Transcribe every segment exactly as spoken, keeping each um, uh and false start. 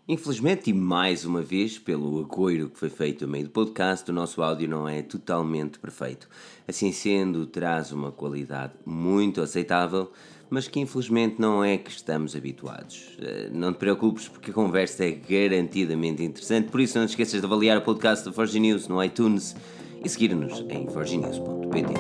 Infelizmente, e mais uma vez, pelo agouro que foi feito a meio do podcast, o nosso áudio não é totalmente perfeito. Assim sendo, traz uma qualidade muito aceitável, mas que infelizmente não é que estamos habituados. Eh, Não te preocupes porque a conversa é garantidamente interessante, por isso não te esqueças de avaliar o podcast da Forge News no iTunes e seguir-nos em forge news ponto pt.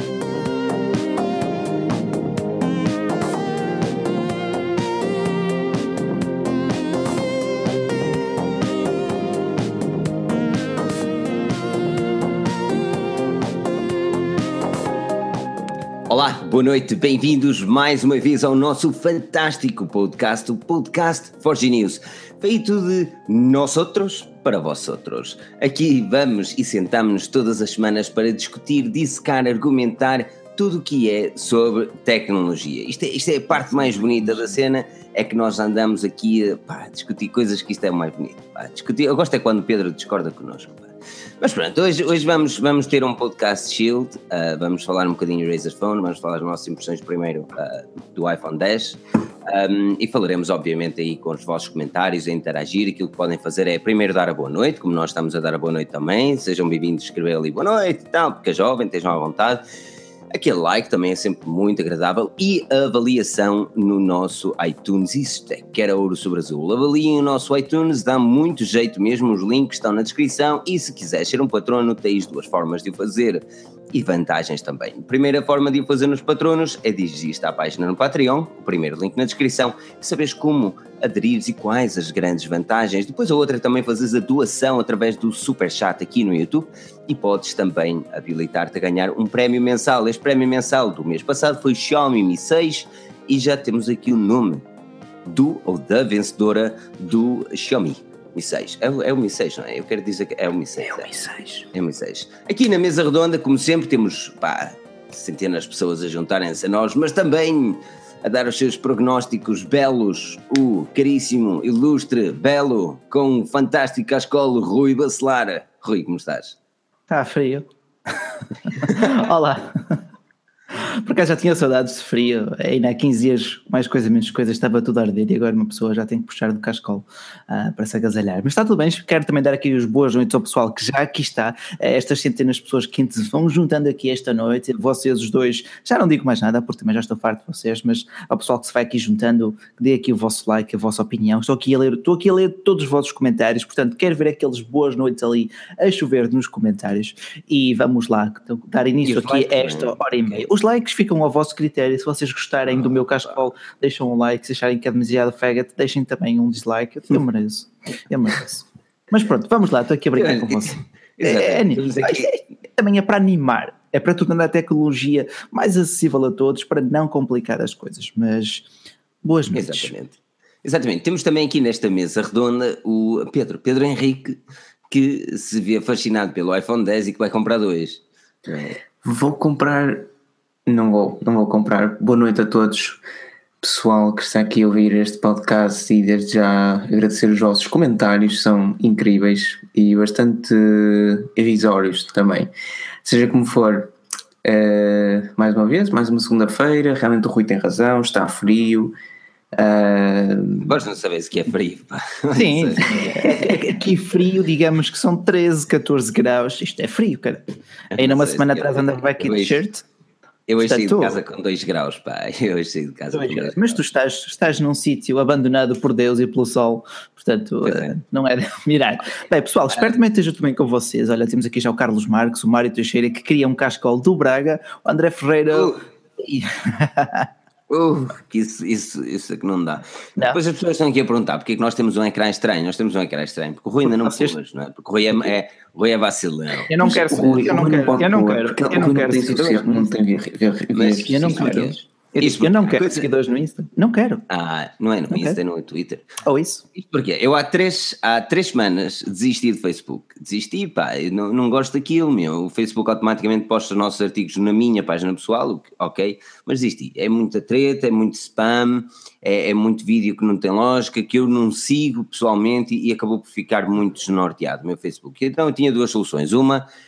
Olá, boa noite, bem-vindos mais uma vez ao nosso fantástico podcast, o podcast Forge News, feito de nós outros para vós outros. Aqui vamos e sentamos-nos todas as semanas para discutir, dissecar, argumentar tudo o que é sobre tecnologia. Isto é, isto é a parte mais bonita da cena, é que nós andamos aqui a pá, discutir coisas que isto é o mais bonito. Pá, discutir. Eu gosto é quando o Pedro discorda connosco. Pá. Mas pronto, hoje, hoje vamos, vamos ter um podcast Shield, uh, vamos falar um bocadinho do Razer Phone, vamos falar das nossas impressões primeiro uh, do iPhone dez um, e falaremos obviamente aí com os vossos comentários, a interagir. Aquilo que podem fazer é primeiro dar a boa noite, como nós estamos a dar a boa noite também, sejam bem-vindos, escrever ali boa noite e tal, porque é jovem, estejam à vontade. Aquele like também é sempre muito agradável e a avaliação no nosso iTunes, isto é que era ouro sobre azul. Avaliem o nosso iTunes, dá muito jeito mesmo, os links estão na descrição e se quiseres ser um patrono tens duas formas de o fazer e vantagens também. A primeira forma de o fazer nos patronos é dirigir-te à página no Patreon, o primeiro link na descrição, e saberes como aderires e quais as grandes vantagens. Depois a outra é também fazeres a doação através do Superchat aqui no YouTube e podes também habilitar-te a ganhar um prémio mensal. Este prémio mensal do mês passado foi o Xiaomi Mi seis e já temos aqui o nome do ou da vencedora do Xiaomi Mi seis. É, é o Mi seis, não é? Eu quero dizer que é o Mi seis. É o Mi seis. É o Mi seis. Aqui na mesa redonda, como sempre, temos pá, centenas de pessoas a juntarem-se a nós, mas também a dar os seus prognósticos belos, o caríssimo, ilustre, belo, com um fantástico cascolo, Rui Bacelar. Rui, como estás? Está frio. Olá. Por acaso já tinha saudades de frio, ainda há quinze dias, mais coisa, menos coisa, estava tudo a arder e agora uma pessoa já tem que puxar do cascolo uh, para se agasalhar. Mas está tudo bem, quero também dar aqui as boas noites ao pessoal que já aqui está, estas centenas de pessoas que se vão juntando aqui esta noite, vocês os dois, já não digo mais nada porque também já estou farto de vocês, mas ao pessoal que se vai aqui juntando, dê aqui o vosso like, a vossa opinião, estou aqui a ler, estou aqui a ler todos os vossos comentários, portanto quero ver aqueles boas noites ali a chover nos comentários e vamos lá, então, dar início aqui a esta hora e meia. Os likes ficam ao vosso critério, se vocês gostarem do meu cascol, deixam um like, se acharem que é demasiado faggot, deixem também um dislike, eu mereço, eu mereço. Mas pronto, vamos lá, estou aqui a brincar com você. É, é, é, também é para animar, é para tornar a tecnologia mais acessível a todos, para não complicar as coisas, mas boas noites. Exatamente. Exatamente, temos também aqui nesta mesa redonda o Pedro, Pedro Henrique, que se vê fascinado pelo iPhone dez e que vai comprar dois. É. Vou comprar... Não vou, não vou comprar. Boa noite a todos, pessoal que está aqui a ouvir este podcast e desde já agradecer os vossos comentários, são incríveis e bastante irrisórios também. Seja como for, uh, mais uma vez, mais uma segunda-feira, realmente o Rui tem razão, está frio. Uh... Gosto de saber se que é frio. Pá. Sim, aqui frio, digamos que são treze, catorze graus, isto é frio, cara. Ainda uma semana atrás andava aqui de shirt. Eu hoje saí de casa com dois graus, pá. Eu hoje saí de casa com dois graus. Mas tu estás, estás num sítio abandonado por Deus e pelo sol, portanto, é. não é de mirar. Bem, pessoal, espero que também esteja tudo bem com vocês. Olha, temos aqui já o Carlos Marques, o Mário Teixeira, que queria um cascol do Braga, o André Ferreira... Uh. E... Uh, que isso, isso, isso é que não dá. Não. Depois as pessoas estão aqui a perguntar porque é que nós temos um ecrã estranho. Nós temos um ecrã estranho, porque o Rui ainda não pôs, não é? Porque o Rui é, é, o Rui é vacilão. Eu não quero, Rui, eu não quero, eu não quero, eu não quero seguidores, não tem ver, mas eu não quero. Eu, disse, eu não quero coisa... seguidores no Insta, não quero. Ah, não é no não Insta, quero. É no Twitter. Ou isso. Isto porquê? Eu há três, há três semanas desisti do Facebook. Desisti, pá, eu não, não gosto daquilo, meu. O Facebook automaticamente posta os nossos artigos na minha página pessoal, ok, mas desisti. É muita treta, é muito spam, é, é muito vídeo que não tem lógica, que eu não sigo pessoalmente e, e acabou por ficar muito desnorteado o meu Facebook. Então eu tinha duas soluções. Uma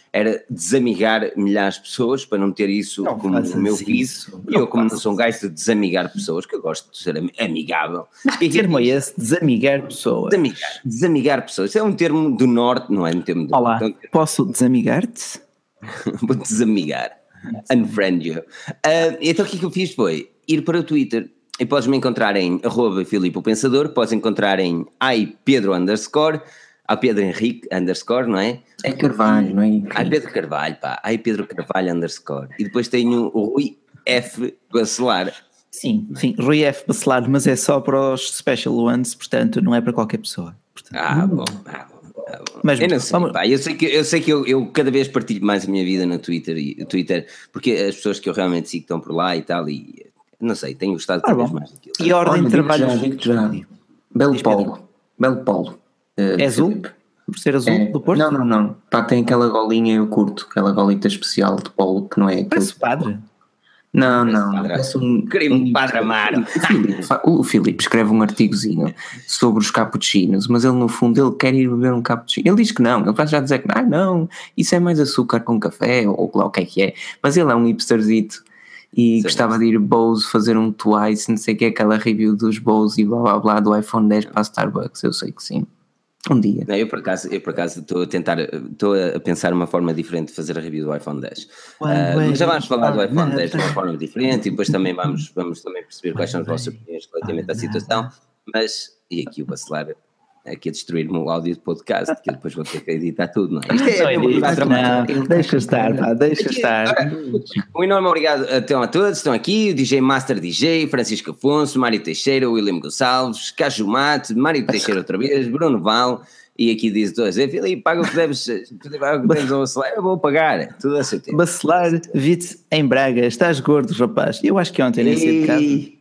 era desamigar milhares de pessoas para não ter isso Não como o meu feed. isso. E eu, Não como não faças sou um gajo de desamigar pessoas, que eu gosto de ser am- amigável. Mas que termo é esse? Desamigar pessoas. Desamigar, desamigar pessoas. Isso é um termo do norte, não é um termo do Olá, norte. posso desamigar-te? Vou desamigar. Unfriend you. Ah, então o que é que eu fiz foi ir para o Twitter e podes me encontrar em arroba Filipe o Pensador, podes encontrar em ai Pedro underscore, a Pedro Henrique underscore, não é? É Carvalho, não é? Ai Pedro Carvalho, pá, ai Pedro Carvalho underscore. E depois tenho o Rui F. Bacelar. Sim, sim, Rui F. Bacelar, mas é só para os special ones, portanto não é para qualquer pessoa. Portanto, Ah, bom, ah, bom. Ah, bom. Mas eu não sei, vamos- pá, eu sei que, eu, sei que eu, eu cada vez partilho mais a minha vida no Twitter, e, Twitter, porque as pessoas que eu realmente sigo estão por lá e tal, e não sei, tenho gostado Ah, cada vez bom. mais daquilo. E a ordem Olha, de digo-te trabalhos. já, digo-te já. Belo Diz, Pedro. Polo. Belo Polo. eh, É azul? Filipe. Por ser azul É. do Porto? Não, não, não. Pá, tem aquela golinha, eu curto, aquela golita especial de polo que não é aquele. Parece padre. Não, Parece não, não. padre- Parece um, Crime Padre Amaro. O Filipe, fa- o Filipe escreve um artigozinho sobre os cappuccinos, mas ele no fundo ele quer ir beber um cappuccino. Ele diz que não, ele vai já dizer que ah, não, isso é mais açúcar com café, ou lá o que é que é. Mas ele é um hipsterzito e Sim. gostava de ir Bose fazer um Twice, não sei o que, aquela review dos Bose e blá blá blá do iPhone dez para a Starbucks. Eu sei que sim. Um dia. Não, eu por acaso eu por acaso estou a tentar, estou a pensar uma forma diferente de fazer a review do iPhone dez. Ah, mas já vamos falar do iPhone dez de uma forma diferente e depois também vamos, vamos também perceber quais são as vossas opiniões relativamente à situação. Mas, e aqui o Bacelar aqui a destruir-me o áudio de podcast, que eu depois vou ter que editar tudo, não é? Isto é Não, mesmo não, dramático. não, deixa estar, pá, deixa estar. Ora, um enorme obrigado então a todos, estão aqui o D J Master D J, Francisco Afonso, Mário Teixeira, William Gonçalves, Caju Mate, Mário Teixeira outra vez, Bruno Val, e aqui diz dois, é Filipe, paga o que deves, paga o que deves ao Bacelar, eu vou pagar, tudo a seu tempo. Bacelar, vi-te em Braga, estás gordo, rapaz. Eu acho que ontem nem saí de casa. E,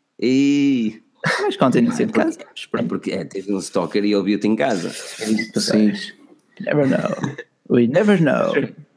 e Mas que ontem nem saí de casa. é porque é, teve um stalker e ele viu-te em casa. Vocês. Never know. We never know.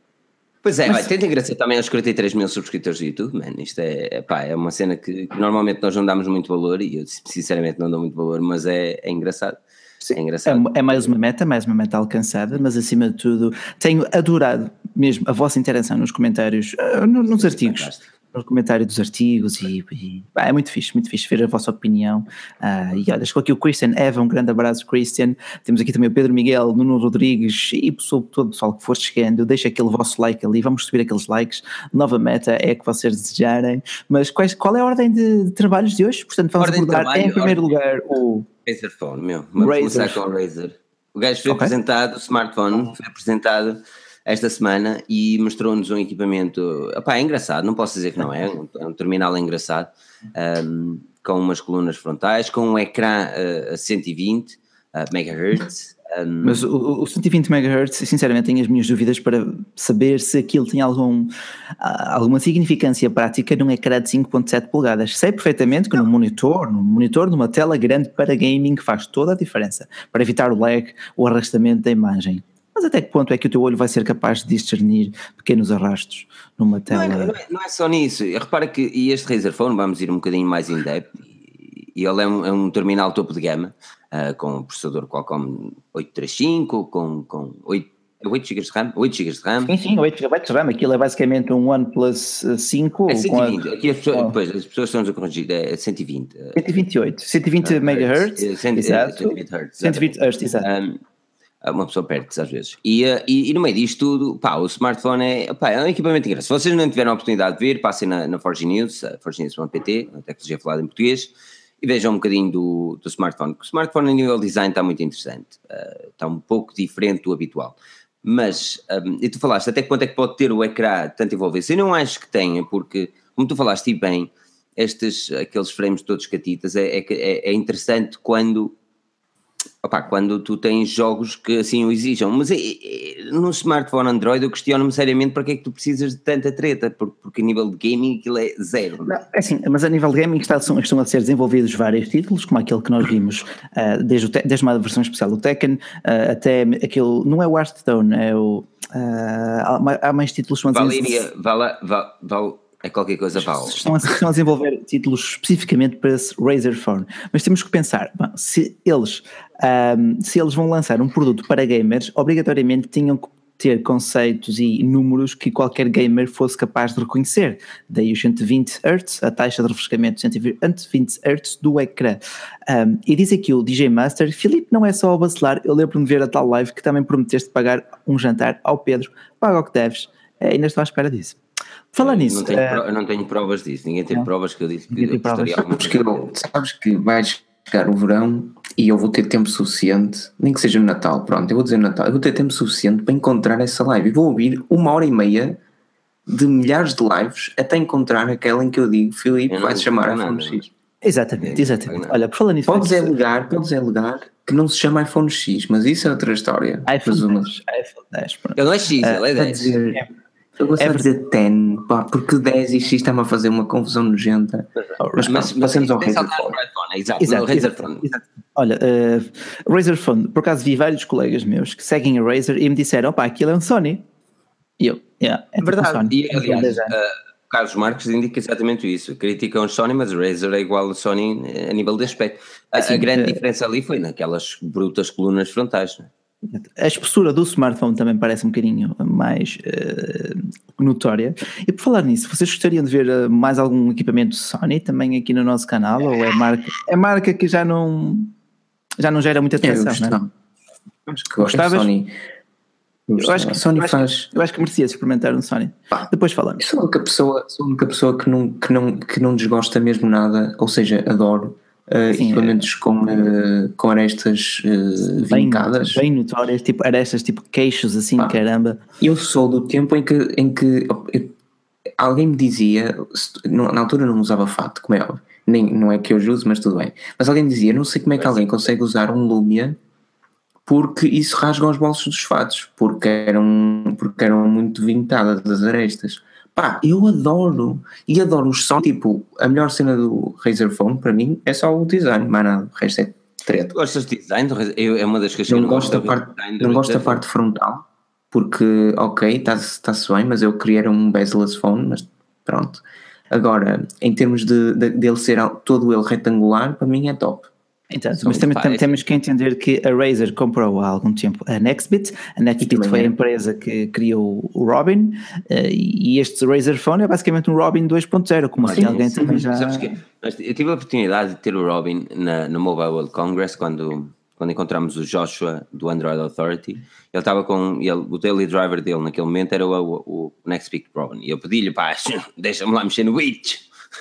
Pois é, vai, tenta agradecer também aos quarenta e três mil subscritores do YouTube, mano. Isto é, pá, é uma cena que, que normalmente nós não damos muito valor e eu sinceramente não dou muito valor, mas é, é engraçado. É engraçado. É, é mais uma meta, mais uma meta alcançada, mas acima de tudo tenho adorado mesmo a vossa interação nos comentários, uh, no- nos artigos. Fantástico. No comentário dos artigos e, e pá, é muito fixe, muito fixe ver a vossa opinião. Ah, e olha, chegou aqui o Christian Eva, um grande abraço, Christian. Temos aqui também o Pedro Miguel, Nuno Rodrigues e pessoal, todo o pessoal que for chegando. Deixa aquele vosso like ali, vamos subir aqueles likes. Nova meta é a que vocês desejarem. Mas quais, qual é a ordem de, de trabalhos de hoje? Portanto, vamos Ordem de abordar trabalho, em primeiro ordem- lugar o Razer Phone, meu. Vamos Razer. começar com o Razer. O gajo foi Ok. apresentado, o smartphone foi apresentado esta semana e mostrou-nos um equipamento. Opá, é engraçado, não posso dizer que não é, um- é um terminal engraçado, um, com umas colunas frontais, com um ecrã uh, a cento e vinte uh, megahertz. Um, Mas o, o cento e vinte megahertz, sinceramente tenho as minhas dúvidas para saber se aquilo tem algum, ah, alguma significância prática num ecrã de cinco ponto sete polegadas. Sei perfeitamente que num monitor, num monitor, numa tela grande para gaming faz toda a diferença, para evitar o lag, o arrastamento da imagem. Mas até que ponto é que o teu olho vai ser capaz de discernir pequenos arrastos numa Não tela? é, não, é, não é só nisso, repara que e este Razer Phone, vamos ir um bocadinho mais in depth, e, e ele é um, é um terminal topo de gama, uh, com um processador Qualcomm oitocentos e trinta e cinco, com, com oito, oito gigas de RAM, oito gigas de RAM, Sim, sim, oito gigabytes de RAM, aquilo é basicamente um OnePlus cinco é com cento a- e vinte, aqui as pessoas, com a- depois, as pessoas estão a corrigir, é cento e vinte, uh, cento e vinte e oito, cento e vinte megahertz, é, cento- é, exato, cento e vinte hertz, cento e vinte hertz, exato. Um, uma pessoa perde-se às vezes. E, uh, e, e no meio disto tudo, pá, o smartphone é, pá, é um equipamento engraçado. Se vocês não tiveram a oportunidade de ver, passem na, na Forge News, uh, forge news ponto p t, a tecnologia falada em português, e vejam um bocadinho do, do smartphone. O smartphone a nível design está muito interessante, uh, está um pouco diferente do habitual. Mas, um, e tu falaste, até que ponto é que pode ter o ecrã tanto envolvência? Eu não acho que tenha, porque, como tu falaste e bem, estes, aqueles frames todos catitas, é, é, é interessante quando... Opa, quando tu tens jogos que assim o exijam, mas é, é, no smartphone Android eu questiono-me seriamente para que é que tu precisas de tanta treta, porque, porque a nível de gaming aquilo é zero. Não, é assim, mas a nível de gaming está, são, estão a ser desenvolvidos vários títulos, como aquele que nós vimos, uh, desde, o te, desde uma versão especial do Tekken, uh, até aquele, não é o Hearthstone, é o, uh, há, há mais títulos que estão a Valeria, Vala, Val, Val, é qualquer coisa Val. Estão a, estão a desenvolver títulos especificamente para esse Razer Phone, mas temos que pensar, bom, se eles, um, se eles vão lançar um produto para gamers, obrigatoriamente tinham que ter conceitos e números que qualquer gamer fosse capaz de reconhecer. Daí os cento e vinte hertz, a taxa de refrescamento de cento e vinte hertz do ecrã. Um, e diz aqui o D J Master: Filipe, não é só o bacelar, eu lembro-me de ver a tal live que também prometeste pagar um jantar ao Pedro, paga o que deves. É, ainda estou à espera disso. Falar nisso. Não tenho, uh, pro, não tenho provas disso, ninguém tem não. provas que eu disse que Ninguém eu tem gostaria provas. Sabes que, eu, sabes que vai chegar o verão e eu vou ter tempo suficiente, nem que seja no Natal, pronto, eu vou dizer Natal, eu vou ter tempo suficiente para encontrar essa live e vou ouvir uma hora e meia de milhares de lives até encontrar aquela em que eu digo: Filipe, vai-se chamar iPhone X. Exatamente, exatamente. Olha, por falar nisso, podes alegar, podes alegar que não se chama iPhone X, mas isso é outra história. iPhone dez, iPhone dez, pronto. Ele não é X, uh, ele é dez. Dizer, é. Eu gosto é de dizer dez, pá, porque dez e X está-me a fazer uma confusão nojenta. Mas, mas, mas passemos ao Razer Phone. Exato, exato, Razer Phone. Exato. Olha, uh, Razer Phone, por acaso vi vários colegas meus que seguem a Razer e me disseram: opá, aquilo é um Sony. E eu, yeah, é verdade. Tipo um Sony. E, aliás, uh, Carlos Marques indica exatamente isso. Criticam o Sony, mas o Razer é igual ao Sony a nível de aspecto. A, assim, a grande uh, diferença ali foi naquelas brutas colunas frontais, não é? A espessura do smartphone também parece um bocadinho mais uh, notória. E por falar nisso, vocês gostariam de ver uh, mais algum equipamento Sony também aqui no nosso canal? Ou é marca, é marca que já não, já não gera muita atenção, é, não é? Acho que gostavas? Sony. Eu, eu acho que Sony eu acho faz. Que, eu acho que merecias experimentar um Sony. Pá, depois falamos. Eu sou a única pessoa, sou a única pessoa que, não, que, não, que não desgosta mesmo nada, ou seja, adoro. Uh, Sim, equipamentos é. com, uh, com arestas uh, bem, vincadas, bem notórias, tipo arestas, tipo queixos assim, ah, caramba. Eu sou do tempo em que, em que eu, alguém me dizia, na altura não usava fato, como é óbvio, nem, não é que eu uso, mas tudo bem, mas alguém me dizia: não sei como é que alguém consegue usar um Lumia porque isso rasga os bolsos dos fatos, porque eram, porque eram muito vincadas as arestas. Pá, eu adoro, e adoro os sons, tipo, a melhor cena do Razer Phone para mim é só o design, mas nada, o resto é treta. Gostas de design? Eu, é uma das coisas que não eu não gosto da parte, não gosto da parte frontal, porque, ok, está-se bem, mas eu queria um bezel-less phone, mas pronto. Agora, em termos de, de, de ele ser todo ele retangular, para mim é top. Então, mas também pá, temos que entender que a Razer comprou há algum tempo a Nextbit. A Nextbit foi a empresa que criou o Robin, uh, e este Razer Phone é basicamente um Robin dois ponto zero, como assim alguém sim, também já... Sabes que eu tive a oportunidade de ter o Robin na, no Mobile World Congress quando, quando encontramos o Joshua do Android Authority. Ele estava com, ele, o daily driver dele naquele momento era o, o, o Nextbit Robin, e eu pedi-lhe: pá, deixa-me lá mexer no Witch.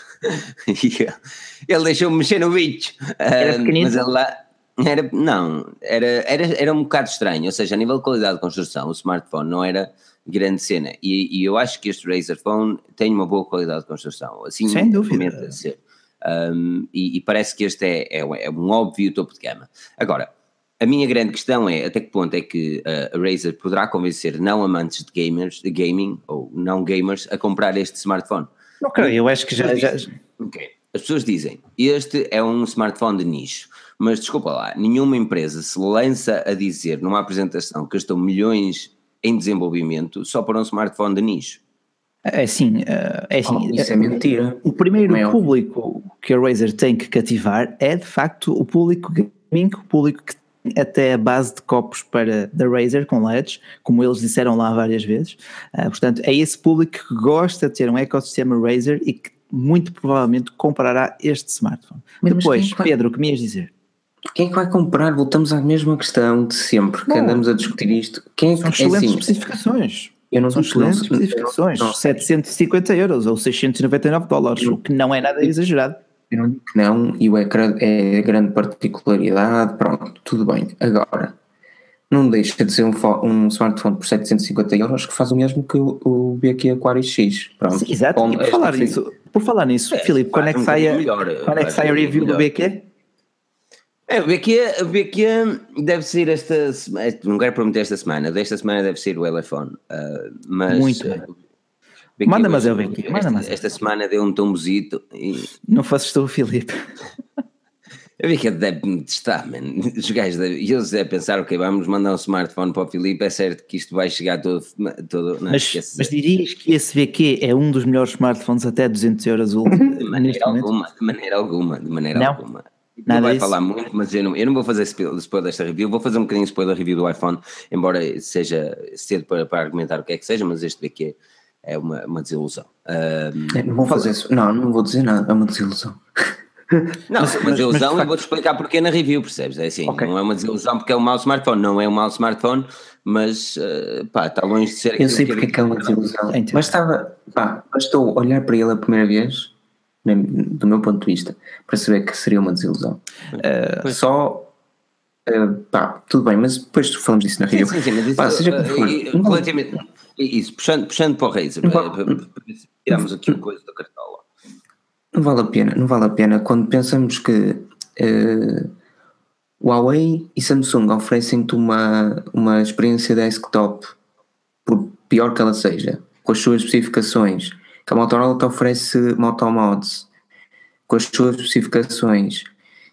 Ele deixou-me mexer no bicho. Era pequenino? Mas ele lá era, não, era, era, era um bocado estranho. Ou seja, a nível de qualidade de construção, o smartphone não era grande cena. E, e eu acho que este Razer Phone tem uma boa qualidade de construção, assim, sem dúvida. Ser. Um, e, e parece que este é, é, é um óbvio topo de gama. Agora, a minha grande questão é até que ponto é que uh, a Razer poderá convencer não amantes de gamers, de gaming ou não gamers a comprar este smartphone. Ok, eu acho que já... já... Okay. As pessoas dizem: este é um smartphone de nicho, mas desculpa lá, nenhuma empresa se lança a dizer numa apresentação que gastou milhões em desenvolvimento só para um smartphone de nicho. É assim, é assim, oh, isso é mentira. O primeiro Meu. público que a Razer tem que cativar é de facto o público gaming, o público que tem até a base de copos para da Razer com L E Ds, como eles disseram lá várias vezes. Uh, portanto, é esse público que gosta de ter um ecossistema Razer e que muito provavelmente comprará este smartphone. Mas Depois, que vai... Pedro, o que me ias dizer? Quem é que vai comprar? Voltamos à mesma questão de sempre, que Bom, andamos a discutir isto. Quem é são que, excelentes é assim, especificações. Eu não são excelentes não, especificações. Não, não, setecentos e cinquenta euros ou seiscentos e noventa e nove dólares, o que não é nada exagerado. Eu não digo que não, e o ecrã é grande particularidade, pronto, tudo bem. Agora, não deixa de ser um, um smartphone por setecentos e cinquenta euros que faz o mesmo que o, o B Q Aquarius X. Pronto. Sim, exato, Bom, e por falar, nisso, por falar nisso, é, Filipe, quando é que sai a, melhor, quando é que sai a review melhor. do B Q? É, o B Q, o B Q deve ser esta semana, não quero prometer esta semana, desta semana deve ser o Elefone, uh, mas... Muito bem. Uh, Manda mas é o B Q. Esta, esta, esta semana deu um tombozito e... Não fazes tu, Filipe. Eu vi que deve-me testar, man. Os gajos devem, eles devem pensar: ok, vamos mandar um smartphone para o Filipe, é certo que isto vai chegar todo... todo não, mas, mas dirias que esse B Q é um dos melhores smartphones até duzentos euros último? De maneira alguma, de maneira alguma, de maneira não? alguma. Não vai falar muito, mas eu não, eu não vou fazer spoiler desta review, vou fazer um bocadinho de spoiler review do iPhone, embora seja cedo para, para argumentar o que é que seja, mas este daqui é, é uma, uma desilusão. Um, é, não vou fazer isso, não, não vou dizer nada, é uma desilusão. Não, mas, é uma desilusão e vou-te explicar porque na review, percebes? É assim, okay. Não é uma desilusão porque é um mau smartphone, não é um mau smartphone, mas uh, pá, está longe de ser... Eu sei porque é que é uma desilusão, mas estava, pá, estou a olhar para ele a primeira vez, do meu ponto de vista, para saber que seria uma desilusão. Uh, só, uh, pá, tudo bem, mas depois falamos disso na review. Sim, sim, sim, mas isso, pá, seja uh, for, uh, não relativamente, não. Isso, puxando, puxando para o Razer, tiramos aqui uma coisa da cartola. Não vale a pena, não vale a pena quando pensamos que uh, Huawei e Samsung oferecem-te uma, uma experiência desktop, por pior que ela seja, com as suas especificações, que a Motorola te oferece Moto Mods com as suas especificações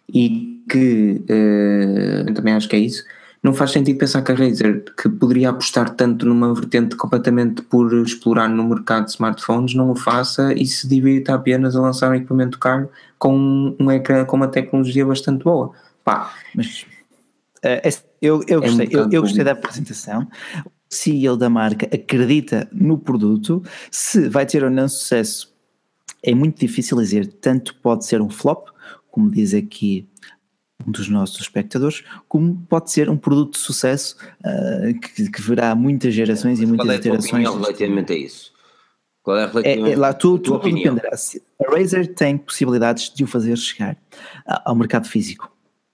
e que uh, também acho que é isso, não faz sentido pensar que a Razer, que poderia apostar tanto numa vertente completamente por explorar no mercado de smartphones, não o faça e se divirta apenas a lançar um equipamento caro com um ecrã com uma tecnologia bastante boa. Pá, mas uh, eu, eu gostei, é um eu, eu gostei da apresentação. O C E O da marca acredita no produto, se vai ter ou não sucesso é muito difícil dizer, tanto pode ser um flop, como diz aqui um dos nossos espectadores, como pode ser um produto de sucesso uh, que, que verá muitas gerações é, e muitas iterações. Qual é a tua opinião relativamente a isso? Qual é, relativamente é, é lá tu, tu dependerá. A Razer tem possibilidades de o fazer chegar ao mercado físico.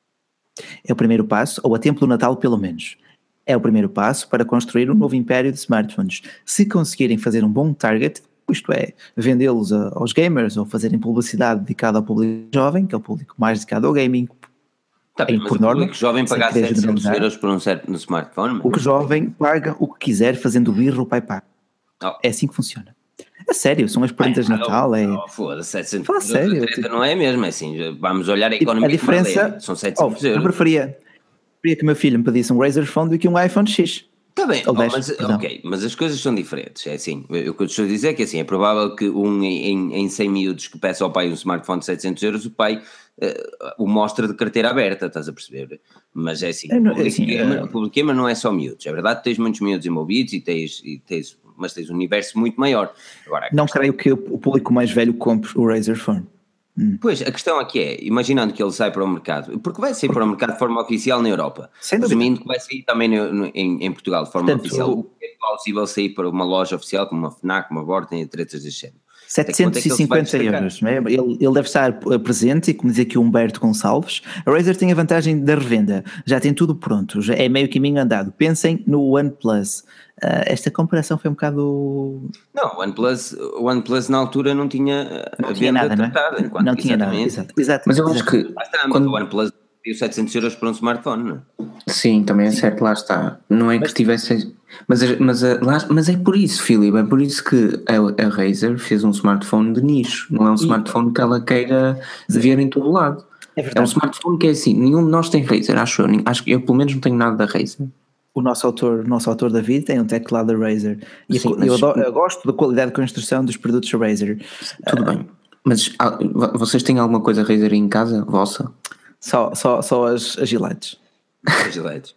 É o primeiro passo, ou a tempo do Natal pelo menos. É o primeiro passo para construir um novo império de smartphones. Se conseguirem fazer um bom target, isto é, vendê-los aos gamers ou fazerem publicidade dedicada ao público jovem, que é o público mais dedicado ao gaming, tá bem, mas por o norma, público jovem pagar setecentos euros por um certo no smartphone? O que jovem paga o que quiser fazendo birro o pai paga. Oh. É assim que funciona. É sério, são as prendas de Natal. É... Oh, foda-se, setecentos euros sério, tipo... não é mesmo, é assim, vamos olhar a economia. A diferença, são setecentos euros. Eu preferia, preferia que o meu filho me pedisse um Razer Phone do que um iPhone X. Está bem, oh, mas, ok, mas as coisas são diferentes, é assim, o que eu estou a dizer é que assim, é provável que um em, em cem miúdos que peça ao pai um smartphone de setecentos euros, o pai uh, o mostra de carteira aberta, estás a perceber? Mas é assim, não, o público, assim, gamer, uh... o público gamer não é só miúdos, é verdade que tens muitos miúdos envolvidos e tens, e tens, mas tens um universo muito maior. Agora, não creio que o público mais velho compre o Razer Phone. Hum. Pois, a questão aqui é, imaginando que ele sai para o mercado, porque vai sair porque... para o mercado de forma oficial na Europa, presumindo que vai sair também no, no, em, em Portugal de forma Portanto, oficial, o... é plausível sair para uma loja oficial como uma FNAC, uma Vorten e tretas deste género. setecentos e cinquenta euros, não é? ele, ele deve estar presente e como diz aqui o Humberto Gonçalves, a Razer tem a vantagem da revenda, já tem tudo pronto, já é meio caminho andado. Pensem no OnePlus. Uh, esta comparação foi um bocado... Não, o OnePlus, o OnePlus na altura não tinha não tinha nada, tratada, não é? Não tinha nada, exato, exato. Mas eu acho exato. que... Mas quando... o OnePlus deu setecentos euros por um smartphone, não é? Sim, também é Sim. certo, lá está. Não é mas... que tivesse... Mas, mas, lá, mas é por isso, Filipe, é por isso que a, a Razer fez um smartphone de nicho, não é um e... smartphone que ela queira ver em todo lado. É, é um smartphone que é assim, nenhum de nós tem Razer, acho eu, acho que eu pelo menos não tenho nada da Razer. O nosso autor, nosso autor David tem um teclado da Razer e assim, mas, eu, adoro, eu gosto da qualidade de construção dos produtos da Razer. Tudo uh, bem, mas ah, vocês têm alguma coisa Razer em casa, vossa? Só, só, só as, as giletes. As giletes.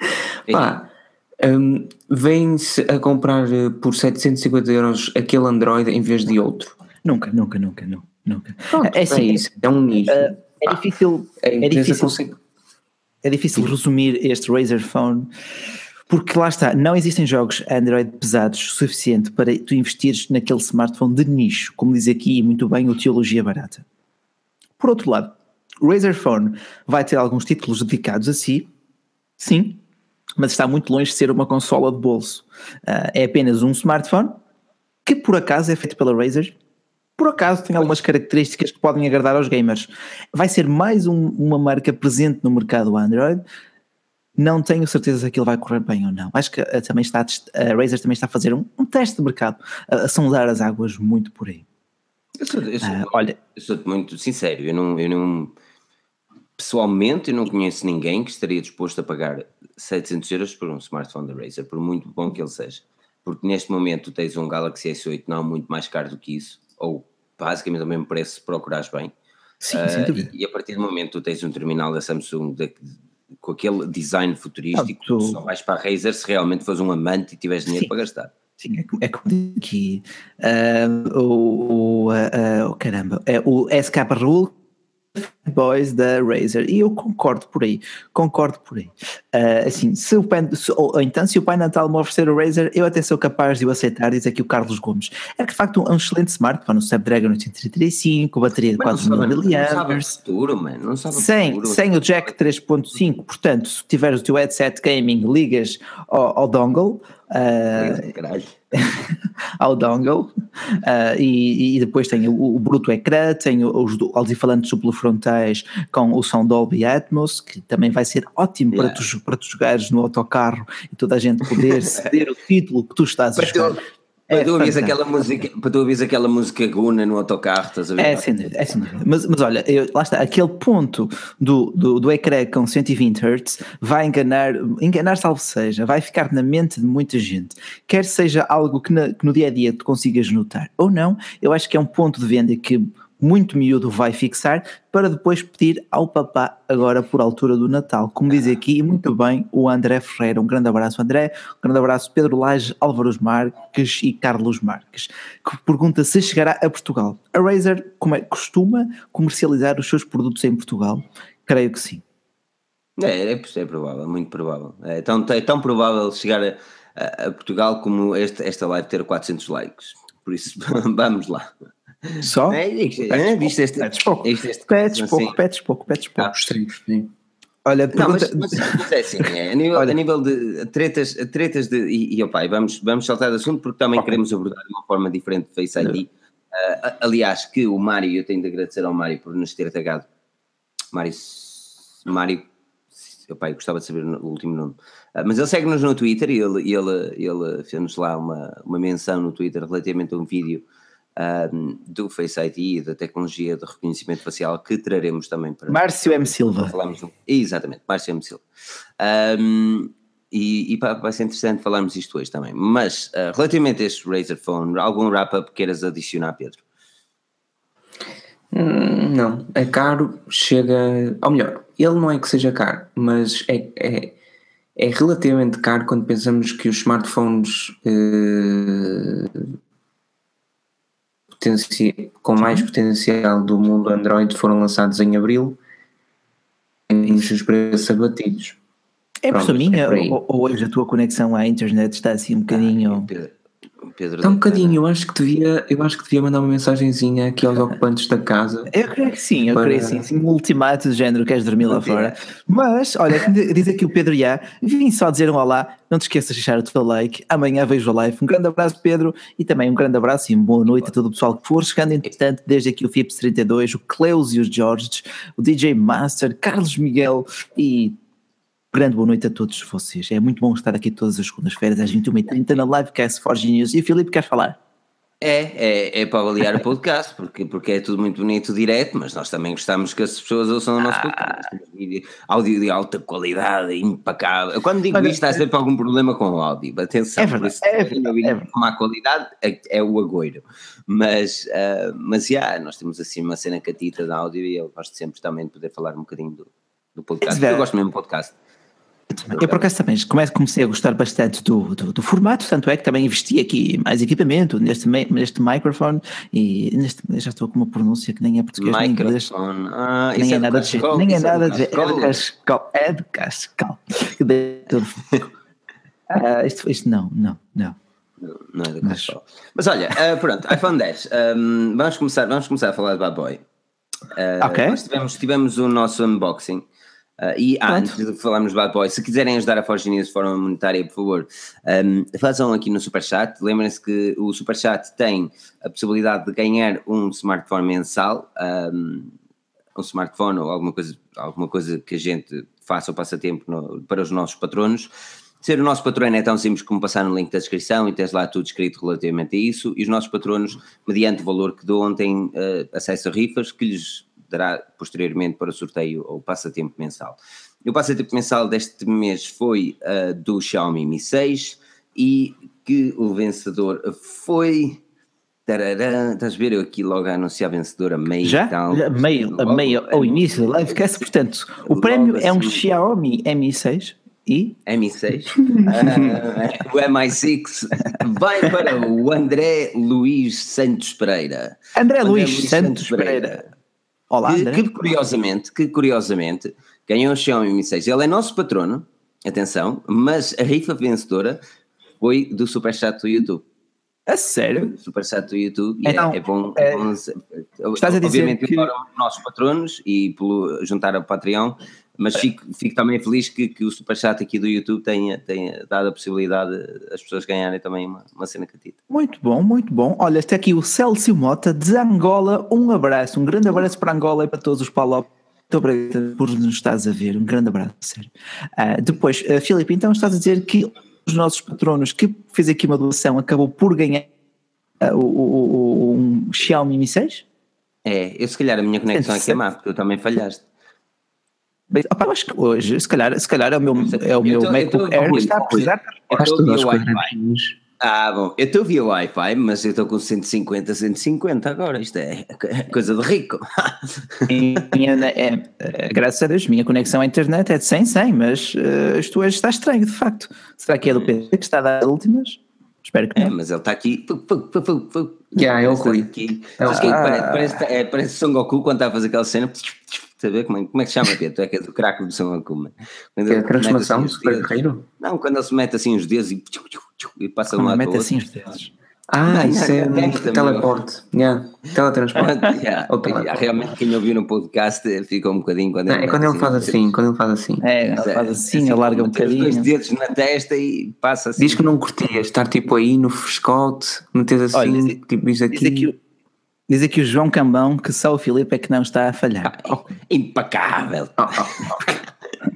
Pá, um, vem-se a comprar por setecentos e cinquenta euros aquele Android em vez de outro? Nunca, nunca, nunca, não, nunca. Pronto, é, assim, é isso, é um nicho. Uh, é ah, difícil, é difícil, consegue... é difícil resumir este Razer Phone, porque lá está, não existem jogos Android pesados o suficiente para tu investires naquele smartphone de nicho, como diz aqui muito bem o Teologia Barata. Por outro lado, o Razer Phone vai ter alguns títulos dedicados a si, sim, mas está muito longe de ser uma consola de bolso. Uh, é apenas um smartphone que por acaso é feito pela Razer, por acaso tem algumas características que podem agradar aos gamers. Vai ser mais um, uma marca presente no mercado Android. Não tenho certeza se aquilo vai correr bem ou não. Acho que a, também está, a Razer também está a fazer um, um teste de mercado, a, a sondar as águas muito por aí. Eu sou, eu sou, uh, olha, eu sou muito sincero, eu não, eu não pessoalmente eu não conheço ninguém que estaria disposto a pagar setecentos euros por um smartphone da Razer, por muito bom que ele seja, porque neste momento tu tens um Galaxy S oito não muito mais caro do que isso, ou basicamente ao mesmo preço se procurares bem, Sim, uh, sem dúvida. E, e a partir do momento que tu tens um terminal da Samsung de, com aquele design futurístico, Não, tu... tu só vais para a Razer se realmente fores um amante e tiveres dinheiro Sim. para gastar. Sim, é, é como diz aqui uh, o, o, uh, uh, caramba, é o S K Rule Boys da Razer, e eu concordo por aí, concordo por aí. Uh, assim, se o pai, se, ou, ou então se o Pai Natal me oferecer o Razer, eu até sou capaz de o aceitar, diz aqui o Carlos Gomes. É que de facto é um excelente smartphone, o Snapdragon oitocentos e trinta e cinco, bateria de quatro mil miliampères, sem, sem o jack três ponto cinco, portanto se tiveres o teu headset gaming, ligas ao, ao dongle, uh, caralho. ao dongle, uh, e, e depois tem o, o bruto ecrã, tem os altifalantes suplofrontais com o som Dolby Atmos, que também vai ser ótimo yeah. para, tu, para tu jogares no autocarro e toda a gente poder ceder o título que tu estás a jogar. Para tu ouvires aquela música, para tu ouvires aquela música Guna no autocarro, estás a ver? É sim, é sim. Mas, mas olha, eu, lá está, aquele ponto do, do, do ecrã com cento e vinte hertz vai enganar, enganar salvo seja, vai ficar na mente de muita gente. Quer seja algo que, na, que no dia a dia tu consigas notar ou não, eu acho que é um ponto de venda que muito miúdo vai fixar para depois pedir ao papá agora por altura do Natal, como diz aqui e muito bem o André Ferreira. Um grande abraço André, um grande abraço Pedro Lage, Álvaro Marques e Carlos Marques, que pergunta se chegará a Portugal. A Razer como é, costuma comercializar os seus produtos em Portugal? Creio que sim. É, é, é provável, muito provável. É tão, é tão provável chegar a, a, a Portugal como este, esta live ter quatrocentos likes, por isso vamos lá. Só? É, é, viste este, pedes pouco, este, este, pedes pouco, assim. pedes pouco, pedes pouco. Ah, Olha, não, pergunta... mas, mas, mas é assim, é, a, nível, a nível de tretas, tretas de, e, e opa, vamos, vamos saltar de assunto porque também okay. queremos abordar de uma forma diferente de Face I D. Uh, aliás, que o Mário, eu tenho de agradecer ao Mário por nos ter tagado. Mário, Mário, opa, eu gostava de saber o último nome. Uh, mas ele segue-nos no Twitter e ele, ele, ele fez-nos lá uma, uma menção no Twitter relativamente a um vídeo Um, do Face I D e da tecnologia de reconhecimento facial que traremos também para Márcio M. Silva. Falarmos, exatamente, Márcio M. Silva. Um, e, e pá, vai ser interessante falarmos isto hoje também. Mas uh, relativamente a este Razer Phone, algum wrap-up queiras adicionar, Pedro? Hum, não, é caro, chega. Ou melhor, ele não é que seja caro, mas é, é, é relativamente caro quando pensamos que os smartphones. Uh, com mais potencial do mundo Android foram lançados em Abril, em os seus preços abatidos. É por minha, é ou, ou hoje a tua conexão à internet está assim um bocadinho... Ah, Pedro, Pedro está um bocadinho, eu acho, que devia, eu acho que devia mandar uma mensagenzinha aqui aos ocupantes da casa. Eu creio que sim, eu para... creio que sim, sim, um ultimato de género, queres dormir lá fora. Mas, olha, diz aqui o Pedro Iá, vim só dizer um olá, não te esqueças de deixar o teu like, amanhã vejo a live. Um grande abraço, Pedro, e também um grande abraço e uma boa noite a todo o pessoal que for chegando, entretanto, desde aqui o Fips trinta e dois, o Cleus e os Georges, o D J Master, Carlos Miguel e... Grande boa noite a todos vocês. É muito bom estar aqui todas as segundas-feiras às vinte e uma e trinta na Livecast Forge News. E o Filipe, queres falar? É, é, é para avaliar o podcast, porque, porque é tudo muito bonito, direto, mas nós também gostamos que as pessoas ouçam o nosso ah. podcast. Áudio de alta qualidade, impecável. Quando digo Olha, isto, há sempre algum problema com o áudio. Atenção, é verdade, por isso, é verdade, é com má qualidade é, é o agoiro. Mas, uh, mas já, yeah, nós temos assim uma cena catita de áudio e eu gosto sempre também de poder falar um bocadinho do, do podcast. Eu gosto mesmo do podcast. Eu por acaso também comecei a gostar bastante do, do, do formato, tanto é que também investi aqui mais equipamento neste, neste microfone e neste, já estou com uma pronúncia que nem é português nem inglês, ah, nem é, é nada de jeito, nem é nada de jeito, é de Cascal, é de Cascal, que dei tudo. uh, isto, isto não, não, não. Não, não é de Cascal. Mas, Mas olha, uh, pronto, iPhone dez, um, vamos, começar, vamos começar a falar de Bad Boy. Uh, ok. Nós tivemos, tivemos o nosso unboxing. Uh, e ah, antes de falarmos de Bad Boy, se quiserem ajudar a Forge News de forma monetária, por favor, um, façam aqui no Superchat. Lembrem-se que o Superchat tem a possibilidade de ganhar um smartphone mensal, um, um smartphone ou alguma coisa, alguma coisa que a gente faça ou passatempo no, para os nossos patronos. Ser o nosso patrono é tão simples como passar no link da descrição e tens lá tudo escrito relativamente a isso, e os nossos patronos, mediante o valor que doam, têm uh, acesso a rifas que lhes dará posteriormente para o sorteio ou passatempo mensal. E o passatempo mensal deste mês foi uh, do Xiaomi Mi seis e que o vencedor foi... tarará, estás a ver eu aqui logo a anunciar a vencedora meio Já? tal, Já meio, a logo, meio ao início da livecast, portanto, o logo prémio é um assim. Xiaomi M I seis e M I seis, uh, o M I seis vai para o André Luís Santos Pereira. André, André Luís, Luís Santos Pereira. Olá, que, André. que curiosamente, que curiosamente ganhou o Xiaomi Mi seis. Ele é nosso patrono, atenção, mas a rifa vencedora foi do Superchat do YouTube. A sério? Superchat do YouTube, e Então, é, é bom. É bom estás a dizer obviamente, que- foram nossos patronos e pelo juntar ao Patreon, mas fico, fico também feliz que, que o Superchat aqui do YouTube tenha, tenha dado a possibilidade às pessoas ganharem também uma, uma cena catita. Muito bom, muito bom. Olha, está aqui o Célcio Mota de Angola. Um abraço, um grande abraço para Angola e para todos os Palop. Muito obrigado por nos estás a ver. Um grande abraço, sério. Uh, depois, uh, Filipe, então estás a dizer que os nossos patronos que fez aqui uma doação acabou por ganhar uh, o, o, o, um Xiaomi Mi seis? É, eu se calhar a minha conexão é que é má, porque tu também falhaste. Bem, opa, eu acho que hoje, se calhar, se calhar é o meu, é o meu Eu tô- eu MacBook tô- Air que Rui, está a precisar. Eu Faz estou tudo via aos Wi-Fi. quadradinhos. Ah, bom, eu estou via Wi-Fi, mas eu estou com cento e cinquenta, cento e cinquenta agora. Isto é coisa de rico. Minha, é, é, graças a Deus, minha conexão à internet é de cem, cem, mas uh, isto hoje está estranho, de facto. Será que é do P C que está a dar as últimas? Espero que É, não. mas ele está aqui. Fu, fu, fu, fu, fu. Já, é o Está Rui. aqui. É o Sabes quem Rui. parece? Parece, é, parece Son Goku quando está a fazer aquela cena. Saber como é, como é que se chama, Pedro? Tu é que és o craque do Son Goku, mano. Quando Que é ele a transformação mete do assim os Super dedos- Guerreiro? Não, quando ele se mete assim os dedos e, e passa de um Quando lado para mete o assim outro. os dedos. Ah, Não, isso não, é não, um desta, teleporte. Yeah. Teletransporte. Yeah, Ou yeah, teleporte. realmente quem ouviu no podcast ficou um bocadinho quando Não, ele é quando mete ele faz os assim, quando ele faz assim. É, ele faz assim, alarga um meter os dois bocadinho. dedos na testa e passa assim. Diz que não curtias estar tipo aí no frescote, metes assim, Olha, diz- tipo isto aqui. Diz aqui, o- diz aqui o João Cambão que só o Filipe é que não está a falhar. Impecável. Oh, oh.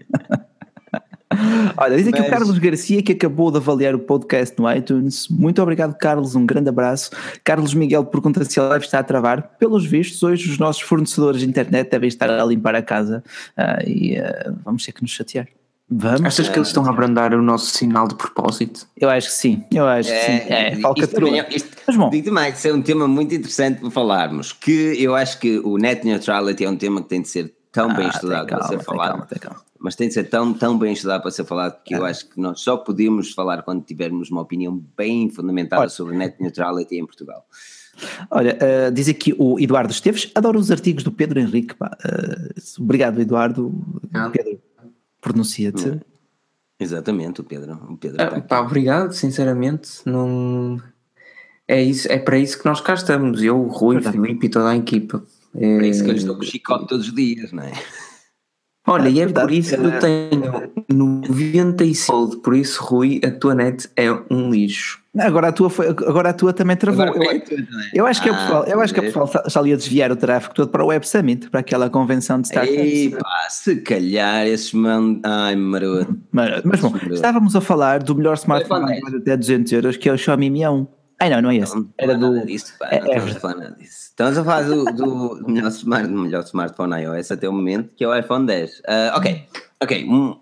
Olha, diz aqui Mas- o Carlos Garcia que acabou de avaliar o podcast no iTunes. Muito obrigado, Carlos, um grande abraço. Carlos Miguel pergunta se a live está a travar. Pelos vistos, hoje os nossos fornecedores de internet devem estar a limpar a casa ah, e ah, vamos ter que nos chatear. Vamos. Achas que eles estão a abrandar o nosso sinal de propósito? Eu acho que sim, eu acho que sim. É, isto falcatrua. também é- isto- Mas bom, digo mais, isso é um tema muito interessante para falarmos, que eu acho que o net neutrality é um tema que tem de ser tão bem ah, estudado tem para ser calma, tem falado, calma, tem calma. mas tem de ser tão, tão bem estudado para ser falado, que eu acho que nós só podemos falar quando tivermos uma opinião bem fundamentada Olha. sobre net neutrality em Portugal. Olha, uh, diz aqui o Eduardo Esteves, adoro os artigos do Pedro Henrique. Pá. Uh, obrigado, Eduardo. Ah. Pedro, pronuncia-te. Exatamente, o Pedro. O Pedro Ah, está aqui. pá, obrigado, sinceramente. Não... É, isso, é para isso que nós cá estamos. Eu, o Rui, o Verdade. Filipe e toda a equipa. É... Para isso que eu lhes dou com o chicote todos os dias, não é? Olha, e é Verdade. por isso que eu tenho noventa e cinco, por isso, Rui, a tua net é um lixo. Agora a tua, foi, agora a tua também travou. Agora eu, foi tudo, não é? eu acho que, é o Ah, pessoal, eu acho que o vês? pessoal está, está ali a desviar o tráfego todo para o Web Summit, para aquela convenção de startups. Ei, pá, se calhar esses man... Ai, maroto. Mas, mas bom, Maroto. estávamos a falar do melhor smartphone iPhone dez. de até duzentos euros, que é o Xiaomi Mi A um. Ai não, não é esse. Não Era estamos a falar do... nada disso, pá, é- não é estamos a falar nada disso. Estamos a falar do, do, do melhor, smart, do melhor smartphone iOS até o momento, que é o iPhone dez. Ah, ok, ok. hum,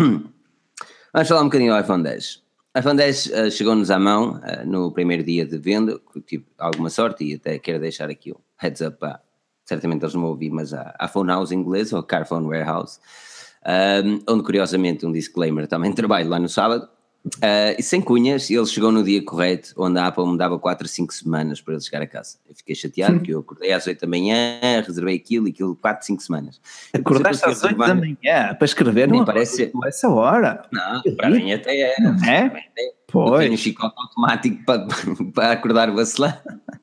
Vamos falar um bocadinho do iPhone dez. O iPhone dez ah, chegou-nos à mão ah, no primeiro dia de venda, que tive alguma sorte e até quero deixar aqui o heads up, pá. Certamente eles não vão ouvir, mas há a Phone House em inglês, ou Carphone Warehouse, um, onde curiosamente um disclaimer, também trabalho lá no sábado. Uh, e sem cunhas, ele chegou no dia correto, onde a Apple me dava quatro a cinco semanas para ele chegar a casa. Eu fiquei chateado, porque eu acordei às oito da manhã, reservei aquilo e aquilo quatro, cinco semanas. Acordaste às oito da manhã para escrever? Nem Não parece- a essa hora. Não, para mim até era. Não é? Eu tenho um Pois. chicote automático para, para acordar o vacilar.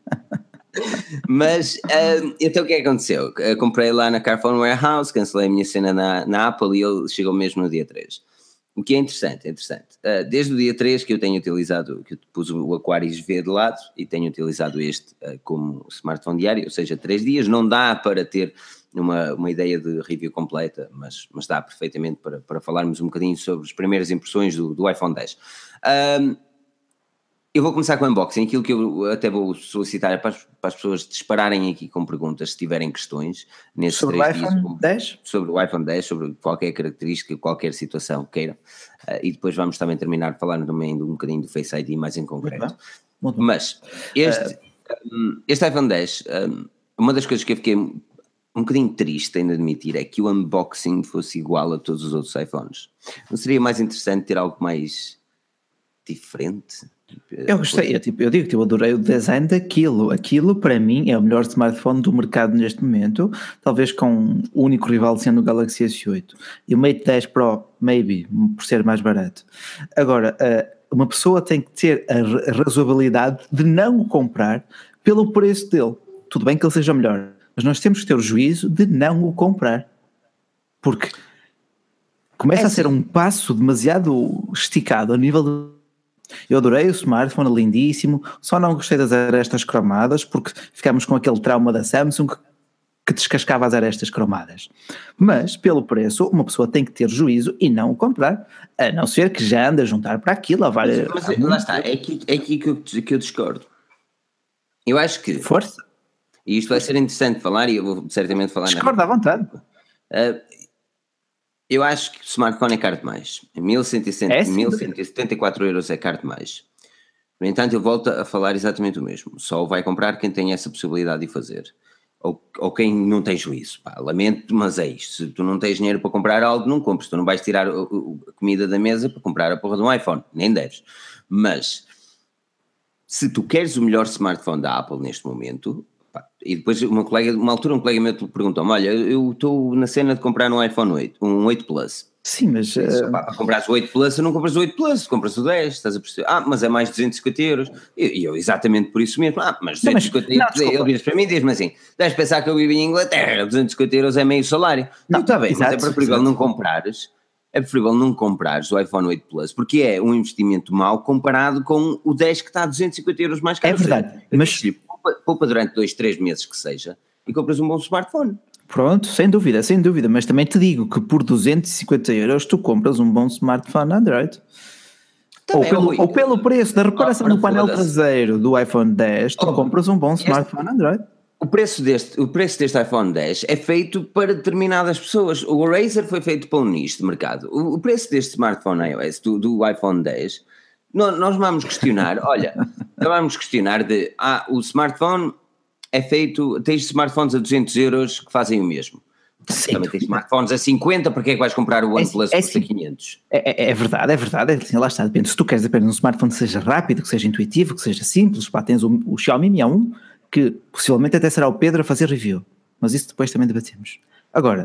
Mas, uh, então o que é que aconteceu? Eu comprei lá na Carphone Warehouse, cancelei a minha cena na, na Apple e ele chegou mesmo no dia três. O que é interessante, é interessante. Uh, desde o dia três que eu tenho utilizado, que eu pus o Aquarius V de lado e tenho utilizado este uh, como smartphone diário, ou seja, três dias, não dá para ter uma, uma ideia de review completa, mas, mas dá perfeitamente para, para falarmos um bocadinho sobre as primeiras impressões do, do iPhone dez. Um, Eu vou começar com o unboxing, aquilo que eu até vou solicitar é para as, para as pessoas dispararem aqui com perguntas, se tiverem questões, nesses Sobre o três iPhone dias, dez? sobre o iPhone dez, sobre qualquer característica, qualquer situação que queiram, uh, e depois vamos também terminar falando também de um bocadinho do Face I D mais em concreto. Muito bem. Mas este, Um, este iPhone dez, um, uma das coisas que eu fiquei um bocadinho triste em admitir é que o unboxing fosse igual a todos os outros iPhones. Não seria mais interessante ter algo mais diferente? Eu gostei, eu, tipo, eu digo que eu adorei o design daquilo. Aquilo para mim é o melhor smartphone do mercado neste momento, talvez com o único rival sendo o Galaxy S oito. E o Mate dez Pro, maybe, por ser mais barato. Agora, uma pessoa tem que ter a razoabilidade de não o comprar pelo preço dele. Tudo bem que ele seja melhor, mas nós temos que ter o juízo de não o comprar. Porque começa é a ser assim. Um passo demasiado esticado a nível de... Eu adorei o smartphone, lindíssimo, só não gostei das arestas cromadas porque ficámos com aquele trauma da Samsung que descascava as arestas cromadas. Mas, pelo preço, uma pessoa tem que ter juízo e não o comprar, a não ser que já ande a juntar para aquilo. A várias, mas mas lá está, é aqui, é aqui que, eu, que eu discordo. Eu acho que... Força! E isto vai ser interessante falar e eu vou certamente falar... Discordo à vontade. Uh, Eu acho que o smartphone é caro demais. mil cento e setenta e quatro euros é caro demais. No entanto, eu volto a falar exatamente o mesmo. Só vai comprar quem tem essa possibilidade de fazer. Ou, ou quem não tem juízo. Pá, lamento, mas é isto. Se tu não tens dinheiro para comprar algo, não compres. Tu não vais tirar a, a comida da mesa para comprar a porra de um iPhone. Nem deves. Mas, se tu queres o melhor smartphone da Apple neste momento... E depois uma colega, uma altura um colega meu perguntou-me, olha, eu estou na cena de comprar um iPhone oito, um oito Plus. Sim, mas... Uh... Para comprar o oito Plus, tu não compras o oito Plus, compras o dez, estás a perceber? Ah, mas é mais de duzentos e cinquenta euros. E eu, exatamente por isso mesmo, ah, mas duzentos e cinquenta euros, ele diz para mim, diz-me assim, deves pensar que eu vivo em Inglaterra, duzentos e cinquenta euros é meio salário. Não, está bem, exato, mas é preferível exato. não comprares, é preferível não comprares o iPhone oito Plus, porque é um investimento mau comparado com o dez que está a duzentos e cinquenta euros mais caro. É verdade, mas... Poupa durante dois, três meses que seja e compras um bom smartphone. Pronto, sem dúvida, sem dúvida, mas também te digo que por duzentos e cinquenta euros tu compras um bom smartphone Android. Ou pelo, ou pelo preço da reparação do painel traseiro do iPhone dez, tu oh, compras um bom smartphone este, Android. O preço, deste, o preço deste iPhone dez é feito para determinadas pessoas. O Razer foi feito para um nicho de mercado. O, o preço deste smartphone iOS, do, do iPhone dez... Nós vamos questionar, olha, vamos questionar de, ah, o smartphone é feito, tens smartphones a duzentos euros que fazem o mesmo. Sim, também tens smartphones a cinquenta, para que é que vais comprar o OnePlus é, por quinhentos? É, é, é verdade, é verdade, é assim, lá está, depende, se tu queres apenas um smartphone que seja rápido, que seja intuitivo, que seja simples, pá, tens o, o Xiaomi Mi A um, que possivelmente até será o Pedro a fazer review, mas isso depois também debatemos. Agora...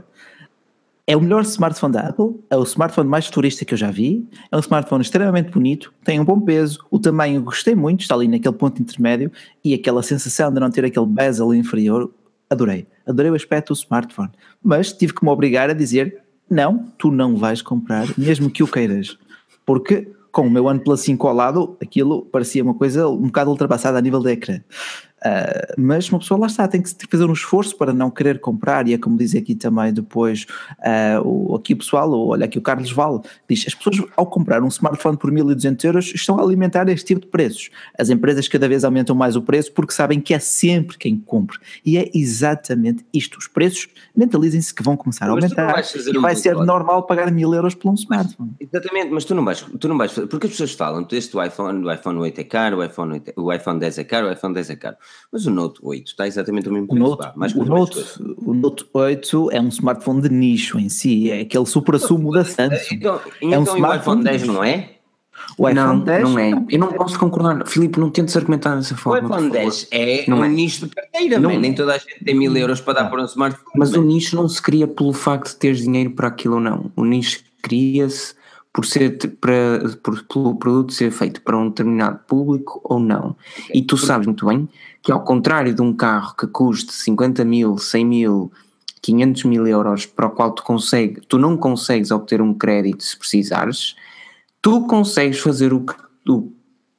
É o melhor smartphone da Apple, é o smartphone mais futurista que eu já vi, é um smartphone extremamente bonito, tem um bom peso, o tamanho gostei muito, está ali naquele ponto intermédio e aquela sensação de não ter aquele bezel inferior, adorei, adorei o aspecto do smartphone, mas tive que me obrigar a dizer, não, tu não vais comprar, mesmo que o queiras, porque com o meu OnePlus cinco ao lado, aquilo parecia uma coisa um bocado ultrapassada a nível de ecrã. Uh, mas uma pessoa lá está, tem que fazer um esforço para não querer comprar, e é como diz aqui também depois uh, o, aqui o pessoal, olha aqui o Carlos Val, diz, as pessoas ao comprar um smartphone por mil e duzentos euros estão a alimentar este tipo de preços, as empresas cada vez aumentam mais o preço porque sabem que é sempre quem compra, e é exatamente isto, os preços mentalizem-se que vão começar a aumentar e vai ser normal pagar mil euros por um smartphone. Mas, exatamente, mas tu não vais, tu não vais fazer, porque as pessoas falam, este do iPhone, do iPhone oito é caro, o iPhone, oito, o iPhone dez é caro, o iPhone dez é caro. Mas o Note oito está exatamente o mesmo preço. O Note, mais o, Note, o Note oito é um smartphone de nicho em si, é aquele supra-sumo da Samsung. Então, é então um smartphone o iPhone dez não é? O iPhone não, dez não é. Eu não posso concordar. Filipe, não tentes argumentar dessa forma. O iPhone dez é não um é. nicho de carteira, não, nem toda a gente tem mil euros para dar por um smartphone. Mas man. O nicho não se cria pelo facto de teres dinheiro para aquilo ou não. O nicho cria-se por ser para, por, pelo produto ser feito para um determinado público ou não. Okay. E tu sabes muito bem que ao contrário de um carro que custe cinquenta mil, cem mil, quinhentos mil euros para o qual tu, consegue, tu não consegues obter um crédito se precisares, tu consegues fazer o que tu,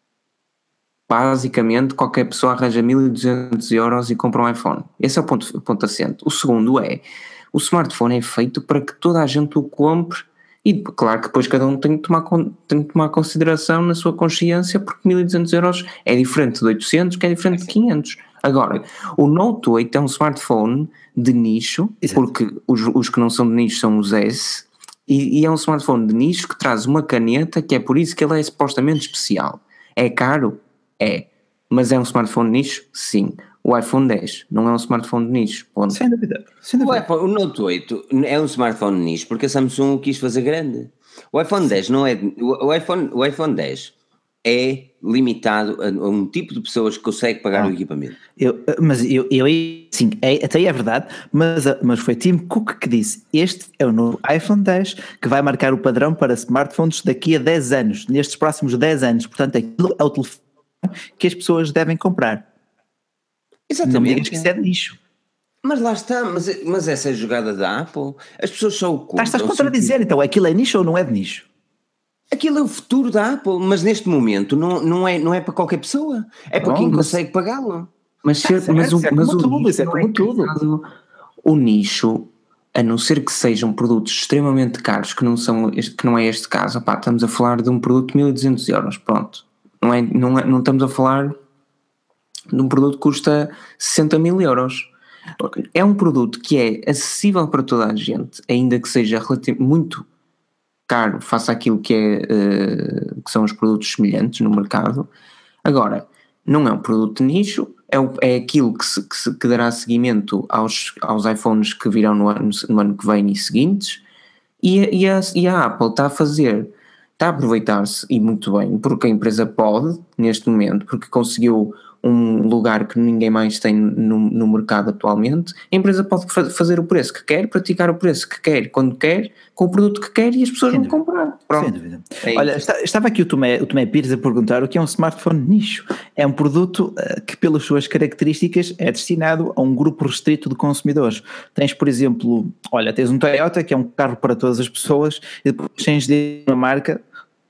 basicamente qualquer pessoa arranja mil e duzentos euros e compra um iPhone. Esse é o ponto, o ponto assente. O segundo é, o smartphone é feito para que toda a gente o compre. E claro que depois cada um tem que tomar, tem que tomar consideração na sua consciência, porque mil e duzentos euros é diferente de oitocentos, que é diferente de quinhentos. Agora, o Note oito é um smartphone de nicho, exato, porque os, os que não são de nicho são os S, e, e é um smartphone de nicho que traz uma caneta, que é por isso que ele é supostamente especial. É caro? É. Mas é um smartphone de nicho? Sim. O iPhone dez não é um smartphone de nicho. Ponto. Sem dúvida. Sem O, dúvida. iPhone, o Note oito é um smartphone nicho porque a Samsung o quis fazer grande. O iPhone dez não é. O, o, iPhone, o iPhone dez é limitado a, a um tipo de pessoas que consegue pagar Ah. o equipamento. Eu, mas eu, eu sim, é, até é verdade, mas, mas foi Tim Cook que disse: este é o novo iPhone dez que vai marcar o padrão para smartphones daqui a dez anos, nestes próximos dez anos. Portanto, aquilo é o telefone que as pessoas devem comprar. Exatamente. Não me digas que isso é de nicho. Mas lá está, mas, mas essa é a jogada da Apple. As pessoas só o compram. Estás a contradizer, então aquilo é nicho ou não é de nicho? Aquilo é o futuro da Apple, mas neste momento não, não, é, não é para qualquer pessoa, é para Não, quem mas- consegue pagá-lo. Mas, Tá ser- certo, mas, o, isso é mas como o tudo, nicho isso é não como tudo. criado- O nicho, a não ser que sejam produtos extremamente caros, que não, são, este- que não é este caso, opá, estamos a falar de um produto de mil e duzentos euros, pronto. Não, é, não, é, não estamos a falar de um produto que custa sessenta mil euros. É um produto que é acessível para toda a gente, ainda que seja relativ- muito caro face àquilo que, é, eh, que são os produtos semelhantes no mercado. Agora, não é um produto de nicho, é, o- é aquilo que, se, que, se- que dará seguimento aos, aos iPhones que virão no ano, no ano que vem e seguintes, e, a- e, a, e a Apple está a fazer, está a aproveitar-se, e muito bem, porque a empresa pode, neste momento, porque conseguiu um lugar que ninguém mais tem no, no mercado atualmente. A empresa pode fa- fazer o preço que quer, praticar o preço que quer, quando quer, com o produto que quer, e as pessoas Sem vão dúvida. comprar. Sem Pronto. dúvida. É Olha, isso. está- estava aqui o Tomé, o Tomé Pires a perguntar o que é um smartphone nicho. É um produto eh, que, pelas suas características, é destinado a um grupo restrito de consumidores. Tens, por exemplo, olha, tens um Toyota, que é um carro para todas as pessoas, e depois tens de uma marca,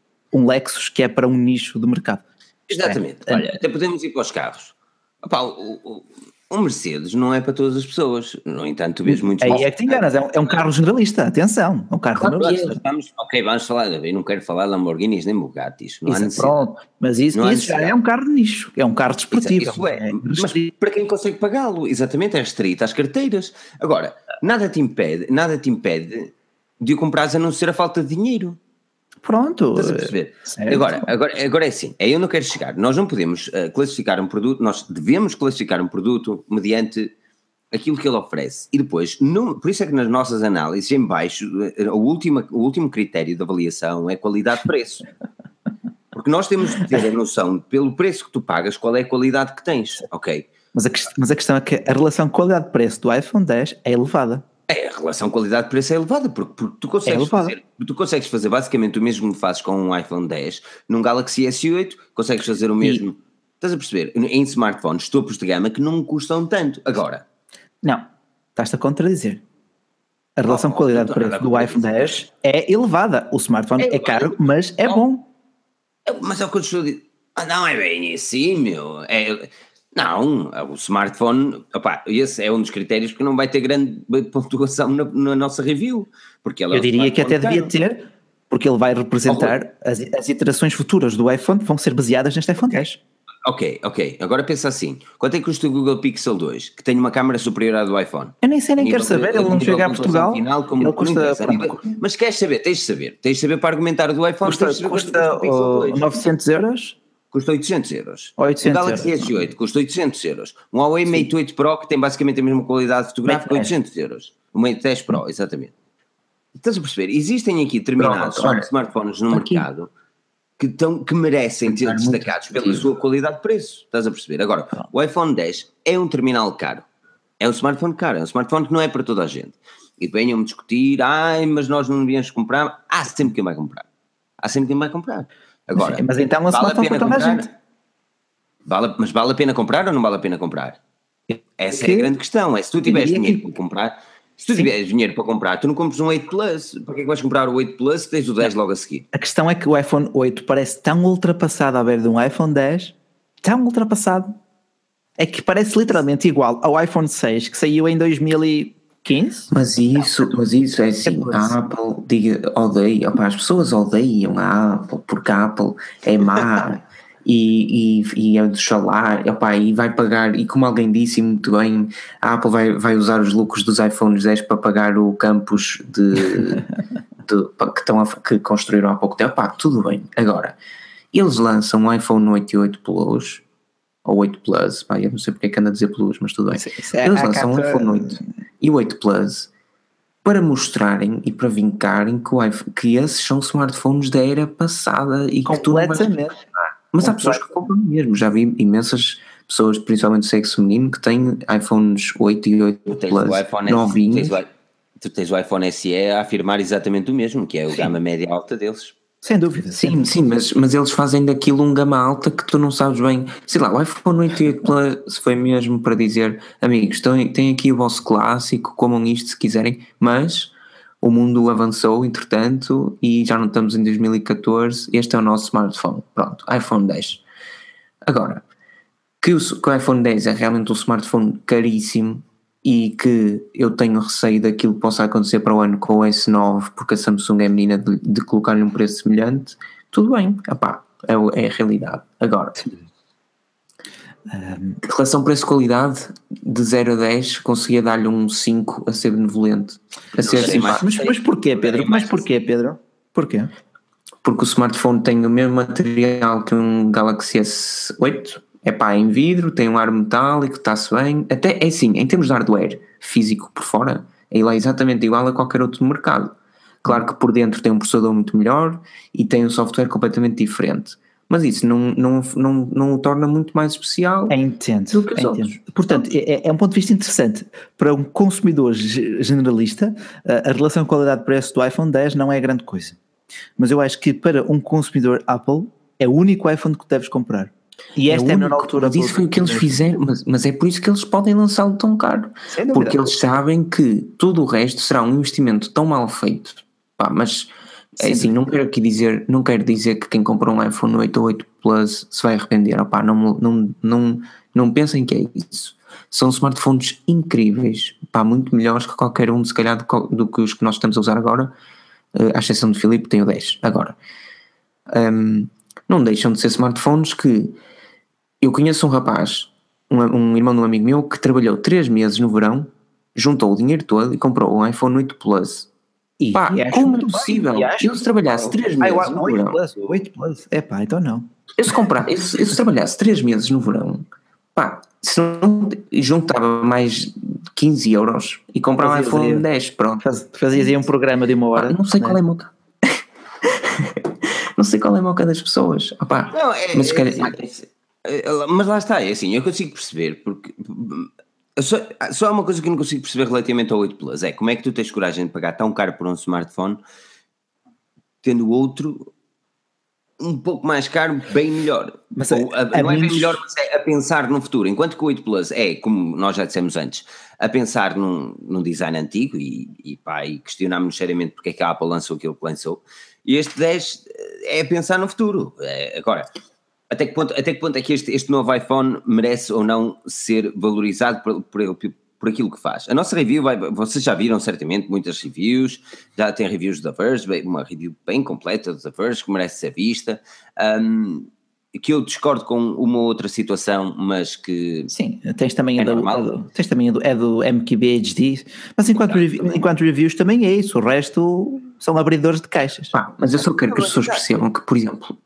um Lexus, que é para um nicho de mercado. Isto é, Exatamente. eh, Olha, até podemos ir para os carros. Opa, o, o, o Mercedes não é para todas as pessoas. No entanto, tu vês muitos. Aí é que te enganas, é um, é um carro generalista, atenção, é um carro Claro que é. generalista. Vamos, ok, vamos falar. Eu não quero falar de Lamborghinis nem Bugattis. Não há Isso, necessidade. pronto, mas isso, Não há isso já é necessidade. um carro de nicho, é um carro desportivo. Isso é, é mas restrito. para quem consegue pagá-lo, exatamente, é restrito às carteiras. Agora, nada te impede, nada te impede de o comprares a não ser a falta de dinheiro. Pronto. Estás a perceber? Certo. Agora, agora, agora é assim, aí eu não quero chegar. Nós não podemos uh, classificar um produto, nós devemos classificar um produto mediante aquilo que ele oferece. E depois, não, por isso é que nas nossas análises, em baixo, uh, o, último, o último critério de avaliação é qualidade-preço. Porque nós temos de ter a noção, pelo preço que tu pagas, qual é a qualidade que tens, ok? Mas a, quest- mas a questão é que a relação qualidade-preço do iPhone dez é elevada. É, a relação qualidade-preço é elevada, porque, porque tu, consegues É elevada. fazer, tu consegues fazer basicamente o mesmo que fazes com um iPhone dez, num Galaxy S oito, consegues fazer o mesmo. Estás a perceber? Em smartphones, topos de gama que não custam tanto. Agora, Não, estás-te a contradizer. A relação Oh, não qualidade-preço estou do nada a iPhone dez é elevada. O smartphone É é, caro, elevado. mas é Oh. bom. eu- mas é o que eu te estou a dizer. Ah, não é bem assim, meu. É, não, o smartphone, opá, esse é um dos critérios que não vai ter grande pontuação na, na nossa review. Porque ele é Eu um diria que até smartphone devia caro. ter, porque ele vai representar as, as iterações futuras do iPhone vão ser baseadas neste iPhone dez. Ok, ok. Agora pensa assim: quanto é que custa o Google Pixel dois, que tem uma câmara superior à do iPhone? Eu nem sei, nem A quero nível de- saber, a ele não nível chega a de pontuação Portugal. final, como- ele não custa, interessa, a nível- pronto, mas queres saber? Tens de saber. Tens de saber para argumentar o do iPhone. custa, tens de saber quanto custa o Pixel uh, dois. novecentos euros. Custa oitocentos euros. oitocentos o Galaxy euros. S oito custa oitocentos euros. Um Huawei Mate oito Pro, que tem basicamente a mesma qualidade fotográfica, Mate dez. oitocentos euros. O Mate dez Pro, exatamente. Estás a perceber? Existem aqui determinados Pronto, olha, smartphones no aqui- mercado que, tão, que merecem ser Muito destacados pela positivo. sua qualidade de preço. Estás a perceber? Agora, o iPhone dez é um terminal caro. É um smartphone caro. É um smartphone que não é para toda a gente. E venham-me discutir, ai, mas nós não devíamos comprar. Há sempre quem vai comprar. Há sempre quem vai comprar. Agora, Sim, mas então é um vale a smartphone pena para toda a comprar? gente. Vale, mas vale a pena comprar ou não vale a pena comprar? Essa Que- é a grande questão. É se tu tiveres diria dinheiro que- para comprar, se tu Sim. tiveres dinheiro para comprar, tu não compres um oito Plus. Para que é que vais comprar o oito Plus se tens o dez logo a seguir? A questão é que o iPhone oito parece tão ultrapassado à beira de um iPhone dez, tão ultrapassado, é que parece literalmente igual ao iPhone seis que saiu em dois mil e quinze. Mas isso, mas isso é assim, catorze. a Apple diga, odeia, opá, as pessoas odeiam a Apple porque a Apple é má e, e, e é do salário, opá, e vai pagar, e como alguém disse muito bem, a Apple vai, vai usar os lucros dos iPhones dez para pagar o campus de, de- que, estão a, que construíram há pouco tempo. Opá, tudo bem. Agora, eles lançam o iPhone oito e oito Plus, ou oito Plus, pá, eu não sei porque é que anda a dizer Plus, mas tudo bem. Isso, isso é, eles há lançam o capa- iPhone oito e o oito Plus para mostrarem e para vincarem que, o iPhone, que esses são smartphones da era passada e que tu não vais... completamente. Mas há pessoas que compram mesmo, já vi imensas pessoas, principalmente do sexo feminino, que têm iPhones oito e oito Tu tens Plus o iPhone, novinhos. tens o, tu tens o iPhone S E a afirmar exatamente o mesmo, que é o Sim. gama média alta deles. Sem dúvida. sem Sim, dúvida. sim, mas, mas eles fazem daquilo um gama alta que tu não sabes bem. Sei lá, o iPhone oito e oito Plus foi mesmo para dizer, amigos, tem, tem aqui o vosso clássico, comam isto se quiserem, mas o mundo avançou entretanto e já não estamos em dois mil e catorze, este é o nosso smartphone. Pronto, iPhone dez. Agora, que o, que o iPhone dez é realmente um smartphone caríssimo e que eu tenho receio daquilo que possa acontecer para o ano com o S nove, porque a Samsung é menina de, de colocar-lhe um preço semelhante, tudo bem, epá, é, é a realidade. Agora, Um, relação preço-qualidade, de zero a dez, conseguia dar-lhe um cinco a ser benevolente. A ser sei, simpático. mas, mas porquê, Pedro? Mas porquê, Pedro? Porquê? Porque o smartphone tem o mesmo material que um Galaxy S oito, é pá, em vidro, tem um ar metálico, está-se bem, até é assim, em termos de hardware físico por fora, ele é exatamente igual a qualquer outro do mercado. Claro que por dentro tem um processador muito melhor e tem um software completamente diferente, mas isso não, não, não, não o torna muito mais especial Entendo, do que os entendo. outros. Portanto, é, é um ponto de vista interessante. Para um consumidor ge- generalista, a a relação qualidade-preço do iPhone dez não é grande coisa. Mas eu acho que para um consumidor Apple é o único iPhone que deves comprar. E esta é, a melhor único, altura. mas isso foi o que eles fizeram, mas, mas é por isso que eles podem lançá-lo tão caro, Sem dúvida. porque eles sabem que tudo o resto será um investimento tão mal feito. Pá, mas é Sem assim, não quero aqui dizer, não quero dizer que quem comprou um iPhone oito ou oito Plus se vai arrepender. Opá, não, não, não, não pensem que é isso. São smartphones incríveis, pá, muito melhores que qualquer um, se calhar, do, co- do que os que nós estamos a usar agora, eh, à exceção do Filipe, que tem o dez. Agora, hum, não deixam de ser smartphones que eu conheço um rapaz, um, um irmão de um amigo meu, que trabalhou três meses no verão, juntou o dinheiro todo e comprou um iPhone oito Plus. E, Pá, e acho como muito é bem, possível? e acho Eu se trabalhasse muito bem. três Ah, meses eu- no o oito verão, Plus, o oito Plus. É pá, então não. eu se, comprar, eu, se, eu se trabalhasse três meses no verão, pá, se não juntava mais quinze euros e comprava um Fazias iPhone aí- dez, pronto. Faz- Fazias aí um programa de uma Pá, hora. não sei qual né? é a moca. Não sei qual é a moca das pessoas. Ah, pá, Não, é, mas se é calhar- assim, é- é- mas lá está, é assim, eu consigo perceber, porque só, só há uma coisa que eu não consigo perceber relativamente ao oito Plus, é como é que tu tens coragem de pagar tão caro por um smartphone, tendo outro um pouco mais caro, bem melhor. Mas Ou, a, a não é bem menos- melhor, mas é a pensar no futuro, enquanto que o oito Plus é, como nós já dissemos antes, a pensar num, num design antigo e, e, pá, e questionámos-nos seriamente porque é que a Apple lançou aquilo que lançou, e este dez é pensar no futuro. É, agora, até que ponto, até que ponto é que este, este novo iPhone merece ou não ser valorizado por, por, por aquilo que faz? A nossa review, vai, vocês já viram certamente muitas reviews, já tem reviews da Verge, uma review bem completa da Verge, que merece ser vista, um, que eu discordo com uma outra situação, mas que... Sim, tens também, É a do, normal. a do- tens também a do, é do M Q B H D, mas enquanto, revi- enquanto reviews também é isso, o resto são abridores de caixas. Pá, mas eu só quero que as pessoas percebam que, por exemplo,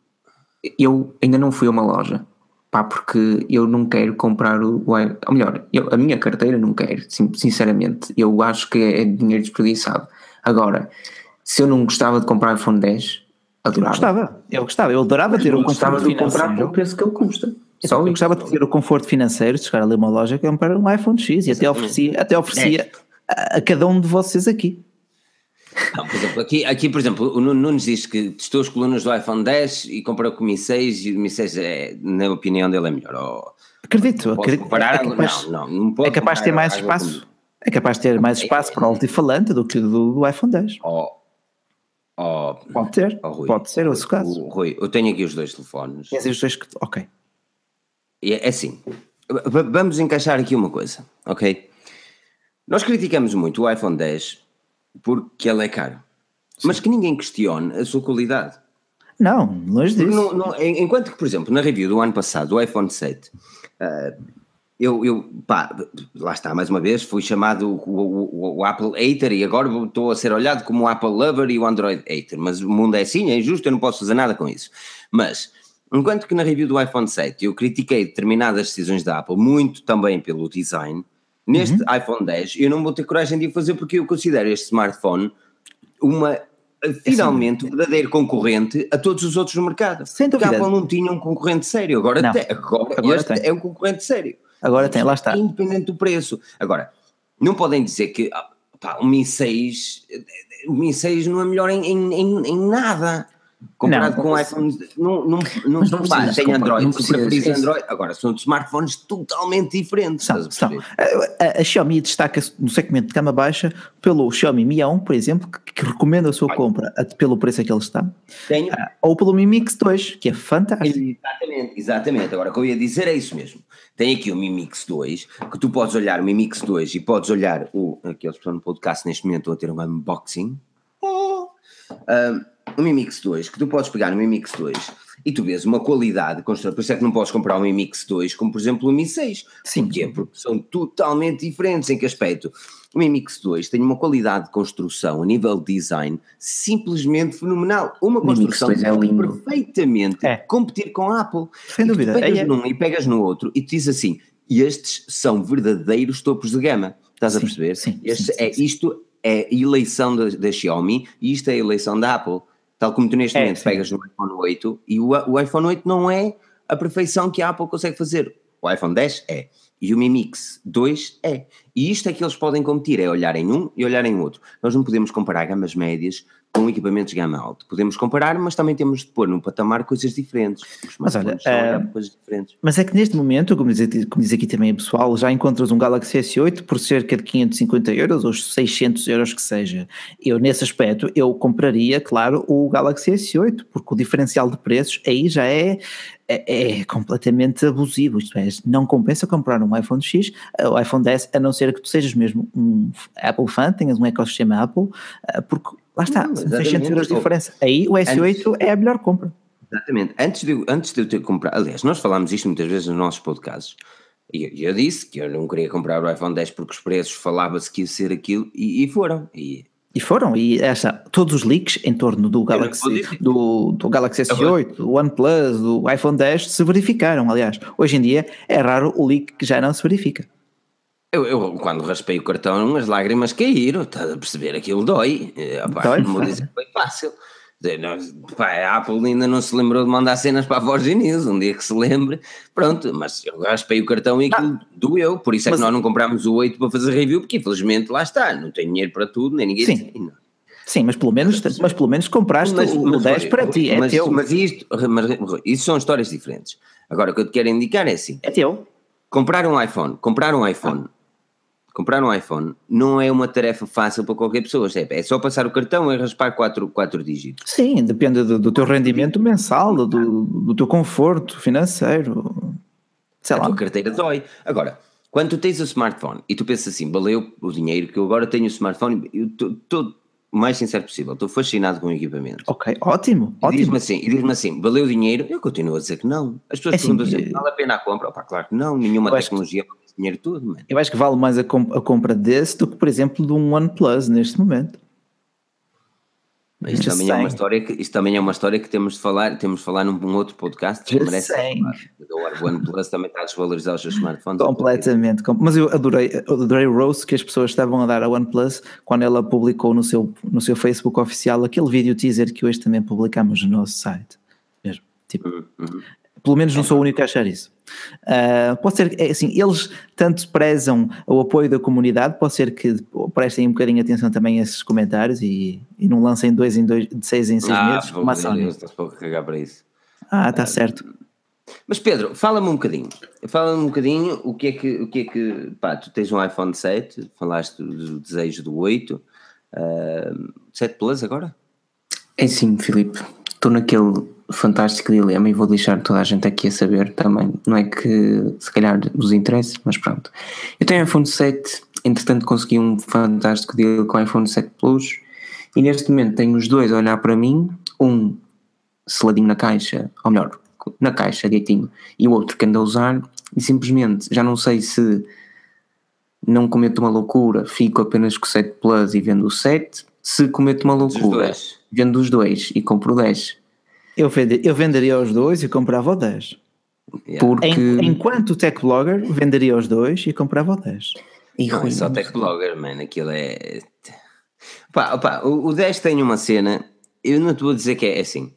eu ainda não fui a uma loja, pá, porque eu não quero comprar o, o i- ou melhor, eu, a minha carteira não quero, sim, sinceramente, eu acho que é dinheiro desperdiçado. Agora, se eu não gostava de comprar iPhone dez, Eu adorava. gostava, eu gostava, eu adorava ter Eu o gostava conforto de comprar financeiro. pelo preço que ele custa. Só Eu isso. gostava de ter o conforto financeiro de chegar ali a uma loja e comprar um iPhone X e até oferecia, até oferecia a, a cada um de vocês aqui. Não, por exemplo, aqui, aqui, por exemplo, o Nuno Nunes diz que testou as colunas do iPhone dez e comparou com o Mi seis e o Mi seis, é, na opinião dele, é melhor. Ou, Acredito, posso acredito. comparar É água? capaz, Não, não, não pode é capaz de ter comparar mais água espaço. É capaz de ter mais espaço para o altifalante do que o do, do iPhone dez. com- Oh, oh, Pode ter, oh, Rui, pode ser Rui, esse caso. o- Rui, eu tenho aqui os dois telefones. Quer dizer, os dois que. Ok. E é assim, v- vamos encaixar aqui uma coisa, ok? Nós criticamos muito o iPhone dez porque ele é caro, mas que ninguém questione a sua qualidade. Não, longe Porque disso. não- não- en- enquanto que, por exemplo, na review do ano passado, do iPhone sete, ah, eu, eu, pá, lá está, mais uma vez, fui chamado o, o- o Apple hater e agora estou a ser olhado como o Apple lover e o Android hater, mas o mundo é assim, é injusto, eu não posso fazer nada com isso. Mas enquanto que na review do iPhone sete eu critiquei determinadas decisões da Apple, muito também pelo design, neste uhum. iPhone dez eu não vou ter coragem de o fazer porque eu considero este smartphone uma, finalmente, um verdadeiro concorrente a todos os outros no mercado. Sem dúvida. Porque a Apple não tinha um concorrente sério, agora, tem, agora, agora este tem. É um concorrente sério. Agora tem, lá está. Independente do preço. Agora, não podem dizer que pá, o Mi seis, o Mi seis não é melhor em, em, em nada. Comparado não, com o iPhone, não, não, não, não pá, tem Android, não preferes Android, agora são smartphones totalmente diferentes. São, são. A, a, a Xiaomi destaca-se no segmento de gama baixa pelo Xiaomi Mi A um, por exemplo, que, que recomenda a sua Ai. compra a, pelo preço a que ele está, Tenho. Uh, ou pelo Mi Mix dois, que é fantástico. Exatamente, exatamente. Agora o que eu ia dizer é isso mesmo. Tem aqui o Mi Mix dois, que tu podes olhar o Mi Mix dois e podes olhar o, aqueles que estão no podcast neste momento estão a ter um unboxing. Oh. Um, o Mi Mix dois, que tu podes pegar no Mi Mix dois e tu vês uma qualidade, por isso é que não podes comprar o Mi Mix dois como por exemplo o Mi seis. Sim. Porquê? Porque são totalmente diferentes. Em que aspecto? O Mi Mix dois tem uma qualidade de construção a nível de design simplesmente fenomenal, uma construção que é pode perfeitamente é. competir com a Apple. Sem dúvida. Tu pegas é, é. num e pegas no outro e tu dizes assim, estes são verdadeiros topos de gama, estás sim, a perceber? Sim, este sim, é sim, isto é a eleição da, da Xiaomi e isto é a eleição da Apple. Tal como tu neste é, momento sim. pegas no iPhone oito e o, o iPhone oito não é a perfeição que a Apple consegue fazer. O iPhone dez é. E o Mi Mix dois é. E isto é que eles podem competir, é olhar em um e olhar em outro. Nós não podemos comparar gamas médias com equipamentos de gama alta. Podemos comparar, mas também temos de pôr no patamar coisas diferentes. Mas olha, uh, coisas diferentes. Mas é que neste momento, como diz, como diz aqui também o pessoal, já encontras um Galaxy S oito por cerca de quinhentos e cinquenta euros ou seiscentos euros que seja. Eu nesse aspecto, eu compraria, claro, o Galaxy S oito, porque o diferencial de preços aí já é, é, é completamente abusivo. Isto é, não compensa comprar um iPhone X, o iPhone dez, a não ser que tu sejas mesmo um Apple fan, tenhas um ecossistema Apple, porque lá está, não, são seiscentos euros de diferença. Aí o S oito antes, é a melhor compra. Exatamente. Antes de, antes de eu ter comprado, aliás, nós falámos isto muitas vezes nos nossos podcasts, e eu, eu disse que eu não queria comprar o iPhone dez porque os preços falava-se que ia ser aquilo, e, e foram. E, e foram, e essa, todos os leaks em torno do Galaxy, do, do Galaxy S oito, do OnePlus, do iPhone dez se verificaram. Aliás, hoje em dia é raro o leak que já não se verifica. Eu, eu quando raspei o cartão as lágrimas caíram, estás a perceber, aquilo dói, Epá, dói não vou dizer que foi fácil. Pá, a Apple ainda não se lembrou de mandar cenas para a Forge News, um dia que se lembre, pronto, mas eu raspei o cartão e aquilo ah, doeu, por isso é mas, que nós não comprámos o oito para fazer review, porque infelizmente lá está, não tem dinheiro para tudo, nem ninguém sim. tem. Não. Sim, mas pelo menos, mas pelo menos compraste mas, o, mas, o dez para ti, é mas, teu. Mas isto, mas, isso são histórias diferentes. Agora o que eu te quero indicar é assim, é teu. Comprar um iPhone, comprar um iPhone, ah. Comprar um iPhone não é uma tarefa fácil para qualquer pessoa, é só passar o cartão e raspar quatro, quatro dígitos. Sim, depende do, do teu rendimento mensal, do, do teu conforto financeiro, sei a lá. A tua carteira dói. Agora, quando tu tens o smartphone e tu pensas assim, valeu o dinheiro que eu agora tenho o smartphone, eu estou o mais sincero possível, estou fascinado com o equipamento. Ok, ótimo, e ótimo. Diz-me assim, e diz-me assim, valeu o dinheiro? Eu continuo a dizer que não. As pessoas é perguntam assim, assim, vale a pena a compra? Opa, claro que não, nenhuma tecnologia para esse dinheiro todo. Mano. Eu acho que vale mais a, comp- a compra desse do que, por exemplo, de um OnePlus neste momento. Isto também, é uma história que, isto também é uma história que temos de falar, temos de falar num, num outro podcast que merece falar. O OnePlus também está a desvalorizar os seus smartphones. Completamente, mas eu adorei, adorei o roast que as pessoas estavam a dar à OnePlus quando ela publicou no seu, no seu Facebook oficial aquele vídeo teaser que hoje também publicamos no nosso site. Mesmo, tipo, uhum. Pelo menos não sou o único a achar isso. Uh, pode ser, é assim, eles tanto prezam o apoio da comunidade, pode ser que prestem um bocadinho de atenção também a esses comentários e, e não lancem dois em dois, de seis em seis ah, meses. Como a Sony. Estás pouco a cagar para isso. Ah, está uh, certo. Mas Pedro, fala-me um bocadinho, fala-me um bocadinho o que é que, o que, é que pá, tu tens um iPhone sete, falaste do, do desejo do oito, uh, sete Plus agora? É sim, Filipe, estou naquele fantástico dilema e vou deixar toda a gente aqui a saber também, não é que se calhar nos interesse, mas pronto. Eu tenho iPhone sete, entretanto consegui um fantástico deal com o iPhone sete Plus e neste momento tenho os dois a olhar para mim, um seladinho na caixa, ou melhor, na caixa direitinho, e o outro que ando a usar e simplesmente já não sei se não cometo uma loucura, fico apenas com o sete Plus e vendo o sete, se cometo uma loucura, vendo os dois e compro o dez. Eu, vende, eu venderia os dois e comprava o dez. Yeah. Porque... Em, enquanto tech blogger, venderia os dois e comprava o dez. E Não, é só tech blogger, man. Aquilo é... Pá, pá, o, o dez tem uma cena... Eu não te vou dizer que é assim...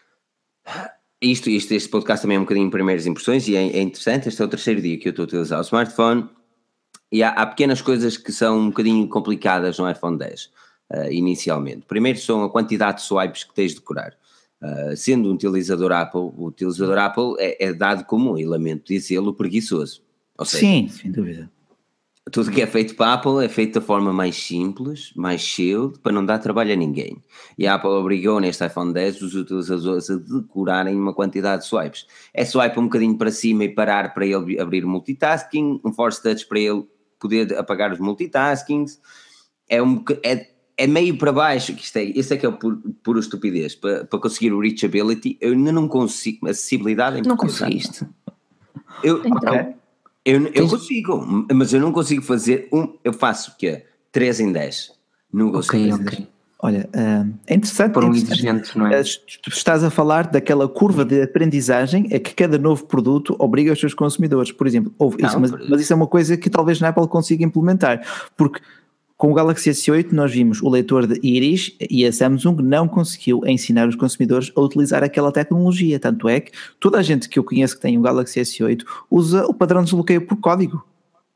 Isto, isto, este podcast também é um bocadinho primeiras impressões e é, é interessante. Este é o terceiro dia que eu estou a utilizar o smartphone e há, há pequenas coisas que são um bocadinho complicadas no iPhone dez, uh, inicialmente. Primeiro são a quantidade de swipes que tens de decorar. Uh, sendo um utilizador Apple, o utilizador Apple é, é dado como um elemento de selo preguiçoso. Ou seja, sim, sem dúvida. Tudo que é feito para a Apple é feito da forma mais simples, mais shield, para não dar trabalho a ninguém. E a Apple obrigou neste iPhone dez os utilizadores a decorarem uma quantidade de swipes. É swipe um bocadinho para cima e parar para ele abrir multitasking, um force touch para ele poder apagar os multitaskings, é, um, é, é meio para baixo, que isto é, isso é que é puro, puro estupidez, para, para conseguir o reachability, eu ainda não consigo, acessibilidade... Não conseguiste? Eu... Então... Okay. Eu, eu consigo, mas eu não consigo fazer um, eu faço o quê? três em dez. Não consigo Ok, fazer. ok. Olha, é interessante. Por um é interessante. exigente, não é? Tu estás a falar daquela curva de aprendizagem é que cada novo produto obriga os seus consumidores. Por exemplo, houve Não, isso, mas, por... mas isso é uma coisa que talvez na Apple consiga implementar, porque com o Galaxy S oito nós vimos o leitor de íris e a Samsung não conseguiu ensinar os consumidores a utilizar aquela tecnologia, tanto é que toda a gente que eu conheço que tem um Galaxy S oito usa o padrão de desbloqueio por código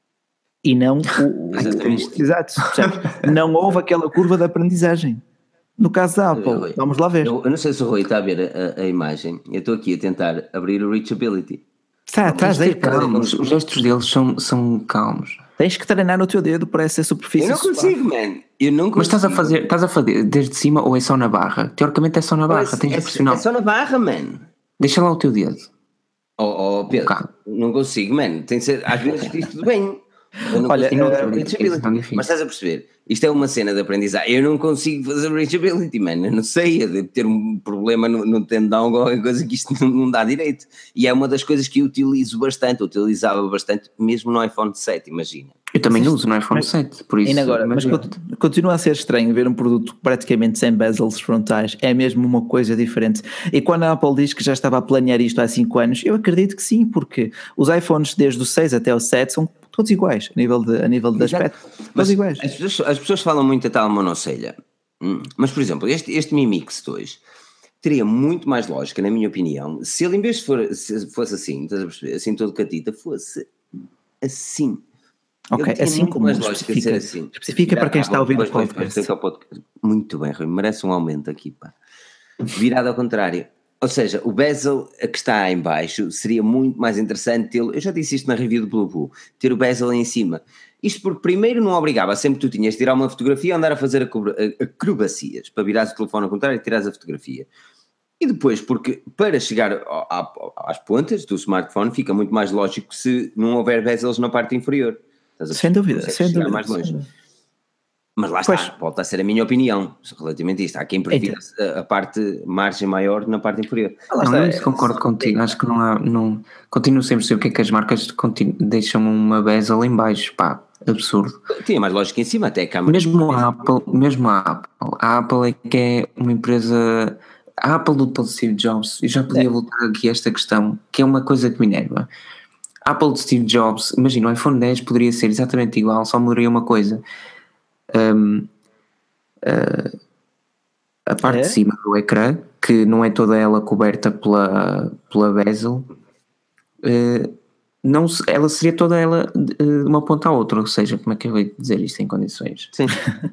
e não o... Exatamente. Exato, não houve aquela curva de aprendizagem. No caso da Apple, Rui, vamos lá ver. Eu, eu não sei se o Rui está a ver a, a, a imagem, eu estou aqui a tentar abrir o reachability. Está, estás aí, calmos, os gestos deles são, são calmos. Tens que treinar no teu dedo para essa superfície. Eu não consigo, man. Eu não consigo. Mas estás a fazer, estás a fazer desde cima ou é só na barra? Teoricamente é só na barra, é, tens é, de pressionar. É só na barra, man. Deixa lá o teu dedo. Oh, oh Pedro, Okay. Não consigo, man. Tem que ser, às vezes diz tudo bem. Eu não Olha, consigo, uh, não, reachability. Mas estás a perceber? Isto é uma cena de aprendizagem. Eu não consigo fazer reachability, man. Eu não sei. Eu devo ter um problema no, no tendão ou qualquer coisa que isto não, não dá direito. E é uma das coisas que eu utilizo bastante. Eu utilizava bastante, mesmo no iPhone sete, imagina. Eu também uso no iPhone sete, por isso. Agora, mas continua a ser estranho ver um produto praticamente sem bezels frontais. É mesmo uma coisa diferente. E quando a Apple diz que já estava a planear isto há cinco anos, eu acredito que sim, porque os iPhones desde o seis até o sete são todos iguais, a nível de, a nível de aspecto. Todos mas iguais. As pessoas, as pessoas falam muito a tal monocelha. Hum. Mas, por exemplo, este, este Mi Mix dois teria muito mais lógica, na minha opinião, se ele em vez de for, se fosse assim, estás a perceber, assim todo catita, fosse assim. Ok, assim como especifica, assim. especifica para quem está a ouvir o podcast. Muito bem, Rui, merece um aumento aqui, pá. Virado ao contrário. Ou seja, o bezel que está em baixo seria muito mais interessante tê-lo, eu já disse isto na review do Blueboo, ter o bezel em cima. Isto porque primeiro não obrigava, sempre que tu tinhas de tirar uma fotografia, andar a fazer acrobacias, para virares o telefone ao contrário e tirares a fotografia. E depois, porque para chegar às pontas do smartphone fica muito mais lógico se não houver bezels na parte inferior. Sem dúvida, sem dúvida. Mais longe. Mas lá pois. Está, volta a ser a minha opinião relativamente a isto. Há quem prefira a, a parte margem maior na parte inferior. Não, não, eu concordo contigo. Acho que não há. Não, continuo sempre a saber o que é que as marcas continu, deixam uma bezel em baixo. Pá, absurdo. Tinha mais lógica em cima, até a câmera. Mesmo a Apple, mesmo a Apple. A Apple é que é uma empresa. A Apple do todo Steve Jobs. Eu já podia é. voltar aqui a esta questão, que é uma coisa que me enerva. A Apple de Steve Jobs, imagina, o iPhone dez poderia ser exatamente igual, só mudaria uma coisa. Um, uh, a parte é? de cima do ecrã, que não é toda ela coberta pela, pela bezel, uh, não, ela seria toda ela de, de uma ponta à outra, ou seja, como é que eu vou dizer isto em condições? Sim.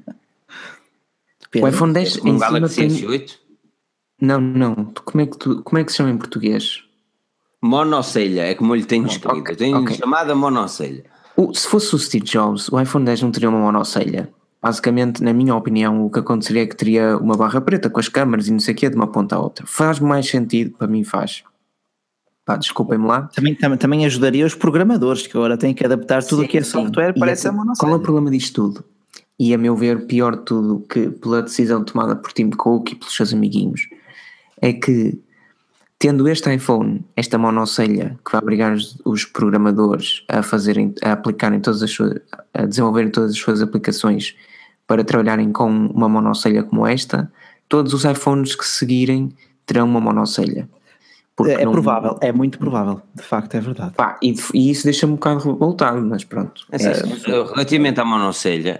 O iPhone dez um Galaxy S oito? Não, não, como é, que tu, como é que se chama em português? Monocelha, é como eu lhe tenho escrito, okay, eu tenho okay. chamada monocelha. O, se fosse o Steve Jobs, o iPhone dez não teria uma monocelha. Basicamente, na minha opinião, o que aconteceria é que teria uma barra preta com as câmaras e não sei o que, de uma ponta à outra. Faz mais sentido, para mim faz. Pá, desculpem-me lá. Também, também, também ajudaria os programadores, que agora têm que adaptar tudo o que é software para essa monocelha. Qual é o problema disto tudo? E a meu ver, pior de tudo, que pela decisão tomada por Tim Cook e pelos seus amiguinhos, é que tendo este iPhone, esta monocelha que vai obrigar os, os programadores a fazerem, a aplicarem todas as suas, a desenvolverem todas as suas aplicações para trabalharem com uma monocelha como esta, todos os iPhones que seguirem terão uma monocelha. É não... provável, é muito provável, de facto é verdade. Pá, e, e isso deixa-me um bocado revoltado, mas pronto. É, é, relativamente à monocelha,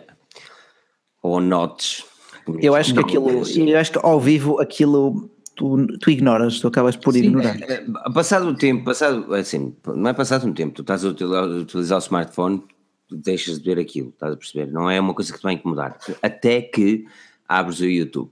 ou notes... Eu acho que aquilo, eu acho que ao vivo aquilo tu, tu ignoras, tu acabas por Sim, ignorar. Passado o tempo, passado, assim, não é passado um tempo, tu estás a utilizar o smartphone, tu deixas de ver aquilo, estás a perceber? Não é uma coisa que te vai incomodar, até que abres o YouTube.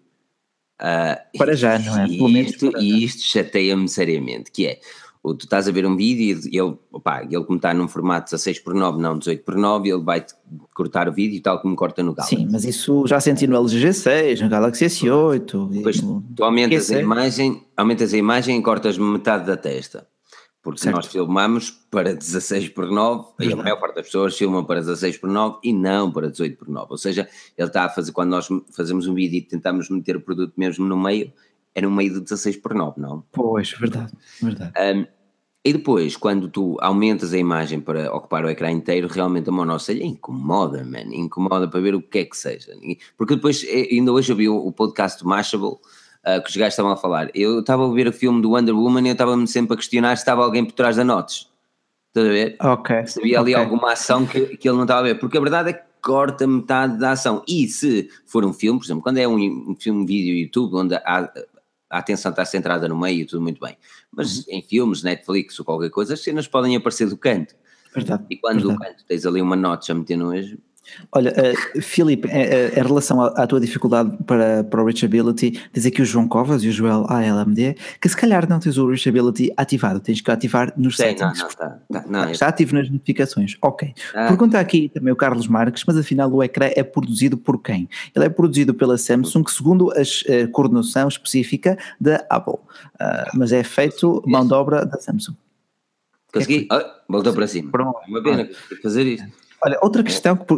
Uh, para já, não é? E isto, e isto chateia-me seriamente, que é, ou tu estás a ver um vídeo e ele, opa, ele como está num formato dezasseis por nove, não dezoito por nove, ele vai-te cortar o vídeo tal como corta no Galaxy. Sim, mas isso já senti no L G G seis, no Galaxy S oito. Depois no... tu aumentas a imagem, aumentas a imagem e cortas metade da testa. Porque certo. Nós filmamos para dezasseis por nove, e a maior parte das pessoas filmam para dezasseis por nove e não para dezoito por nove. Ou seja, ele está a fazer, quando nós fazemos um vídeo e tentamos meter o produto mesmo no meio, é no meio de dezasseis por nove, não? Pois, verdade, verdade. Um, e depois, quando tu aumentas a imagem para ocupar o ecrã inteiro, realmente a monocelha incomoda, man, incomoda para ver o que é que seja. Porque depois, ainda hoje eu vi o podcast do Mashable, Uh, que os gajos estavam a falar. Eu estava a ver o filme do Wonder Woman e eu estava-me sempre a questionar se estava alguém por trás da notes. Estás a ver? Ok. Se havia ali okay. alguma ação que, que ele não estava a ver. Porque a verdade é que corta metade da ação. E se for um filme, por exemplo, quando é um, um filme, vídeo YouTube, onde a, a atenção está centrada no meio e tudo muito bem. Mas uhum. em filmes, Netflix ou qualquer coisa, as cenas podem aparecer do canto. Verdade. E quando verdade. do canto tens ali uma notch a meter nojo... Olha, uh, Filipe, em relação à, à tua dificuldade para, para o Reachability, diz aqui o João Covas e o Joel A L M D que se calhar não tens o Reachability ativado, tens que ativar nos Sim, settings. Não, não, tá, tá, não, está ativo nas notificações, ok. Ah. Pergunta aqui também o Carlos Marques, mas afinal o ecrã é produzido por quem? Ele é produzido pela Samsung segundo a uh, coordenação específica da Apple, uh, mas é feito mão de obra da Samsung. Consegui? É que... oh, voltou para cima. Pronto. Uma pena ah. fazer isso. Olha, outra questão que uh,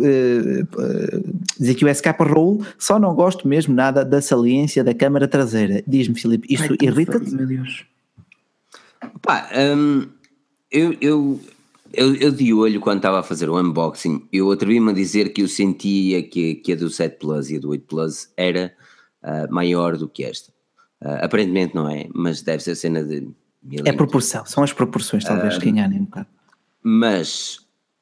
uh, diz aqui o S K Roll, só não gosto mesmo nada da saliência da câmara traseira. Diz-me, Filipe, isto irrita-te? Meu Deus. Pá, um, eu, eu, eu, eu de olho quando estava a fazer o unboxing, eu atrevi-me a dizer que eu sentia que, que a do sete Plus e a do oito Plus era uh, maior do que esta. Uh, aparentemente não é, mas deve ser cena de... É proporção, são as proporções talvez uh, que enganem um bocado. Mas...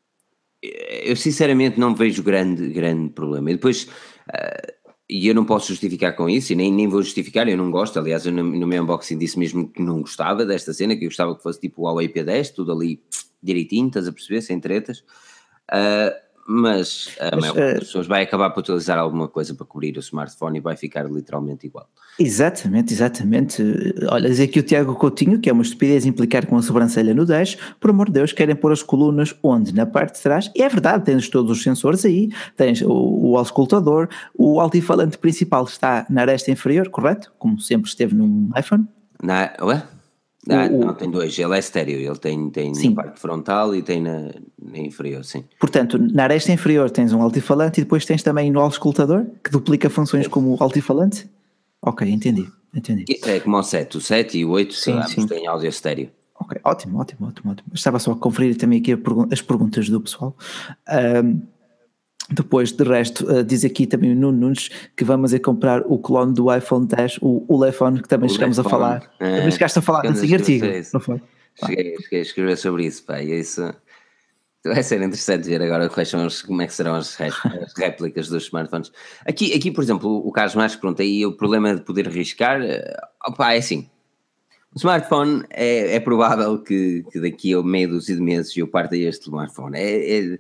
eu sinceramente não vejo grande, grande problema. E depois, uh, e eu não posso justificar com isso, e nem, nem vou justificar, eu não gosto. Aliás, eu no, no meu unboxing disse mesmo que não gostava desta cena, que eu gostava que fosse tipo o Huawei P dez, tudo ali direitinho, estás a perceber, sem tretas. Uh, mas a maior parte das pessoas vai acabar por utilizar alguma coisa para cobrir o smartphone e vai ficar literalmente igual. Exatamente, exatamente. Olha, dizer aqui o Tiago Coutinho, que é uma estupidez implicar com a sobrancelha no dez, por amor de Deus, querem pôr as colunas onde? Na parte de trás, e é verdade, tens todos os sensores aí, tens o, o auscultador, o altifalante principal está na aresta inferior, correto? Como sempre esteve num iPhone. Na, ué? Ah, o, não, tem dois, ele é estéreo, ele tem, tem na parte frontal e tem na, na inferior, sim. Portanto, na aresta inferior tens um altifalante e depois tens também no auscultador, que duplica funções como o altifalante. Ok, entendi, entendi. Isso é como o sete, o sete e o oito sim, sim. têm áudio estéreo. Ok, ótimo, ótimo, ótimo, ótimo. Estava só a conferir também aqui as perguntas do pessoal. Um, Depois, de resto, uh, diz aqui também o Nuno Nunes que vamos a comprar o clone do iPhone dez, o Ulefone, que também o chegamos Ulefone. a falar. É, também chegaste a falar nesse artigo, não foi? Cheguei, cheguei a escrever sobre isso, pá, e isso vai ser interessante ver agora quais são os, como é que serão as, as réplicas dos smartphones. Aqui, aqui, por exemplo, o Carlos Marques pergunta aí o problema de poder riscar, opá, é assim, o smartphone é, é provável que, que daqui a meia dúzia de meses eu parta este smartphone, é... é,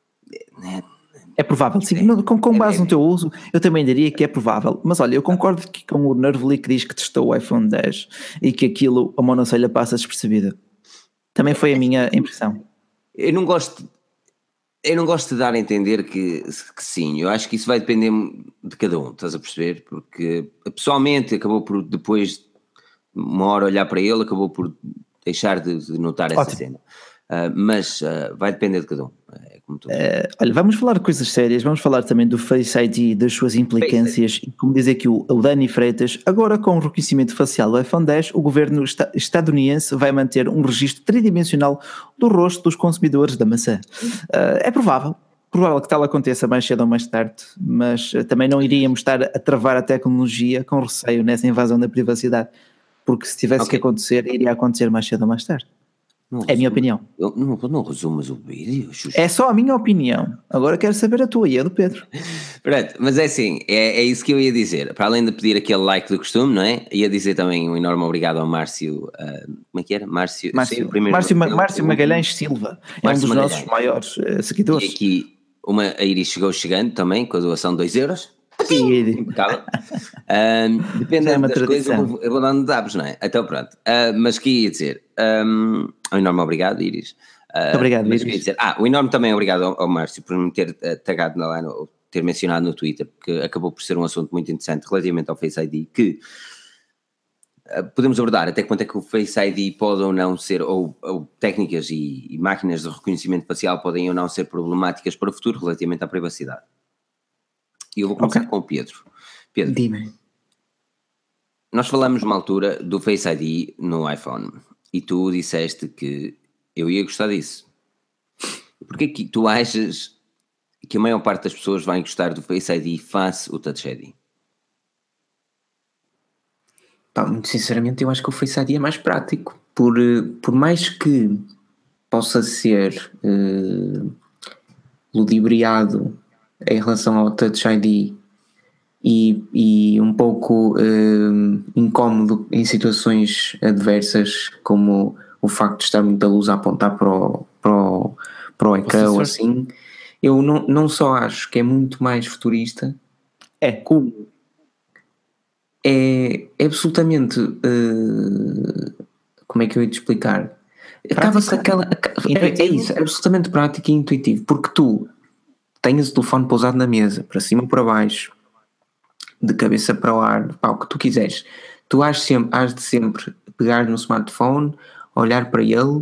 é É provável, sim, é, com, com base é, é, no teu uso, eu também diria que é provável, mas olha, eu concordo que com o Nervely que diz que testou o iPhone dez e que aquilo, a monocelha passa despercebida, também foi a minha impressão. Eu não gosto, eu não gosto de dar a entender que, que sim, eu acho que isso vai depender de cada um, estás a perceber, porque pessoalmente acabou por depois, uma hora olhar para ele, acabou por deixar de, de notar essa Ótimo. cena. Uh, mas uh, vai depender de cada um. É como tu uh, olha, vamos falar de coisas sérias, vamos falar também do Face I D, das suas implicâncias, e como diz aqui o, o Dani Freitas, agora com o reconhecimento facial do iPhone dez, o governo esta, estadunidense vai manter um registro tridimensional do rosto dos consumidores da maçã. Uh, é provável, provável que tal aconteça mais cedo ou mais tarde, mas uh, também não iríamos estar a travar a tecnologia com receio nessa invasão da privacidade. porque se tivesse Okay. que acontecer, iria acontecer mais cedo ou mais tarde. Não é a minha resumo, opinião. eu, não, não resumas o vídeo, Xuxa. É só a minha opinião. Agora quero saber a tua e a do Pedro. Pronto, mas é assim, é, é isso que eu ia dizer. Para além de pedir aquele like do costume, não é? Ia dizer também um enorme obrigado ao Márcio. Uh, como é que era? Márcio, Márcio, primeiro, Márcio, não, Márcio Magalhães Silva. É Márcio um dos Magalhães. nossos maiores uh, seguidores. E aqui uma, a Iris chegou chegando também com a doação de dois euros. Sim, impecável. Um, dependendo é das coisas, eu vou, eu vou dando dabos, não é? Então pronto. Uh, mas que ia dizer? Um, um enorme obrigado, Iris. Uh, Muito obrigado, mas Iris. que ia dizer? Ah, um enorme também obrigado ao, ao Márcio por me ter uh, tagado lá, no, ter mencionado no Twitter, porque acabou por ser um assunto muito interessante relativamente ao Face I D, que uh, podemos abordar até quanto é que o Face I D pode ou não ser, ou, ou técnicas e, e máquinas de reconhecimento facial podem ou não ser problemáticas para o futuro relativamente à privacidade. E eu vou começar Ok. com o Pedro. Pedro, Dime. nós falamos numa altura do Face I D no iPhone e tu disseste que eu ia gostar disso. Porquê que tu achas que a maior parte das pessoas vai gostar do Face I D face o Touch I D? Pá, muito sinceramente, eu acho que o Face I D é mais prático. Por, eh, por mais que possa ser uh, ludibriado em relação ao Touch I D e, e um pouco uh, incómodo em situações adversas, como o facto de estar muita luz a apontar para o, para o, para o ecrã ou assim, eu não, não só acho que é muito mais futurista, É. como é, é absolutamente uh, como é que eu ia te explicar? Acaba-se aquela é, é isso, é absolutamente prático e intuitivo, porque tu tens o telefone pousado na mesa, para cima ou para baixo, de cabeça para o ar, pá, o que tu quiseres, tu has, sempre, has de sempre pegar no smartphone, olhar para ele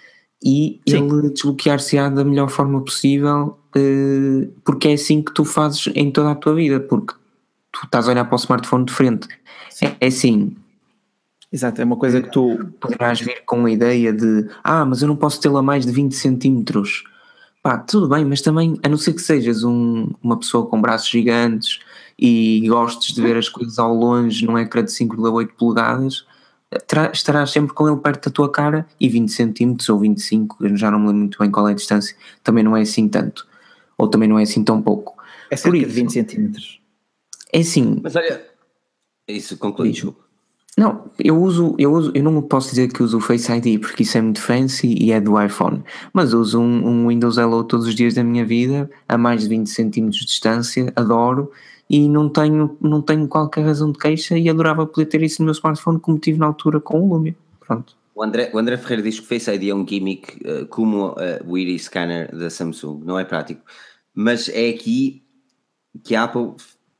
e Sim. ele desbloquear-se-á da melhor forma possível, uh, porque é assim que tu fazes em toda a tua vida, porque tu estás a olhar para o smartphone de frente. É, é assim. Exato, é uma coisa que tu poderás vir com a ideia de ah, mas eu não posso tê-la a mais de vinte centímetros. Pá, tudo bem, mas também, a não ser que sejas um, uma pessoa com braços gigantes e gostes de ver as coisas ao longe num ecrã de cinco vírgula oito polegadas, terá, estarás sempre com ele perto da tua cara, e vinte centímetros ou vinte e cinco, eu já não me lembro muito bem qual é a distância, também não é assim tanto, ou também não é assim tão pouco. É cerca de vinte centímetros. É assim. Mas olha, isso conclui, desculpa. Não, eu uso, eu uso, eu não posso dizer que uso o Face I D porque isso é muito fancy e é do iPhone, mas uso um, um Windows Hello todos os dias da minha vida, a mais de vinte centímetros de distância, adoro, e não tenho, não tenho qualquer razão de queixa e adorava poder ter isso no meu smartphone como tive na altura com o Lumia. Pronto. O André, o André Ferreira diz que o Face I D é um gimmick uh, como uh, o Iris Scanner da Samsung, não é prático, mas é aqui que a Apple,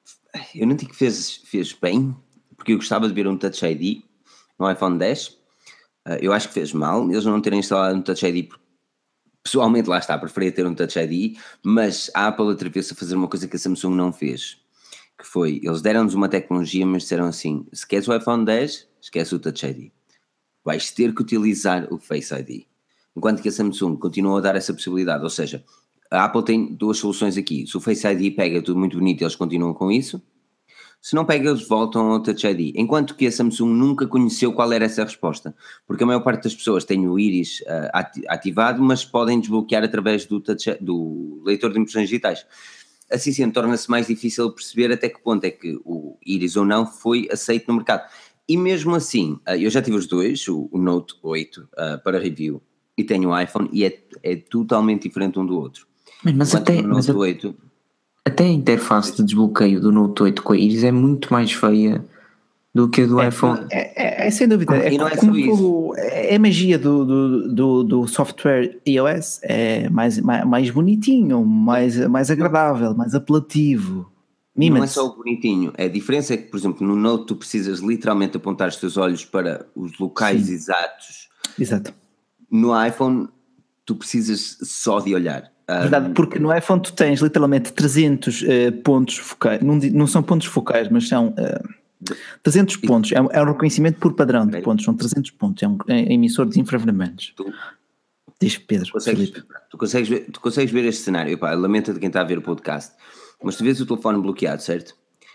eu não digo que fez, fez bem, porque eu gostava de ver um Touch I D no iPhone dez, uh, eu acho que fez mal eles não terem instalado um Touch I D, porque pessoalmente lá está, preferia ter um Touch I D, mas a Apple atreveu-se a fazer uma coisa que a Samsung não fez, que foi, eles deram-nos uma tecnologia, mas disseram assim, se queres o iPhone dez, esquece o Touch I D, vais ter que utilizar o Face I D, enquanto que a Samsung continua a dar essa possibilidade, ou seja, a Apple tem duas soluções aqui, se o Face I D pega tudo muito bonito, eles continuam com isso. Se não pega, eles voltam ao Touch I D. Enquanto que a Samsung nunca conheceu qual era essa resposta. Porque a maior parte das pessoas tem o Iris uh, ativado, mas podem desbloquear através do, touch, do leitor de impressões digitais. Assim sendo, torna-se mais difícil perceber até que ponto é que o Iris ou não foi aceito no mercado. E mesmo assim, uh, eu já tive os dois, o, o Note oito uh, para review, e tenho o iPhone, e é, é totalmente diferente um do outro. Mas, mas até... o Note oito... Até a interface de desbloqueio do Note oito com a Iris é muito mais feia do que a do é, iPhone. É, é, é sem dúvida. Ah, é, e não é como só isso. Tudo, é a magia do, do, do, do software iOS. É mais, mais, mais bonitinho, mais, mais agradável, mais apelativo. Mima-se. Não é só o bonitinho. A diferença é que, por exemplo, no Note tu precisas literalmente apontar os teus olhos para os locais Sim. exatos. Exato. No iPhone tu precisas só de olhar. Verdade, porque no iPhone tu tens literalmente trezentos uh, pontos focais, não, não são pontos focais, mas são uh, trezentos pontos, é um, é um reconhecimento por padrão de pontos, são trezentos pontos, é um é emissor de infravermelhos. Tu, Diz Pedro, tu consegues, tu consegues, ver, tu consegues ver este cenário, epá, lamento de quem está a ver o podcast, mas tu vês o telefone bloqueado, certo?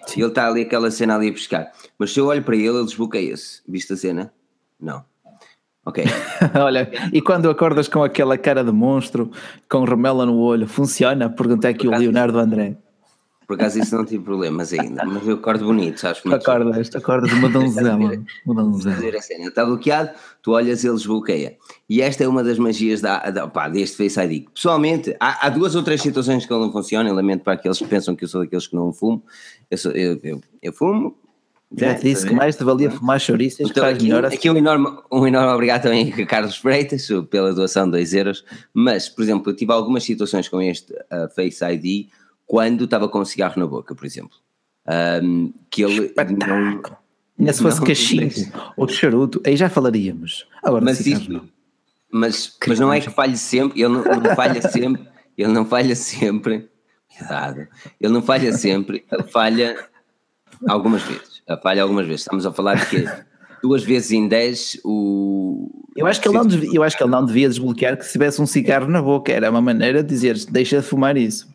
E ele está ali aquela cena ali a pescar. Mas se eu olho para ele, ele desbloqueia-se. Viste a cena? Não. Ok. Olha, e quando acordas com aquela cara de monstro, com remela no olho, funciona? Pergunta aqui o Leonardo André. Por acaso isso não tive problemas ainda, mas eu acordo bonito, sabes? Tu acordas, tu acordas uma donzela. Uma donzela. Está bloqueado, tu olhas e ele desbloqueia. E esta é uma das magias da, da, pá, deste Face I D. Pessoalmente, há, há duas ou três situações que ele não funciona. Eu lamento para aqueles que pensam que eu sou daqueles que não fumo. Eu, sou, eu, eu, eu fumo. Já te disse que mais te valia fumar chouriças, então, que faz aqui, melhor aqui um enorme, um enorme obrigado também a Carlos Freitas pela doação de dois euros. Mas, por exemplo, eu tive algumas situações com este uh, Face I D quando estava com um cigarro na boca, por exemplo. Um, que ele não... Ainda se fosse não, cachimbo ou charuto, aí já falaríamos. Agora, mas, isto, não. Mas, mas não é que falhe sempre, ele não, não falha sempre, ele não falha sempre, cuidado, ele não falha sempre, ele falha algumas vezes. Ele falha algumas vezes. Estamos a falar de que duas vezes em dez o... Eu acho, que ele não devia, eu acho que ele não devia desbloquear que se tivesse um cigarro na boca, era uma maneira de dizer deixa de fumar isso.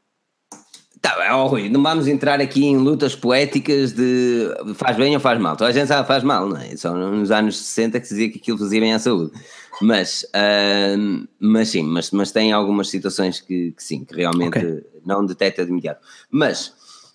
Tá bem, oh, Rui, não vamos entrar aqui em lutas poéticas de faz bem ou faz mal. Toda a gente sabe que faz mal, não é? Só nos anos sessenta que se dizia que aquilo fazia bem à saúde. Mas, uh, mas sim, mas, mas tem algumas situações que, que sim, que realmente okay. não detecta de imediato. Mas,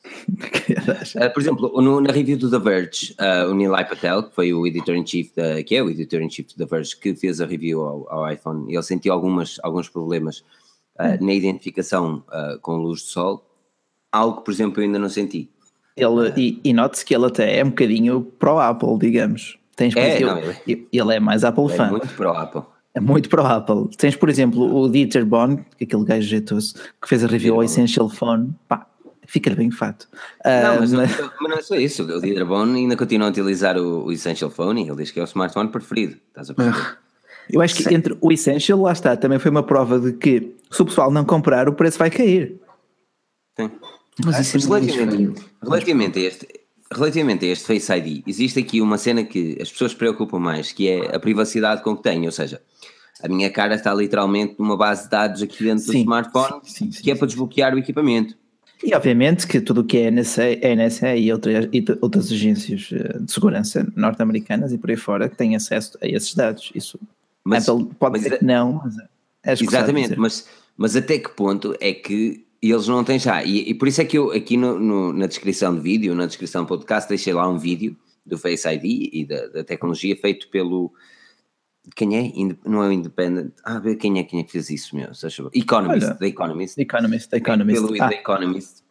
uh, por exemplo, no, na review do The Verge, uh, o Nilay Patel, que foi o editor-in-chief, da, que é o editor-in-chief do The Verge, que fez a review ao, ao iPhone, ele sentiu algumas, alguns problemas uh, hum. na identificação uh, com luz de sol. Algo que, por exemplo, eu ainda não senti. Ele, e, e note-se que ele até é um bocadinho pró-Apple, digamos. Tens, é, exemplo, não, ele, ele é mais Apple é fan. É muito pró-Apple. É muito pró-Apple. Tens, por exemplo, o Dieter Bohn, aquele gajo jeitoso, que fez a review ao Essential Phone. Pá, fica bem fato. Não, uh, mas, mas... Não, mas não é só isso. O Dieter Bohn ainda continua a utilizar o, o Essential Phone e ele diz que é o smartphone preferido. Estás a perceber? Eu acho que Sim. entre o Essential, lá está, também foi uma prova de que se o pessoal não comprar, o preço vai cair. Sim. Mas ah, isso mas relativamente, relativamente, a este, relativamente a este Face I D, existe aqui uma cena que as pessoas se preocupam mais, que é a privacidade com que têm, ou seja, a minha cara está literalmente numa base de dados aqui dentro sim, do smartphone, sim, sim, sim, que é para desbloquear o equipamento. E obviamente que tudo o que é N S A, N S A e, outras, e outras agências de segurança norte-americanas e por aí fora têm acesso a esses dados. Isso mas, Apple pode mas, dizer que não, mas é exatamente, mas, mas até que ponto é que eles não têm já, e, e por isso é que eu aqui no, no, na descrição do vídeo, na descrição do podcast, deixei lá um vídeo do Face I D e da, da tecnologia feito pelo, quem é? Não é o Independent, ah, quem é, quem é que fez isso, meu? Economist, Olha, The Economist. The Economist, The Economist. Pelo ah. The Economist,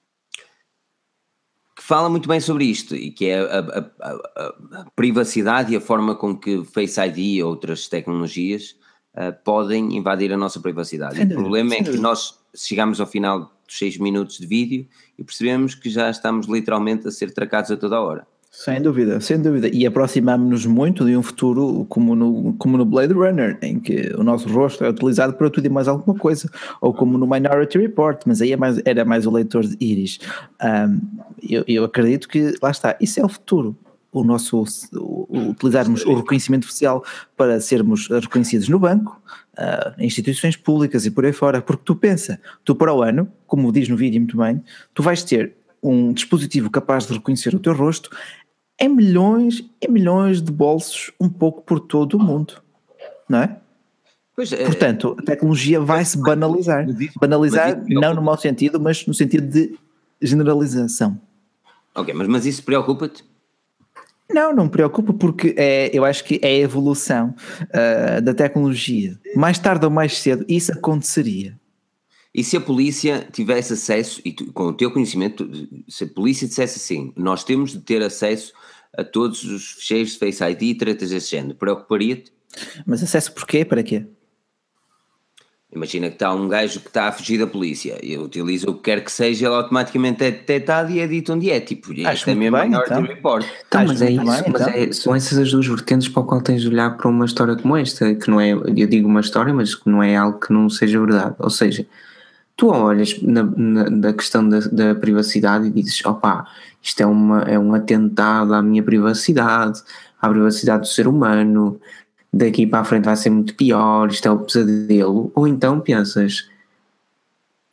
que fala muito bem sobre isto, e que é a, a, a, a privacidade e a forma com que Face I D e outras tecnologias uh, podem invadir a nossa privacidade. E o problema é que nós chegamos ao final dos seis minutos de vídeo e percebemos que já estamos literalmente a ser tracados a toda a hora. Sem dúvida, sem dúvida. E aproximamos-nos muito de um futuro como no, como no Blade Runner, em que o nosso rosto é utilizado para tudo e mais alguma coisa, ou como no Minority Report, mas aí é mais, era mais o leitor de íris. Um, eu, eu acredito que, lá está, isso é o futuro. O nosso, o, o, utilizarmos o reconhecimento facial para sermos reconhecidos no banco, uh, em instituições públicas e por aí fora, porque tu pensa, tu para o ano, como diz no vídeo muito bem, tu vais ter um dispositivo capaz de reconhecer o teu rosto em milhões e milhões de bolsos um pouco por todo o mundo, não é? Pois é. Portanto, a tecnologia vai-se banalizar. Banalizar não no mau sentido, mas no sentido de generalização. Ok, mas, mas isso preocupa-te? Não, não me preocupa porque é, eu acho que é a evolução uh, da tecnologia. Mais tarde ou mais cedo isso aconteceria. E se a polícia tivesse acesso, e tu, com o teu conhecimento, se a polícia dissesse assim, nós temos de ter acesso a todos os ficheiros de Face I D e tretas desse género, preocuparia-te? Mas acesso porquê? Para quê? Imagina que está um gajo que está a fugir da polícia, e utiliza o que quer que seja, ele automaticamente é detectado e é dito onde é, tipo, isto é mesmo Minority então. Report. Então, mas é isso, bem, mas então. é, são essas as duas vertentes para o qual tens de olhar para uma história como esta, que não é, eu digo uma história, mas que não é algo que não seja verdade, ou seja, tu olhas na, na, na questão da, da privacidade e dizes, opá, isto é, uma, é um atentado à minha privacidade, à privacidade do ser humano, daqui para a frente vai ser muito pior, isto é o pesadelo. Ou então pensas,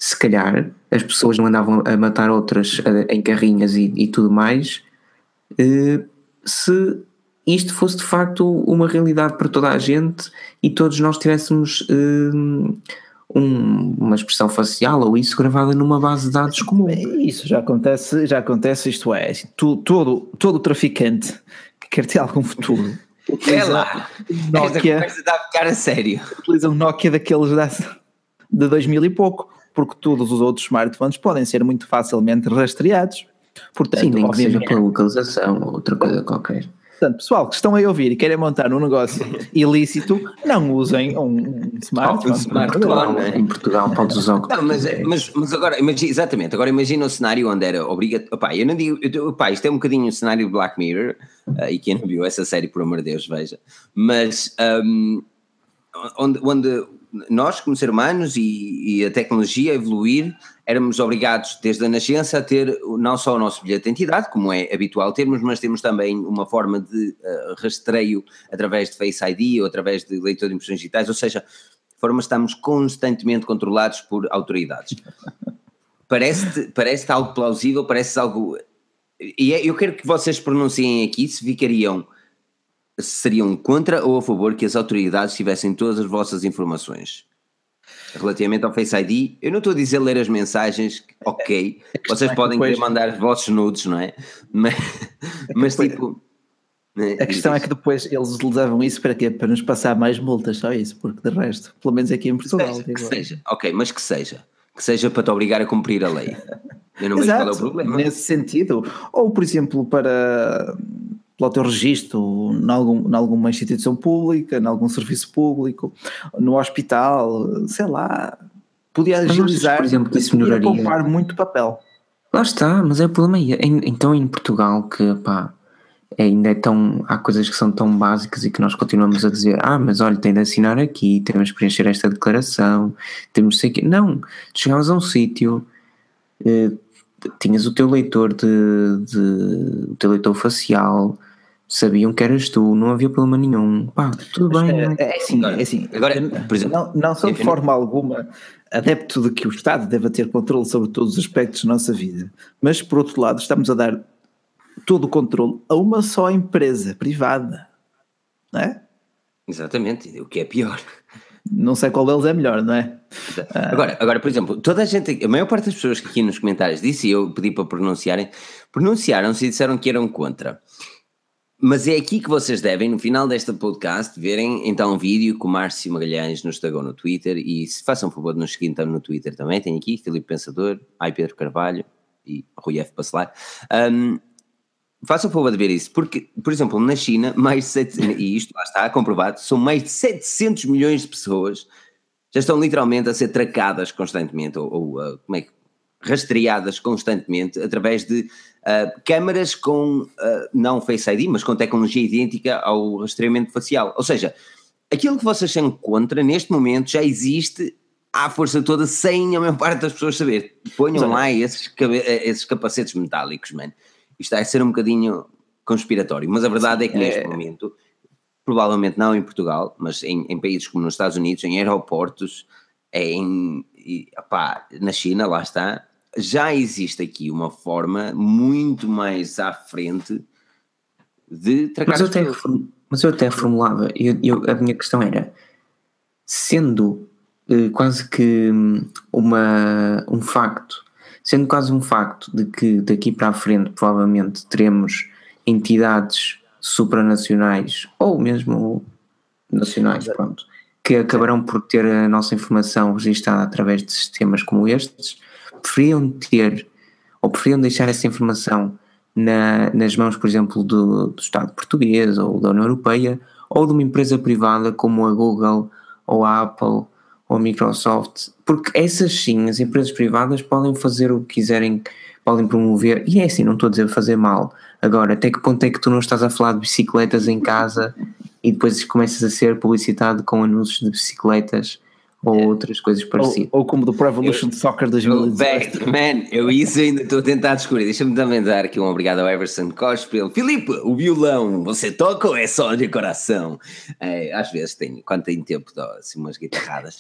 se calhar as pessoas não andavam a matar outras em carrinhas e, e tudo mais, se isto fosse de facto uma realidade para toda a gente e todos nós tivéssemos um, uma expressão facial ou isso gravada numa base de dados comum. Isso já acontece, já acontece, isto é, tu, todo, todo traficante que quer ter algum futuro é lá, Nokia, esta conversa está a ficar a sério. Utiliza um Nokia daqueles de dois mil e pouco, porque todos os outros smartphones podem ser muito facilmente rastreados. Portanto, sim, nem que seja pela localização ou outra coisa qualquer. Portanto, pessoal que estão a ouvir e querem montar um negócio ilícito, não usem um, um smartphone. Um smartphone né? Em Portugal podes usar o que não, mas, mas, mas agora, imagina, exatamente, agora imagina o cenário onde era obrigatório. Opá, eu não digo, eu, opá, isto é um bocadinho o cenário de Black Mirror, uh, e quem não viu essa série, por amor de Deus, veja. Mas um, onde, onde nós, como seres humanos e, e a tecnologia a evoluir, éramos obrigados desde a nascença a ter não só o nosso bilhete de identidade, como é habitual termos, mas temos também uma forma de uh, rastreio através de Face I D ou através de leitor de impressões digitais, ou seja, de forma que estamos constantemente controlados por autoridades. Parece-te, parece-te algo plausível, parece algo... E é, eu quero que vocês pronunciem aqui se ficariam, se seriam contra ou a favor que as autoridades tivessem todas as vossas informações. Relativamente ao Face I D, eu não estou a dizer ler as mensagens, ok, vocês é podem depois... querer mandar os vossos nudes, não é? Mas, é mas depois... tipo... Né? A questão é que depois eles levavam isso para quê? Para nos passar mais multas, só isso, porque de resto, pelo menos aqui em Portugal. Que seja, que seja. Ok, mas que seja. Que seja para te obrigar a cumprir a lei. Eu não vejo qual é o problema. Nesse sentido. Ou, por exemplo, para... pelo teu registro em algum, alguma instituição pública, em algum serviço público, no hospital, sei lá, podia agilizar, por exemplo, que isso melhoraria. Poupar muito papel. Lá está, mas é o problema aí. Então em Portugal que, pá, ainda é tão, há coisas que são tão básicas e que nós continuamos a dizer, ah, mas olha, tem de assinar aqui, temos que preencher esta declaração, temos de sei que... Não, tu chegavas a um sítio... Eh, tinhas o teu leitor de, de o teu leitor facial, sabiam que eras tu, não havia problema nenhum. Pá, tudo mas, bem. É, é assim, é assim. Agora, por exemplo, não, não sou de forma alguma adepto de que o Estado deva ter controle sobre todos os aspectos da nossa vida, mas por outro lado estamos a dar todo o controle a uma só empresa privada, não é? Exatamente, o que é pior. Não sei qual deles é melhor, não é? Agora, agora, por exemplo, toda a gente, a maior parte das pessoas que aqui nos comentários disse, e eu pedi para pronunciarem, pronunciaram-se e disseram que eram contra. Mas é aqui que vocês devem, no final desta podcast, verem então um vídeo que o Márcio Magalhães nos tagau no Twitter, e se façam um favor de nos seguir então no Twitter também, tem aqui Filipe Pensador, ai Pedro Carvalho e Rui F. Bacelar. Um, Façam o favor de ver isso, porque, por exemplo, na China, mais de setecentos, e isto lá está comprovado, são mais de setecentos milhões de pessoas já estão literalmente a ser tracadas constantemente, ou, ou uh, como é que, rastreadas constantemente, através de uh, câmaras com, uh, não Face I D, mas com tecnologia idêntica ao rastreamento facial. Ou seja, aquilo que vocês são contra, neste momento, já existe à força toda, sem a maior parte das pessoas saber. Ponham lá esses, esses capacetes metálicos, mano. Isto vai ser um bocadinho conspiratório, mas a verdade é que neste é. momento, provavelmente não em Portugal, mas em, em países como nos Estados Unidos, em aeroportos, em, e, opá, na China, lá está, já existe aqui uma forma muito mais à frente de tratar mas, eu até, mas eu até formulava, eu, eu, a minha questão era, sendo eh, quase que uma, um facto, sendo quase um facto de que daqui para a frente provavelmente teremos entidades supranacionais ou mesmo nacionais, pronto, que acabarão por ter a nossa informação registada através de sistemas como estes, preferiam ter ou preferiam deixar essa informação na, nas mãos, por exemplo, do, do Estado português ou da União Europeia ou de uma empresa privada como a Google ou a Apple ou a Microsoft, porque essas sim, as empresas privadas podem fazer o que quiserem, podem promover, e é assim, não estou a dizer fazer mal. Agora, até que ponto é que tu não estás a falar de bicicletas em casa e depois começas a ser publicitado com anúncios de bicicletas ou é. outras coisas parecidas? Ou, ou como do Pro Evolution eu, Soccer dois mil e dezoito. Man, eu isso ainda estou a tentar descobrir. Deixa-me também dar aqui um obrigado ao Everson Costa pelo Filipe, o violão, você toca ou é só de coração? É, às vezes tenho, quando tenho tempo, dou assim umas guitarradas.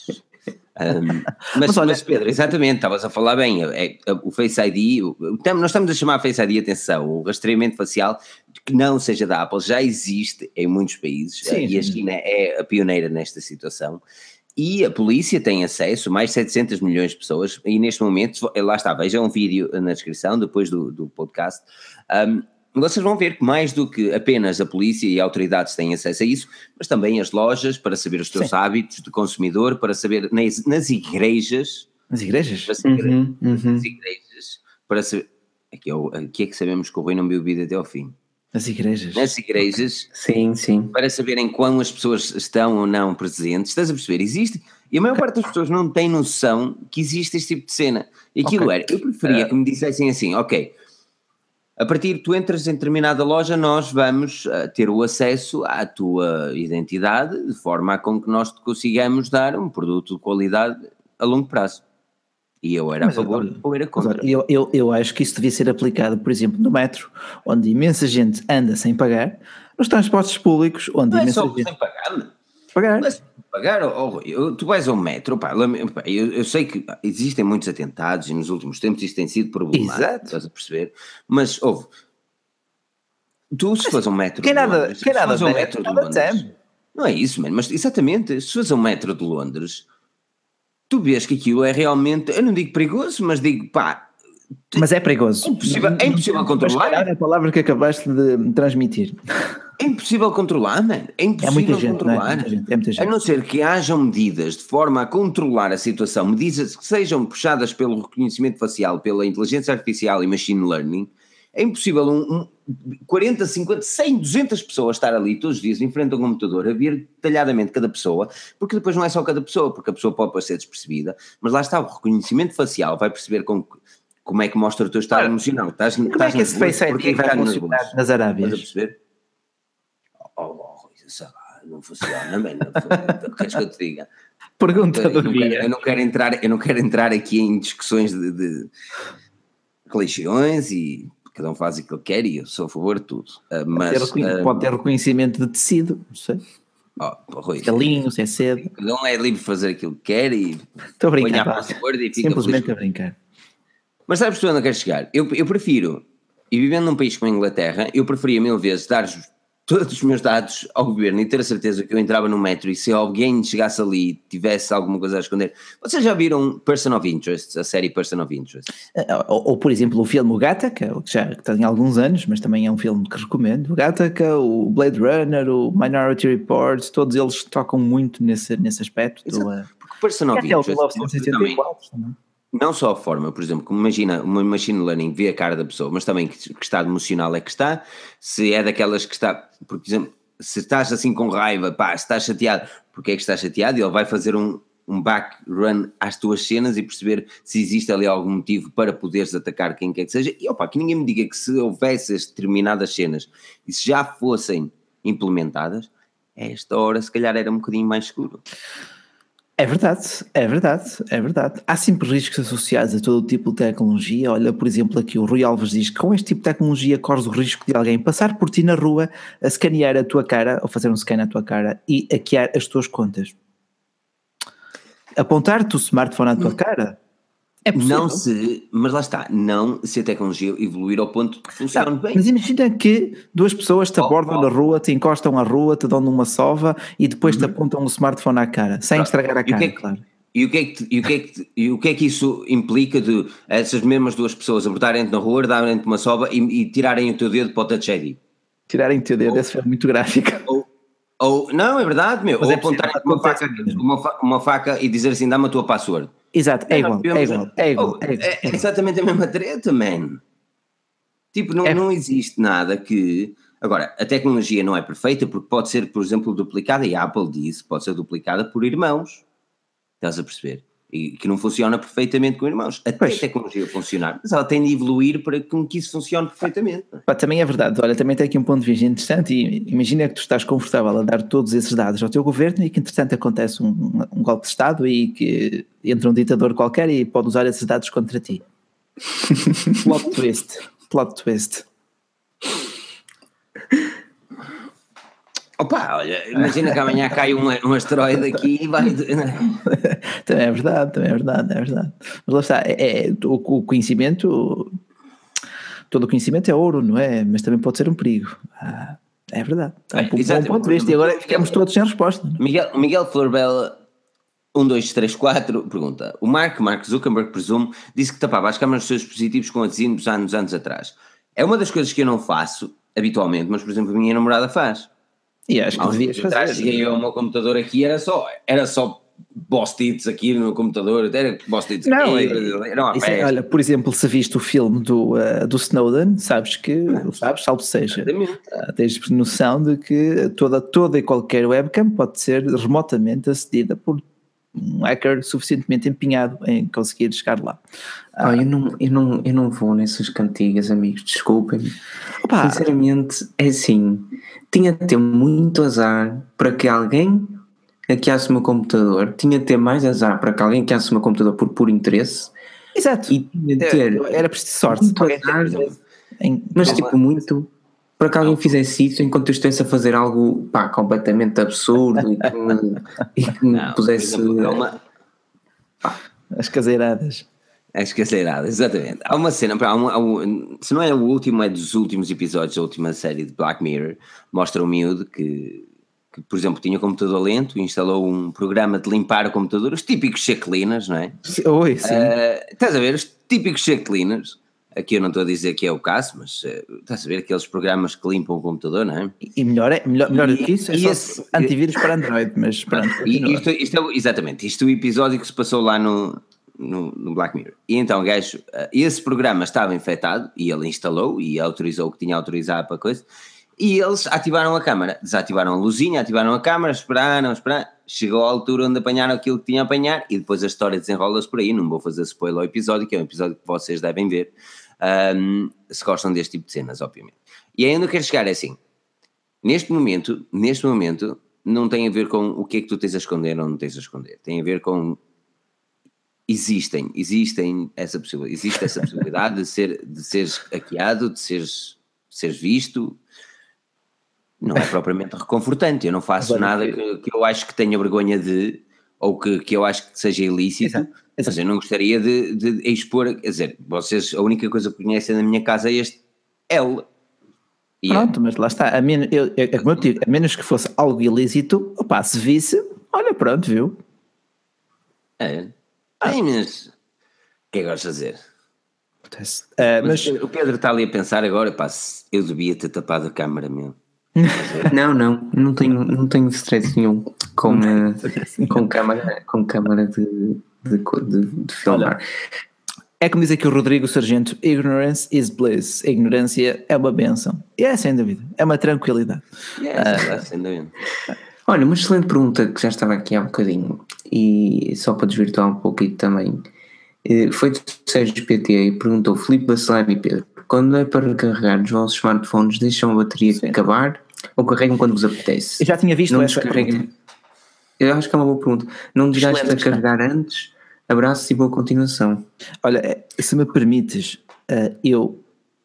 Um, mas, mas, olha, mas Pedro, exatamente, estavas a falar bem, é, é, o Face I D, o, nós estamos a chamar Face I D, atenção, o rastreamento facial, que não seja da Apple, já existe em muitos países. Sim, e a China é a pioneira nesta situação. E a polícia tem acesso, mais de setecentos milhões de pessoas, e neste momento, lá está, vejam um vídeo na descrição, depois do, do podcast, um, vocês vão ver que mais do que apenas a polícia e autoridades têm acesso a isso, mas também as lojas, para saber os teus Sim. hábitos de consumidor, para saber nas, nas igrejas... Nas igrejas? Para saber, uhum, uhum. Nas igrejas, para saber... Aqui é, o, aqui é que sabemos que o Rui não bebeu bebida até ao fim. Nas igrejas? Nas igrejas. Sim, sim. Para saberem quão as pessoas estão ou não presentes, estás a perceber? Existe... E a maior parte das pessoas não tem noção que existe este tipo de cena. E aquilo okay. era... Eu preferia uh, que me dissessem assim, ok... A partir de tu entras em determinada loja, nós vamos uh, ter o acesso à tua identidade de forma a com que nós te consigamos dar um produto de qualidade a longo prazo. E eu era mas, a favor olha, ou era contra. Olha, eu, eu, eu acho que isso devia ser aplicado, por exemplo, no metro, onde imensa gente anda sem pagar, nos transportes públicos, onde não imensa é só gente... sem pagar, pagar. Mas pagar, oh, oh, tu vais ao metro, pá, eu, eu sei que existem muitos atentados e nos últimos tempos isso tem sido problemático, Exato. Estás a perceber, mas ouve, tu se fores ao metro que de nada, Londres, que nada, se fores ao metro de Londres, não é isso, mano, mas exatamente, se fores ao metro de Londres, tu vês que aquilo é realmente, eu não digo perigoso, mas digo, pá, mas é perigoso. É impossível, é impossível controlar. É a palavra que acabaste de transmitir. É impossível controlar, mano. É impossível é muita gente, controlar. Não é? Muita gente, é muita gente. A não ser que hajam medidas de forma a controlar a situação, medidas que sejam puxadas pelo reconhecimento facial, pela inteligência artificial e machine learning, é impossível um, um quarenta, cinquenta, cem, duzentas pessoas estar ali todos os dias em frente ao computador a ver detalhadamente cada pessoa, porque depois não é só cada pessoa, porque a pessoa pode ser despercebida, mas lá está, o reconhecimento facial vai perceber com como é que mostra o teu estado ah, emocional. Estás, como estás é que esse Face I D vai funcionar nas, nas Arábias? Estás a perceber? Oh, oh, sei lá, não funciona, man, não queres que eu te diga? Pergunta do eu, dia. Eu não quero entrar, eu não quero entrar aqui em discussões de, de religiões e cada um faz o que ele quer e eu sou a favor de tudo. Uh, mas, pode, ter, uh, pode ter reconhecimento de tecido, não sei. Oh, Rui, se é linho, se é cedo. Cada um é livre de fazer aquilo que quer e estou a brincar, a e fica simplesmente a brincar. Mas sabes tu onde eu quero chegar? Eu, eu prefiro, e vivendo num país como a Inglaterra, eu preferia mil vezes dar todos os meus dados ao governo e ter a certeza que eu entrava no metro e se alguém chegasse ali e tivesse alguma coisa a esconder. Vocês já viram Person of Interest, a série Person of Interest? Ou, ou por exemplo o filme O Gattaca, que já que tem alguns anos, mas também é um filme que recomendo. O Gattaca, o Blade Runner, o Minority Report, todos eles tocam muito nesse, nesse aspecto. Do, porque Person of Interest é novecentos e oitenta e quatro também. Não só a forma, por exemplo, como imagina uma machine learning vê a cara da pessoa, mas também que, que estado emocional é que está, se é daquelas que está, por exemplo, se estás assim com raiva, pá, se estás chateado, porque é que estás chateado? E ele vai fazer um, um back run às tuas cenas e perceber se existe ali algum motivo para poderes atacar quem quer que seja. E opa, que ninguém me diga que se houvesse determinadas cenas e se já fossem implementadas, a esta hora se calhar era um bocadinho mais seguro. É verdade, é verdade, é verdade. Há sempre riscos associados a todo tipo de tecnologia. Olha, por exemplo, aqui o Rui Alves diz que com este tipo de tecnologia corres o risco de alguém passar por ti na rua, a escanear a tua cara, ou fazer um scan à tua cara e hackear as tuas contas. Apontar-te o smartphone à tua cara? É possível. Não se, mas lá está, não se a tecnologia evoluir ao ponto de que funcione bem. Mas imagina que duas pessoas te abordam oh, oh. na rua, te encostam à rua, te dão numa sova e depois uhum. te apontam o smartphone à cara, sem claro. estragar a cara, e que, claro. E o, que é que, e, o que é que, e o que é que isso implica de essas mesmas duas pessoas abordarem-te na rua, darem-te uma sova e, e tirarem o teu dedo para o Touch I D? Tirarem o teu dedo, esse foi muito gráfico. Ou, ou, não, é verdade, meu. Mas ou é apontarem uma faca, uma, uma faca e dizer assim, dá-me a tua password. Exato, é igual, é igual, é igual, é, igual. é exatamente a mesma treta, man. Tipo, não, é. não existe nada que... Agora, a tecnologia não é perfeita porque pode ser, por exemplo, duplicada, e a Apple disse, pode ser duplicada por irmãos. Estás a perceber? E que não funciona perfeitamente com irmãos. Até pois. A tecnologia funcionar, mas ela tem de evoluir para que isso funcione perfeitamente. Pá, também é verdade. Olha, também tem aqui um ponto de vista interessante e imagina que tu estás confortável a dar todos esses dados ao teu governo e que entretanto acontece um, um golpe de Estado e que entra um ditador qualquer e pode usar esses dados contra ti. Plot twist. Plot twist. Opa, olha, imagina que amanhã cai um, um asteroide aqui e vai... Também é verdade, também é verdade, é verdade. Mas lá está, é, é, o, o conhecimento, todo o conhecimento é ouro, não é? Mas também pode ser um perigo. Ah, é verdade. É um, é, um ponto de vista. E agora ficamos todos sem resposta. Não? Miguel, Miguel Florbela, um, dois, três, quatro, pergunta. O Mark, Mark Zuckerberg, presumo, disse que tapava as câmaras dos seus dispositivos com adesivos há uns anos atrás. É uma das coisas que eu não faço habitualmente, mas, por exemplo, a minha namorada faz. E acho que devias fazer. Atrás cheguei ao meu computador aqui, era só, era só post-its aqui no meu computador, era post-its não, aqui, é, era uma é, olha, por exemplo, se viste o filme do, uh, do Snowden, sabes que, não, sabes, salvo seja, uh, tens noção de que toda, toda e qualquer webcam pode ser remotamente acedida por um hacker suficientemente empenhado em conseguir chegar lá. Ah, ah, eu, não, eu, não, eu não vou nessas cantigas, amigos, desculpem-me. Opa. Sinceramente, é assim, tinha de ter muito azar para que alguém hackeasse o meu computador, tinha de ter mais azar para que alguém hackeasse o meu computador por puro interesse. Exato. E tinha de ter era, era preciso sorte. Azar, em, mas uma... tipo muito... para que alguém fizesse isso enquanto eu estivesse a fazer algo pá, completamente absurdo e que me, e que me não, pusesse exemplo, uma... as caseiradas. As caseiradas, exatamente. Há uma cena, há uma, há um, se não é o último, é dos últimos episódios da última série de Black Mirror, mostra um miúdo que, que, por exemplo, tinha um computador lento e instalou um programa de limpar o computador, os típicos check cleaners, não é? Oi, sim. Uh, estás a ver, os típicos check cleaners. Aqui eu não estou a dizer que é o caso, mas uh, estás a ver aqueles programas que limpam o computador, não é? E melhor, é, melhor, melhor do que isso, é só esse, antivírus para Android, mas pronto. E isto, isto é, exatamente, isto é o episódio que se passou lá no, no, no Black Mirror. E então, gajo, uh, esse programa estava infectado e ele instalou e autorizou o que tinha autorizado para a coisa, e eles ativaram a câmara, desativaram a luzinha, ativaram a câmara, esperaram, esperaram, chegou à altura onde apanharam aquilo que tinha a apanhar e depois a história desenrola-se por aí. Não vou fazer spoiler ao episódio, que é um episódio que vocês devem ver. Um, se gostam deste tipo de cenas, obviamente. E aí onde eu quero chegar é assim, neste momento, neste momento, não tem a ver com o que é que tu tens a esconder ou não tens a esconder, tem a ver com existem, existem essa possibilidade, existe essa possibilidade de, ser, de seres hackeado, de seres, de seres visto, não é propriamente reconfortante, eu não faço Agora, nada que, que eu acho que tenha vergonha de, ou que, que eu acho que seja ilícito. Exato. Mas eu não gostaria de, de expor, quer dizer, vocês, a única coisa que conhecem na minha casa é este L. E Pronto, é. Mas lá está, a menos, eu, eu, eu digo, a menos que fosse algo ilícito, opá, se visse, olha, pronto, viu? É, ah. é mas o que é que vais fazer? Uh, mas, mas o Pedro está ali a pensar agora, pá, eu devia ter tapado a câmara mesmo. Não, não, não tenho, não tenho stress nenhum com, uh, com câmara, com câmara de... De, de, de filmar. Olha, é como diz aqui o Rodrigo Sargento, ignorance is bliss, a ignorância é uma benção, e é sem dúvida, é uma tranquilidade. Yes, uh, é sem dúvida. Olha, uma excelente pergunta que já estava aqui há um bocadinho e só para desvirtuar um pouquinho também, foi do Sérgio P T e perguntou: Filipe Bacelar e Pedro, quando é para carregar os vossos smartphones, deixam a bateria Sim. acabar ou carregam quando vos apetece? Eu já tinha visto Não essa pergunta. Eu acho que é uma boa pergunta. Não desgaste a carregar antes? Abraços e boa continuação. Olha, se me permites, eu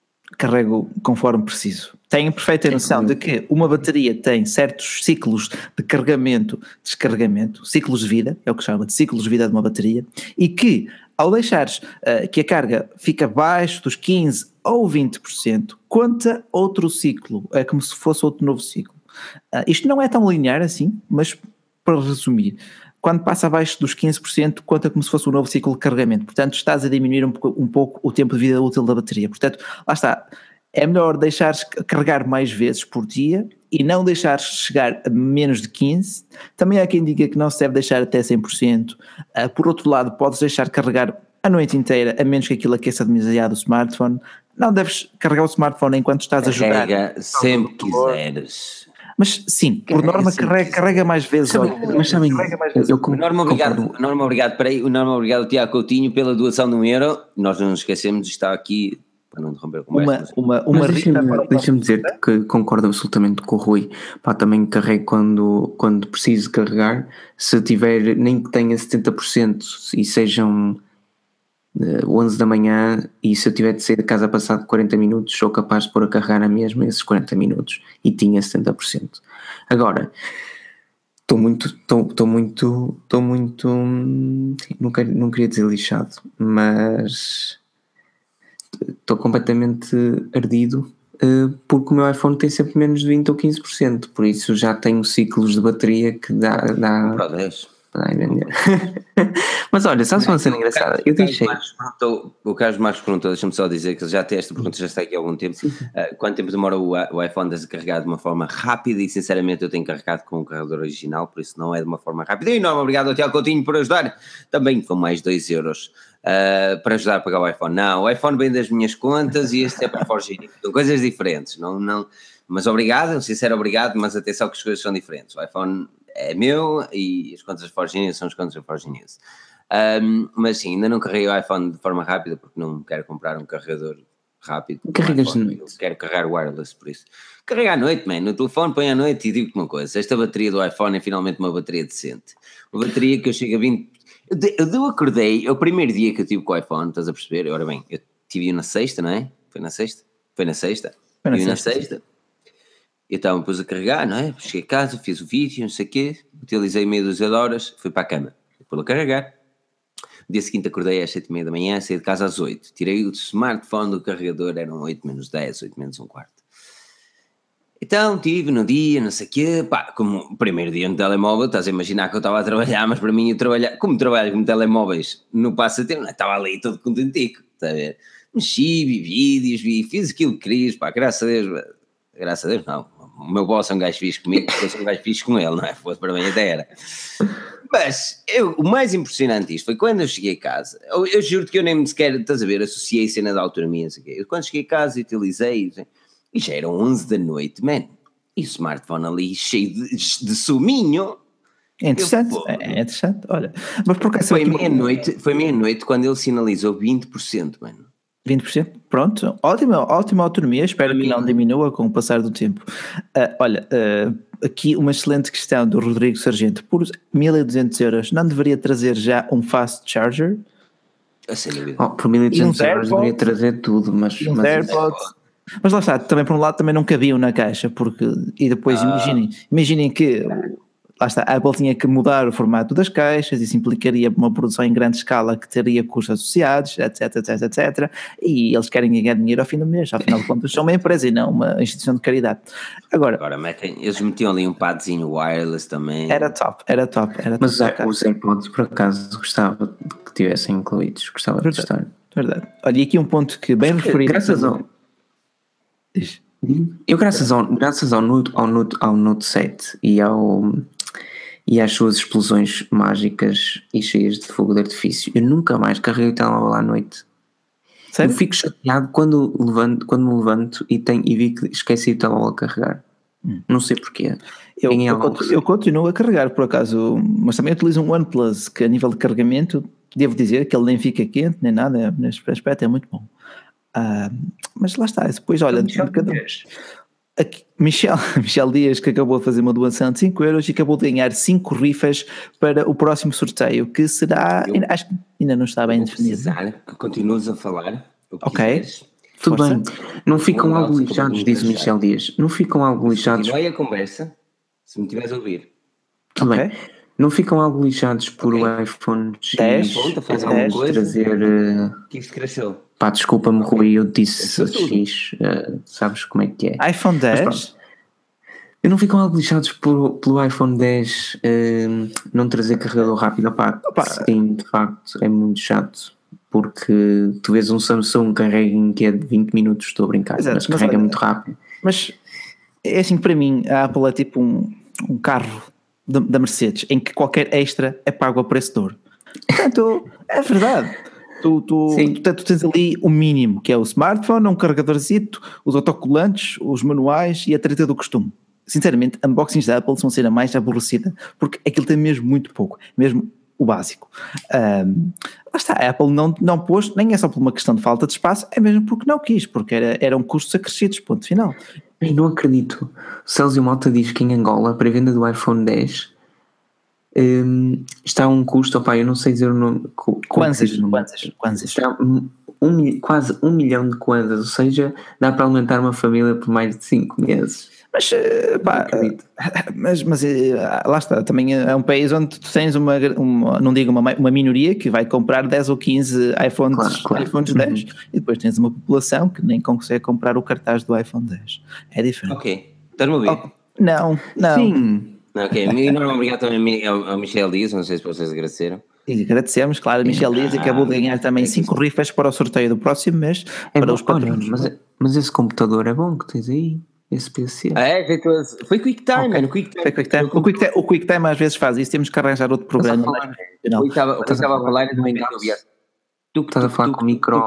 carrego conforme preciso. Tenho perfeita noção de que uma bateria tem certos ciclos de carregamento, descarregamento, ciclos de vida, é o que chama de ciclos de vida de uma bateria, e que ao deixares uh, que a carga fica abaixo dos quinze ou vinte por cento, conta outro ciclo, é como se fosse outro novo ciclo. Uh, isto não é tão linear assim, mas para resumir, quando passa abaixo dos quinze por cento, conta como se fosse um novo ciclo de carregamento. Portanto, estás a diminuir um pouco, um pouco o tempo de vida útil da bateria. Portanto, lá está. É melhor deixares carregar mais vezes por dia e não deixares chegar a menos de quinze. Também há quem diga que não se deve deixar até cem por cento. Uh, por outro lado, podes deixar carregar a noite inteira, a menos que aquilo aqueça demasiado o smartphone. Não deves carregar o smartphone enquanto estás carrega a jogar. Carrega sempre quiseres. Mas sim, por norma carrega, carrega mais vezes. Sabe, mas sabem, eu, eu, norma obrigado, norma obrigado, peraí, o norma obrigado Tiago Coutinho pela doação de um euro. Nós não nos esquecemos de estar aqui para não interromper a conversa. Uma, uma, uma deixa-me, deixa-me dizer que concordo absolutamente com o Rui. Pá, também carrego quando, quando preciso carregar. Se tiver, nem que tenha setenta por cento e sejam uh, onze da manhã, e se eu tiver de sair de casa passado quarenta minutos, sou capaz de pôr a carregar na mesma esses quarenta minutos, e tinha setenta por cento. Agora, estou muito, estou muito, estou muito, não, quero, não queria dizer lixado, mas estou completamente ardido, uh, porque o meu iPhone tem sempre menos de vinte ou quinze por cento, por isso já tenho ciclos de bateria que dá... dá Para dez. Ai, mas olha, sabes uma cena engraçada? Eu deixei. O Carlos Marcos perguntou, deixa-me só dizer que já tem esta pergunta, já está aqui há algum tempo. Uh, quanto tempo demora o, o iPhone a descarregar de uma forma rápida? E sinceramente eu tenho carregado com o carregador original, por isso não é de uma forma rápida. E enorme obrigado ao Tiago Coutinho por ajudar, também com mais dois euros uh, para ajudar a pagar o iPhone. Não, o iPhone vem das minhas contas e este é para Forge. São coisas diferentes, não, não, mas obrigado, um sincero obrigado, mas atenção que as coisas são diferentes. O iPhone é meu e as contas da Forge News são as contas da Forge News. Um, mas sim, ainda não carreguei o iPhone de forma rápida porque não quero comprar um carregador rápido. Carregas de noite? Eu quero carregar wireless, por isso. Carrega à noite, man, no telefone põe à noite e digo-te uma coisa, esta bateria do iPhone é finalmente uma bateria decente. Uma bateria que eu chego a vinte... Eu, de, eu acordei, é o primeiro dia que eu tive com o iPhone, estás a perceber? Ora bem, eu tive na sexta, não é? Foi na sexta? Foi na sexta? Foi na tive sexta. na sexta. Então me pus a carregar, não é? Cheguei a casa, fiz o vídeo, não sei o quê, utilizei meia dúzia de horas, fui para a cama, fui a carregar. No dia seguinte acordei às sete e meia da manhã, saí de casa às oito. Tirei o smartphone do carregador, eram oito menos dez, oito menos um quarto. Então tive no dia, não sei o quê, pá, como o primeiro dia no telemóvel, estás a imaginar que eu estava a trabalhar, mas para mim eu trabalhar, como trabalho com telemóveis no passatempo, não, estava ali todo contentico, está a ver? Mexi, vi vídeos, vi, fiz aquilo que querias, pá, graças a Deus, graças a Deus não. O meu boss é um gajo fixe comigo, porque eu sou um gajo fixe com ele, não é? Fosse para mim até era. Mas eu, o mais impressionante disto foi quando eu cheguei a casa. Eu, eu juro que eu nem sequer, estás a ver, associei a cena da autonomia. Assim, eu, quando cheguei a casa, utilizei e já eram onze da noite, man. E o smartphone ali cheio de, de suminho. É interessante, eu, é interessante. Olha, mas por foi meia-noite, foi meia-noite quando ele sinalizou vinte por cento, mano. vinte por cento, pronto, ótima, ótima autonomia, espero que não diminua com o passar do tempo. Uh, olha, uh, aqui uma excelente questão do Rodrigo Sargento, por mil e duzentos euros não deveria trazer já um fast charger? Oh, por mil e duzentos euros deveria trazer tudo, mas... Um mas, AirPods, mas lá está, também por um lado também não cabiam na caixa, porque, e depois ah. imaginem, imaginem que... Lá está, a Apple tinha que mudar o formato das caixas, isso implicaria uma produção em grande escala que teria custos associados, etc, etc, etcétera. E eles querem ganhar dinheiro ao fim do mês, afinal de contas são uma empresa e não uma instituição de caridade. Agora, Agora metem, eles metiam ali um padzinho wireless também. Era top, era top. Era Mas top, os AirPods, por acaso, gostava que tivessem incluídos, gostava verdade, de testar. Verdade. Olha, e aqui um ponto que bem referido... Graças ao... Diz. Eu graças ao, graças ao, Note, ao, Note, ao Note sete e ao... e às suas explosões mágicas e cheias de fogo de artifício, eu nunca mais carreguei o telemóvel à noite. Sério? Eu fico chateado quando, levanto, quando me levanto e, tenho, e vi que esqueci o telemóvel a carregar. Hum. Não sei porquê. Eu, eu, continuo, eu continuo a carregar, por acaso, mas também utilizo um OnePlus que a nível de carregamento, devo dizer que ele nem fica quente, nem nada, neste aspecto é muito bom. Uh, mas lá está, depois olha... De cada... Aqui, Michel, Michel Dias, que acabou de fazer uma doação de cinco euros e acabou de ganhar cinco rifas para o próximo sorteio, que será, eu, acho que ainda não está bem definido. Precisar que continues a falar o que ok, quiseres. Tudo Força. Bem, não ficam algo lixados, diz o Michel Dias, não ficam algo lixados. Continue a conversa, se me tiveres a ouvir. Tudo okay. bem, não ficam algo lixados por okay. o iPhone dez, faz alguma coisa, trazer... Uh, que isto cresceu. Pá, desculpa-me, Rui, eu disse X, uh, sabes como é que é. iPhone dez? Eu não ficam algo lixados por, pelo iPhone dez uh, não trazer carregador rápido. Opá, Opa. Sim, de facto, é muito chato, porque tu vês um Samsung carrega em que é de vinte minutos, estou a brincar, Exato, mas, mas carrega olha, muito rápido. Mas é assim, para mim, a Apple é tipo um, um carro de, da Mercedes, em que qualquer extra é pago a preço de ouro. Portanto, é verdade. Tu, tu, tu, tu tens ali o mínimo, que é o smartphone, um carregadorzito, os autocolantes, os manuais e a treta do costume. Sinceramente, unboxings da Apple são a cena mais aborrecida, porque aquilo tem mesmo muito pouco, mesmo o básico. Um, lá está, a Apple não, não pôs, nem é só por uma questão de falta de espaço, é mesmo porque não quis, porque era, eram custos acrescidos, ponto final. Eu não acredito. Célio Mota diz que em Angola, para a venda do iPhone dez, Um, está a um custo, opá, eu não sei dizer o nome. Kwanzas, Kwanzas. Está um, quase um milhão de kwanzas, ou seja, dá para alimentar uma família por mais de cinco meses. Mas, pá, mas, mas lá está, também é um país onde tu tens uma, uma não digo uma, uma minoria que vai comprar dez ou quinze iPhones, claro, claro. iPhones dez uhum. E depois tens uma população que nem consegue comprar o cartaz do iPhone dez. É diferente. Ok, estás-me a ouvir? Oh, não, não. Sim. Ok, enorme obrigado também ao Michel Dias, não sei se vocês agradeceram. E agradecemos, claro, a Michel Dias ah, acabou de ganhar também cinco é rifles para o sorteio do próximo mês é para bom, os patrões. Mas, mas esse computador é bom que tens aí? Esse P C. Ah, é, foi QuickTime, okay. Quick Foi QuickTime. O QuickTime, o QuickTime às vezes faz isso, temos que arranjar outro programa. Eu estava a falar e não me Estás a falar com o micro.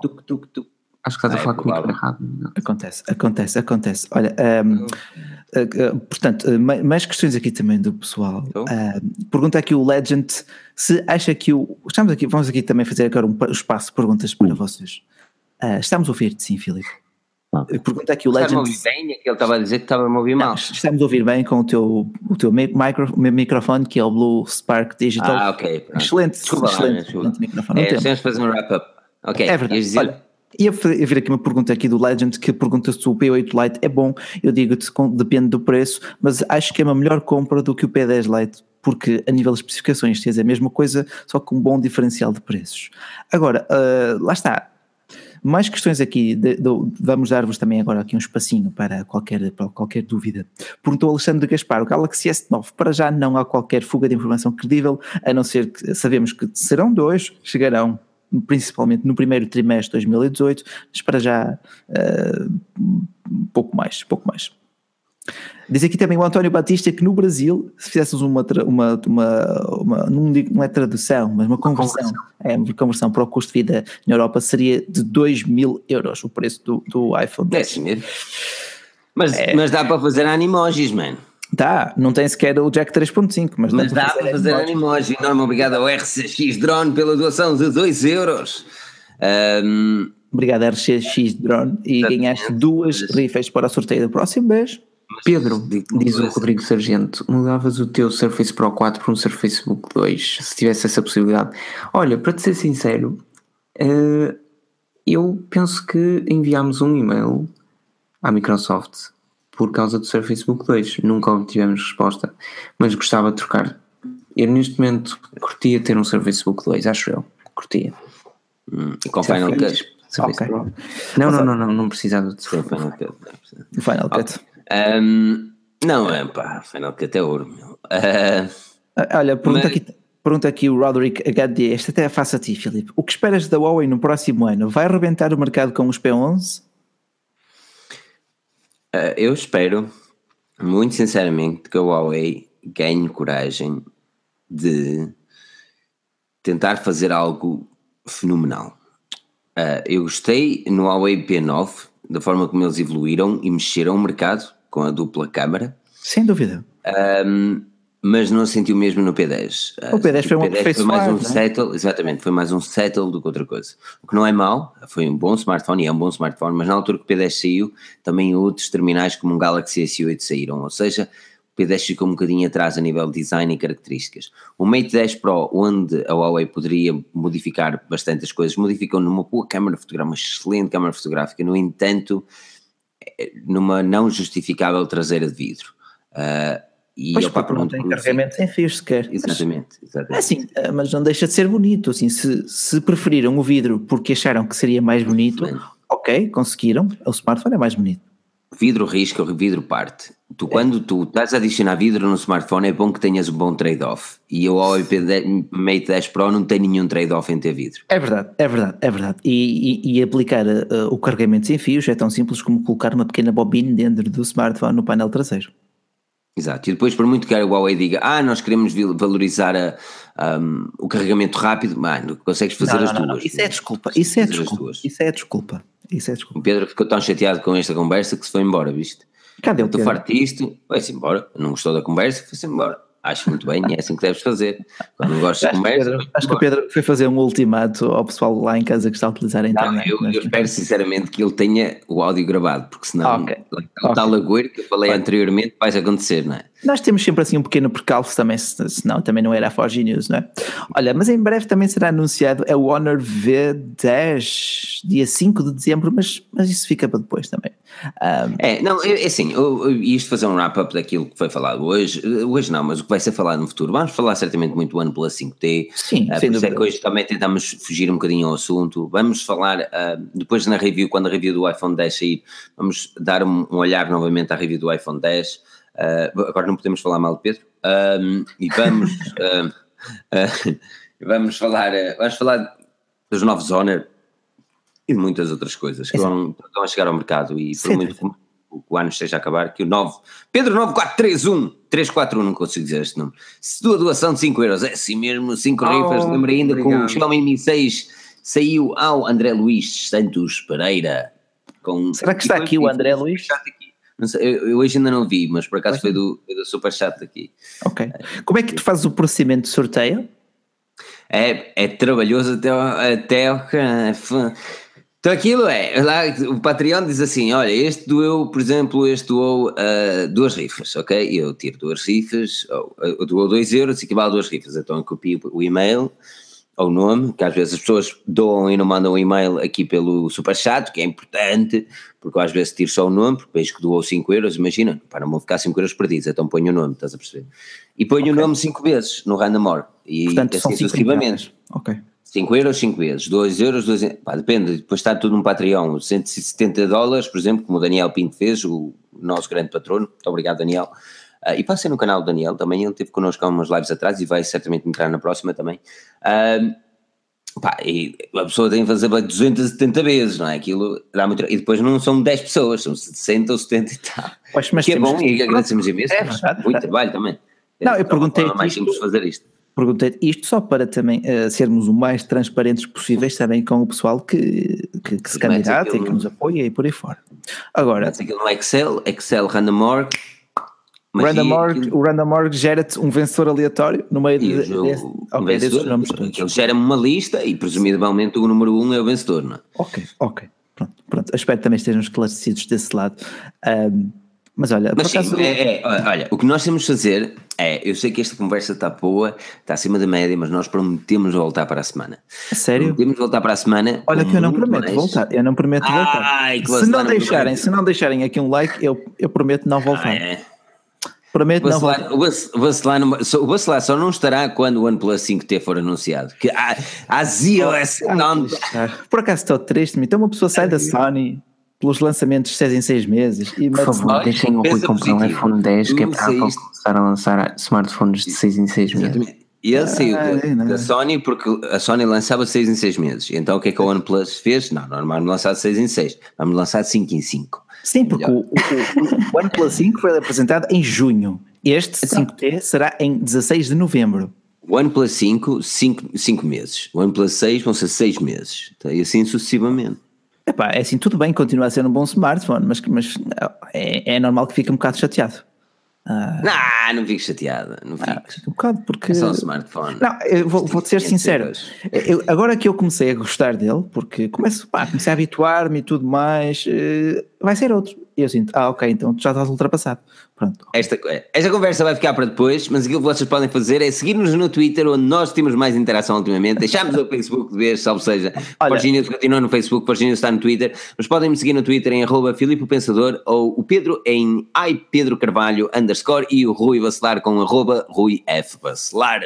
Acho que estás a falar com o micro errado. Acontece, acontece, acontece. Olha, um, uh, uh, portanto, uh, mais questões aqui também do pessoal. Uh, pergunta aqui o Legend se acha que o. Estamos aqui, vamos aqui também fazer agora um espaço de perguntas para vocês. Uh, estamos a ouvir-te, sim, Filipe. Pergunta aqui o Legend. Estás a ouvir bem? É que ele estava a dizer que estava a ouvir mal. Não, estamos a ouvir bem com o teu, o teu micro, microfone, que é o Blue Spark Digital. Ah, ok. Pronto. Excelente, desculpa, excelente, desculpa. excelente microfone. É, temos de fazer um wrap-up. Ok, é verdade. Dizer... Olha, ia vir aqui uma pergunta aqui do Legend, que pergunta se o P oito Lite é bom. Eu digo-te, depende do preço, mas acho que é uma melhor compra do que o P dez Lite, porque a nível de especificações tens a mesma coisa, só com um bom diferencial de preços. Agora, uh, lá está. Mais questões aqui, de, de, vamos dar-vos também agora aqui um espacinho para qualquer, para qualquer dúvida. Perguntou Alexandre Gaspar, o Galaxy S nove, para já não há qualquer fuga de informação credível, a não ser que sabemos que serão dois, chegarão principalmente no primeiro trimestre de dois mil e dezoito, mas para já uh, pouco mais, pouco mais. Diz aqui também o António Batista que no Brasil, se fizéssemos uma, uma, uma, uma não, digo, não é tradução, mas uma conversão, é, uma conversão para o custo de vida na Europa seria de dois mil euros o preço do, do iPhone dez. É, mas, é. mas dá para fazer animojis, mano. Dá, não tem sequer o jack três ponto cinco, mas, mas dá, dá para fazer, fazer animoji. Enorme obrigado ao R C X Drone pela doação de dois euros. Um, obrigado R C X Drone e ganhaste duas rifles para o sorteio do próximo mês. Pedro, diz o Rodrigo Sargento, mudavas o teu Surface Pro quatro para um Surface Book dois, se tivesse essa possibilidade? Olha, para te ser sincero, uh, eu penso que enviámos um e-mail à Microsoft por causa do Surface Book dois, nunca obtivemos resposta, mas gostava de trocar. Eu neste momento curtia ter um Surface Book dois, acho eu, curtia. Hum, e com Final Cut? Okay. Não, não, não, não, não precisava de Final Cut. Final Cut. Um, não, é pá, Final Cut é ouro, meu. Uh, Olha, pergunta, mas... aqui, pergunta aqui o Roderick H D, esta até é fácil a ti, Filipe. O que esperas da Huawei no próximo ano? Vai arrebentar o mercado com os P onze? Uh, eu espero, muito sinceramente, que a Huawei ganhe coragem de tentar fazer algo fenomenal. Uh, eu gostei no Huawei P nove, da forma como eles evoluíram e mexeram o mercado com a dupla câmara. Sem dúvida. Um, mas não senti o mesmo no P dez. O P dez foi, P dez foi mais um é? settle, exatamente, foi mais um settle do que outra coisa. O que não é mau, foi um bom smartphone e é um bom smartphone, mas na altura que o P dez saiu, também outros terminais como um Galaxy S oito saíram, ou seja, o P dez ficou um bocadinho atrás a nível de design e características. O Mate dez Pro, onde a Huawei poderia modificar bastante as coisas, modificou numa boa câmara fotográfica, uma excelente câmara fotográfica, no entanto, numa não justificável traseira de vidro. Uh, e pois porque não tem carregamento sem fios sequer. Exatamente, exatamente. É assim, mas não deixa de ser bonito, assim, se, se preferiram o vidro porque acharam que seria mais bonito, Sim. ok, conseguiram, o smartphone é mais bonito. Vidro risca, o vidro parte. Tu, é. Quando tu estás a adicionar vidro no smartphone, é bom que tenhas um bom trade-off. E o Huawei Mate dez Pro não tem nenhum trade-off em ter vidro. É verdade, é verdade, é verdade. E, e, e aplicar uh, o carregamento sem fios é tão simples como colocar uma pequena bobina dentro do smartphone no painel traseiro. Exato, e depois por muito que a Huawei diga, ah, nós queremos valorizar a, um, o carregamento rápido, mano, consegues fazer não, não, as duas. Não, não. Isso é desculpa, isso é desculpa, isso é desculpa, isso é desculpa. O Pedro ficou tão chateado com esta conversa que se foi embora, viste? Cadê o Pedro? Estou farto disto, vai-se embora, não gostou da conversa, foi-se embora. Acho muito bem, é assim que deves fazer. Quando não gostas de conversa. Pedro, acho que o Pedro foi fazer um ultimato ao pessoal lá em casa que está a utilizar a internet. Não, eu, eu espero sinceramente que ele tenha o áudio gravado, porque senão okay. o tal agüero que eu falei okay. anteriormente vai acontecer, não é? Nós temos sempre assim um pequeno percalço também, senão também não era a Forge News, não é? Olha, mas em breve também será anunciado a Honor V dez, dia cinco de dezembro, mas, mas isso fica para depois também. Um, é, não, é assim, eu, eu, isto fazer um wrap-up daquilo que foi falado hoje, hoje não, mas o que vai ser falado no futuro, vamos falar certamente muito do OnePlus cinco T, sim, uh, sem por isso dúvida. é que hoje também tentamos fugir um bocadinho ao assunto, vamos falar, uh, depois na review, quando a review do iPhone dez sair, vamos dar um, um olhar novamente à review do iPhone dez, uh, agora não podemos falar mal de Pedro, um, e vamos, uh, uh, vamos falar, uh, vamos falar dos novos Honor, e de muitas outras coisas que vão, estão a chegar ao mercado e por muito que o ano esteja a acabar, que o nove, Pedro nove quatro três um, três quatro um, não consigo dizer este número, se tua doação de cinco euros, é assim mesmo, cinco oh, rifas, lembra ainda obrigado. Que o Xiaomi Mi seis saiu ao André Luís Santos Pereira. Com, será que está aqui o André Luís? Não sei, eu, eu hoje ainda não vi, mas por acaso foi do, foi do Superchat aqui. Ok, como é que tu fazes o procedimento de sorteio? É, é trabalhoso até, até então aquilo é, lá o Patreon diz assim, olha, este doeu, por exemplo, este doou uh, duas rifas, ok? Eu tiro duas rifas, ou, ou doou dois euros, equivale a duas rifas, então eu copio o e-mail, ou o nome, que às vezes as pessoas doam e não mandam um e-mail aqui pelo Superchat, que é importante, porque eu às vezes tiro só o nome, porque vejo que doou cinco euros, imagina, para não vou ficar cinco euros perdidos, então ponho o nome, estás a perceber? E ponho okay. o nome cinco vezes no Random Org, e portanto, assim sucessivamente. Ok. cinco euros, cinco vezes, dois euros, dois euros, pá, depende, depois está tudo num Patreon, cento e setenta dólares, por exemplo, como o Daniel Pinto fez, o nosso grande patrono, muito obrigado Daniel, uh, e passem no canal do Daniel também, ele esteve connosco há umas lives atrás e vai certamente entrar na próxima também, uh, pá, e a pessoa tem que fazer duzentas e setenta vezes, não é, aquilo dá muito, e depois não são dez pessoas, são sessenta ou setenta e tal, pois, mas que é bom que... e agradecemos imenso, é verdade, muito trabalho também. Não, eu perguntei mais simples fazer isto. Perguntei isto só para também uh, sermos o mais transparentes possíveis também com o pessoal que, que, que se candidata e que nos apoia e por aí fora. Agora, aquilo no Excel, Excel Random Org, Random Org, o Random Org gera-te um vencedor aleatório no meio de, o, desse, o okay, vencedor, desses nomes todos. Ele gera-me uma lista e presumivelmente o número um é o vencedor, não é? Ok, ok, pronto, pronto. Eu espero que também estejam esclarecidos desse lado. Um, Mas olha, Mas sim, acaso... é, é, olha, o que nós temos de fazer é, eu sei que esta conversa está boa, está acima da média, mas nós prometemos voltar para a semana. Sério? Prometemos voltar para a semana. Olha que eu não prometo mais. voltar, eu não prometo Ai, voltar. Se não deixarem, se não deixarem aqui um like, eu, eu prometo não voltar. Ah, é. Prometo não voltar. O Bacelar, o Bacelar só não estará quando o OnePlus cinco T for anunciado. Que há, há zero, ah, por acaso estou triste, então uma pessoa sai da Sony pelos lançamentos de seis em seis meses e por favor, deixem o Rui comprar um iPhone dez, que é para começar a lançar smartphones de seis em seis meses. E ele saiu ah, da Sony porque a Sony lançava seis em seis meses. Então o que é que a OnePlus fez? Não, não vamos lançar de seis em seis, vamos lançar de cinco em cinco. Sim, porque o, o, o OnePlus cinco foi apresentado em junho. Este cinco T será em dezasseis de novembro. O OnePlus cinco, cinco meses. O OnePlus seis vão ser seis meses. E assim sucessivamente. Epá, é assim, tudo bem, continua a ser um bom smartphone, mas, mas é, é normal que fique um bocado chateado. Ah, não, não fico chateado, não fico. Ah, um bocado porque... É só um smartphone. Não, eu vou, vou ser sincero, eu, agora que eu comecei a gostar dele, porque começo, pá, comecei a habituar-me e tudo mais, vai ser outro. E eu sinto, ah ok, então tu já estás ultrapassado. Pronto. Esta, esta conversa vai ficar para depois, mas aquilo que vocês podem fazer é seguir-nos no Twitter, onde nós temos mais interação ultimamente. Deixámos o Facebook de vez, salvo seja. Forge News continua no Facebook, Forge News está no Twitter, mas podem me seguir no Twitter em arroba Filipe o Pensador, ou o Pedro em iPedro Carvalho underscore e o Rui Bacelar com arroba Rui F Bacelar.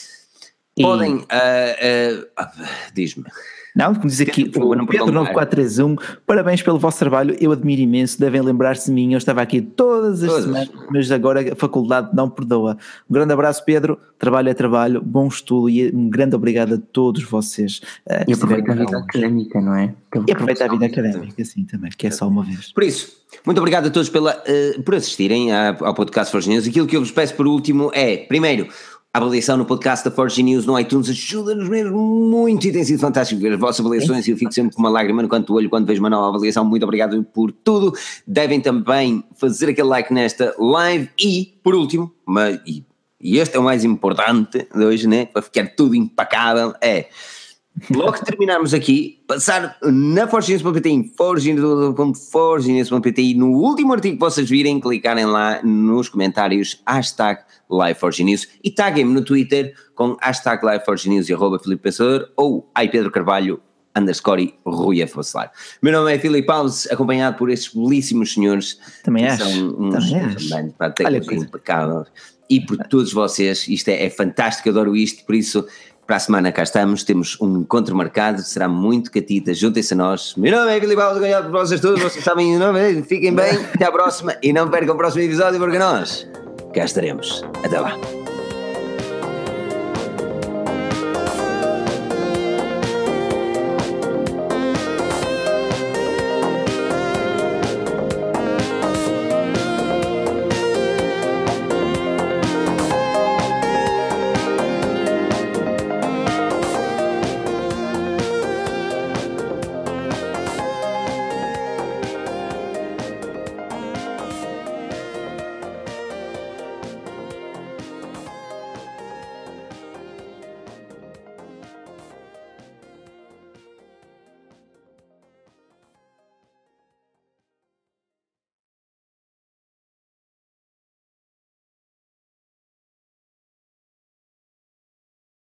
Podem, uh, uh, diz-me. Não, como diz aqui o Pedro nove quatro três um, parabéns pelo vosso trabalho, eu admiro imenso, devem lembrar-se de mim, eu estava aqui todas as todas. semanas, mas agora a faculdade não perdoa. Um grande abraço, Pedro, trabalho é trabalho, bom estudo e um grande obrigado a todos vocês. Uh, e aproveita a vida académica, não é? Pelo e aproveita a vida académica, sim, também, que é só uma vez. Por isso, muito obrigado a todos pela, uh, por assistirem ao podcast Forge News. Aquilo que eu vos peço por último é, primeiro, a avaliação no podcast da Forge News no iTunes ajuda-nos mesmo muito e tem sido fantástico ver as vossas avaliações e eu fico sempre com uma lágrima no canto do olho quando vejo uma nova avaliação. Muito obrigado por tudo. Devem também fazer aquele like nesta live e, por último, mas, e, e este é o mais importante de hoje, né, para ficar tudo impecável, é logo que terminarmos aqui, passar na forge news ponto pt, em forge news ponto pt e no último artigo que vocês virem, clicarem lá nos comentários, hashtag LiveForgeNews e taguem-me no Twitter com hashtag LiveForgeNews e arroba Filipe Pensador ou iPedro Carvalho underscore Rui F. Bacelar. Meu nome é Filipe Alves, acompanhado por estes belíssimos senhores. Também que acho. São uns Também para tecnologia impecável. E por todos vocês, isto é, é fantástico, adoro isto, por isso, para a semana cá estamos, temos um encontro marcado, será muito catita, juntem-se a nós. Meu nome é Filipe Alves, ganhado por vocês todos, vocês sabem o nome, fiquem bem, até à próxima e não percam o próximo episódio porque nós cá estaremos. Até lá.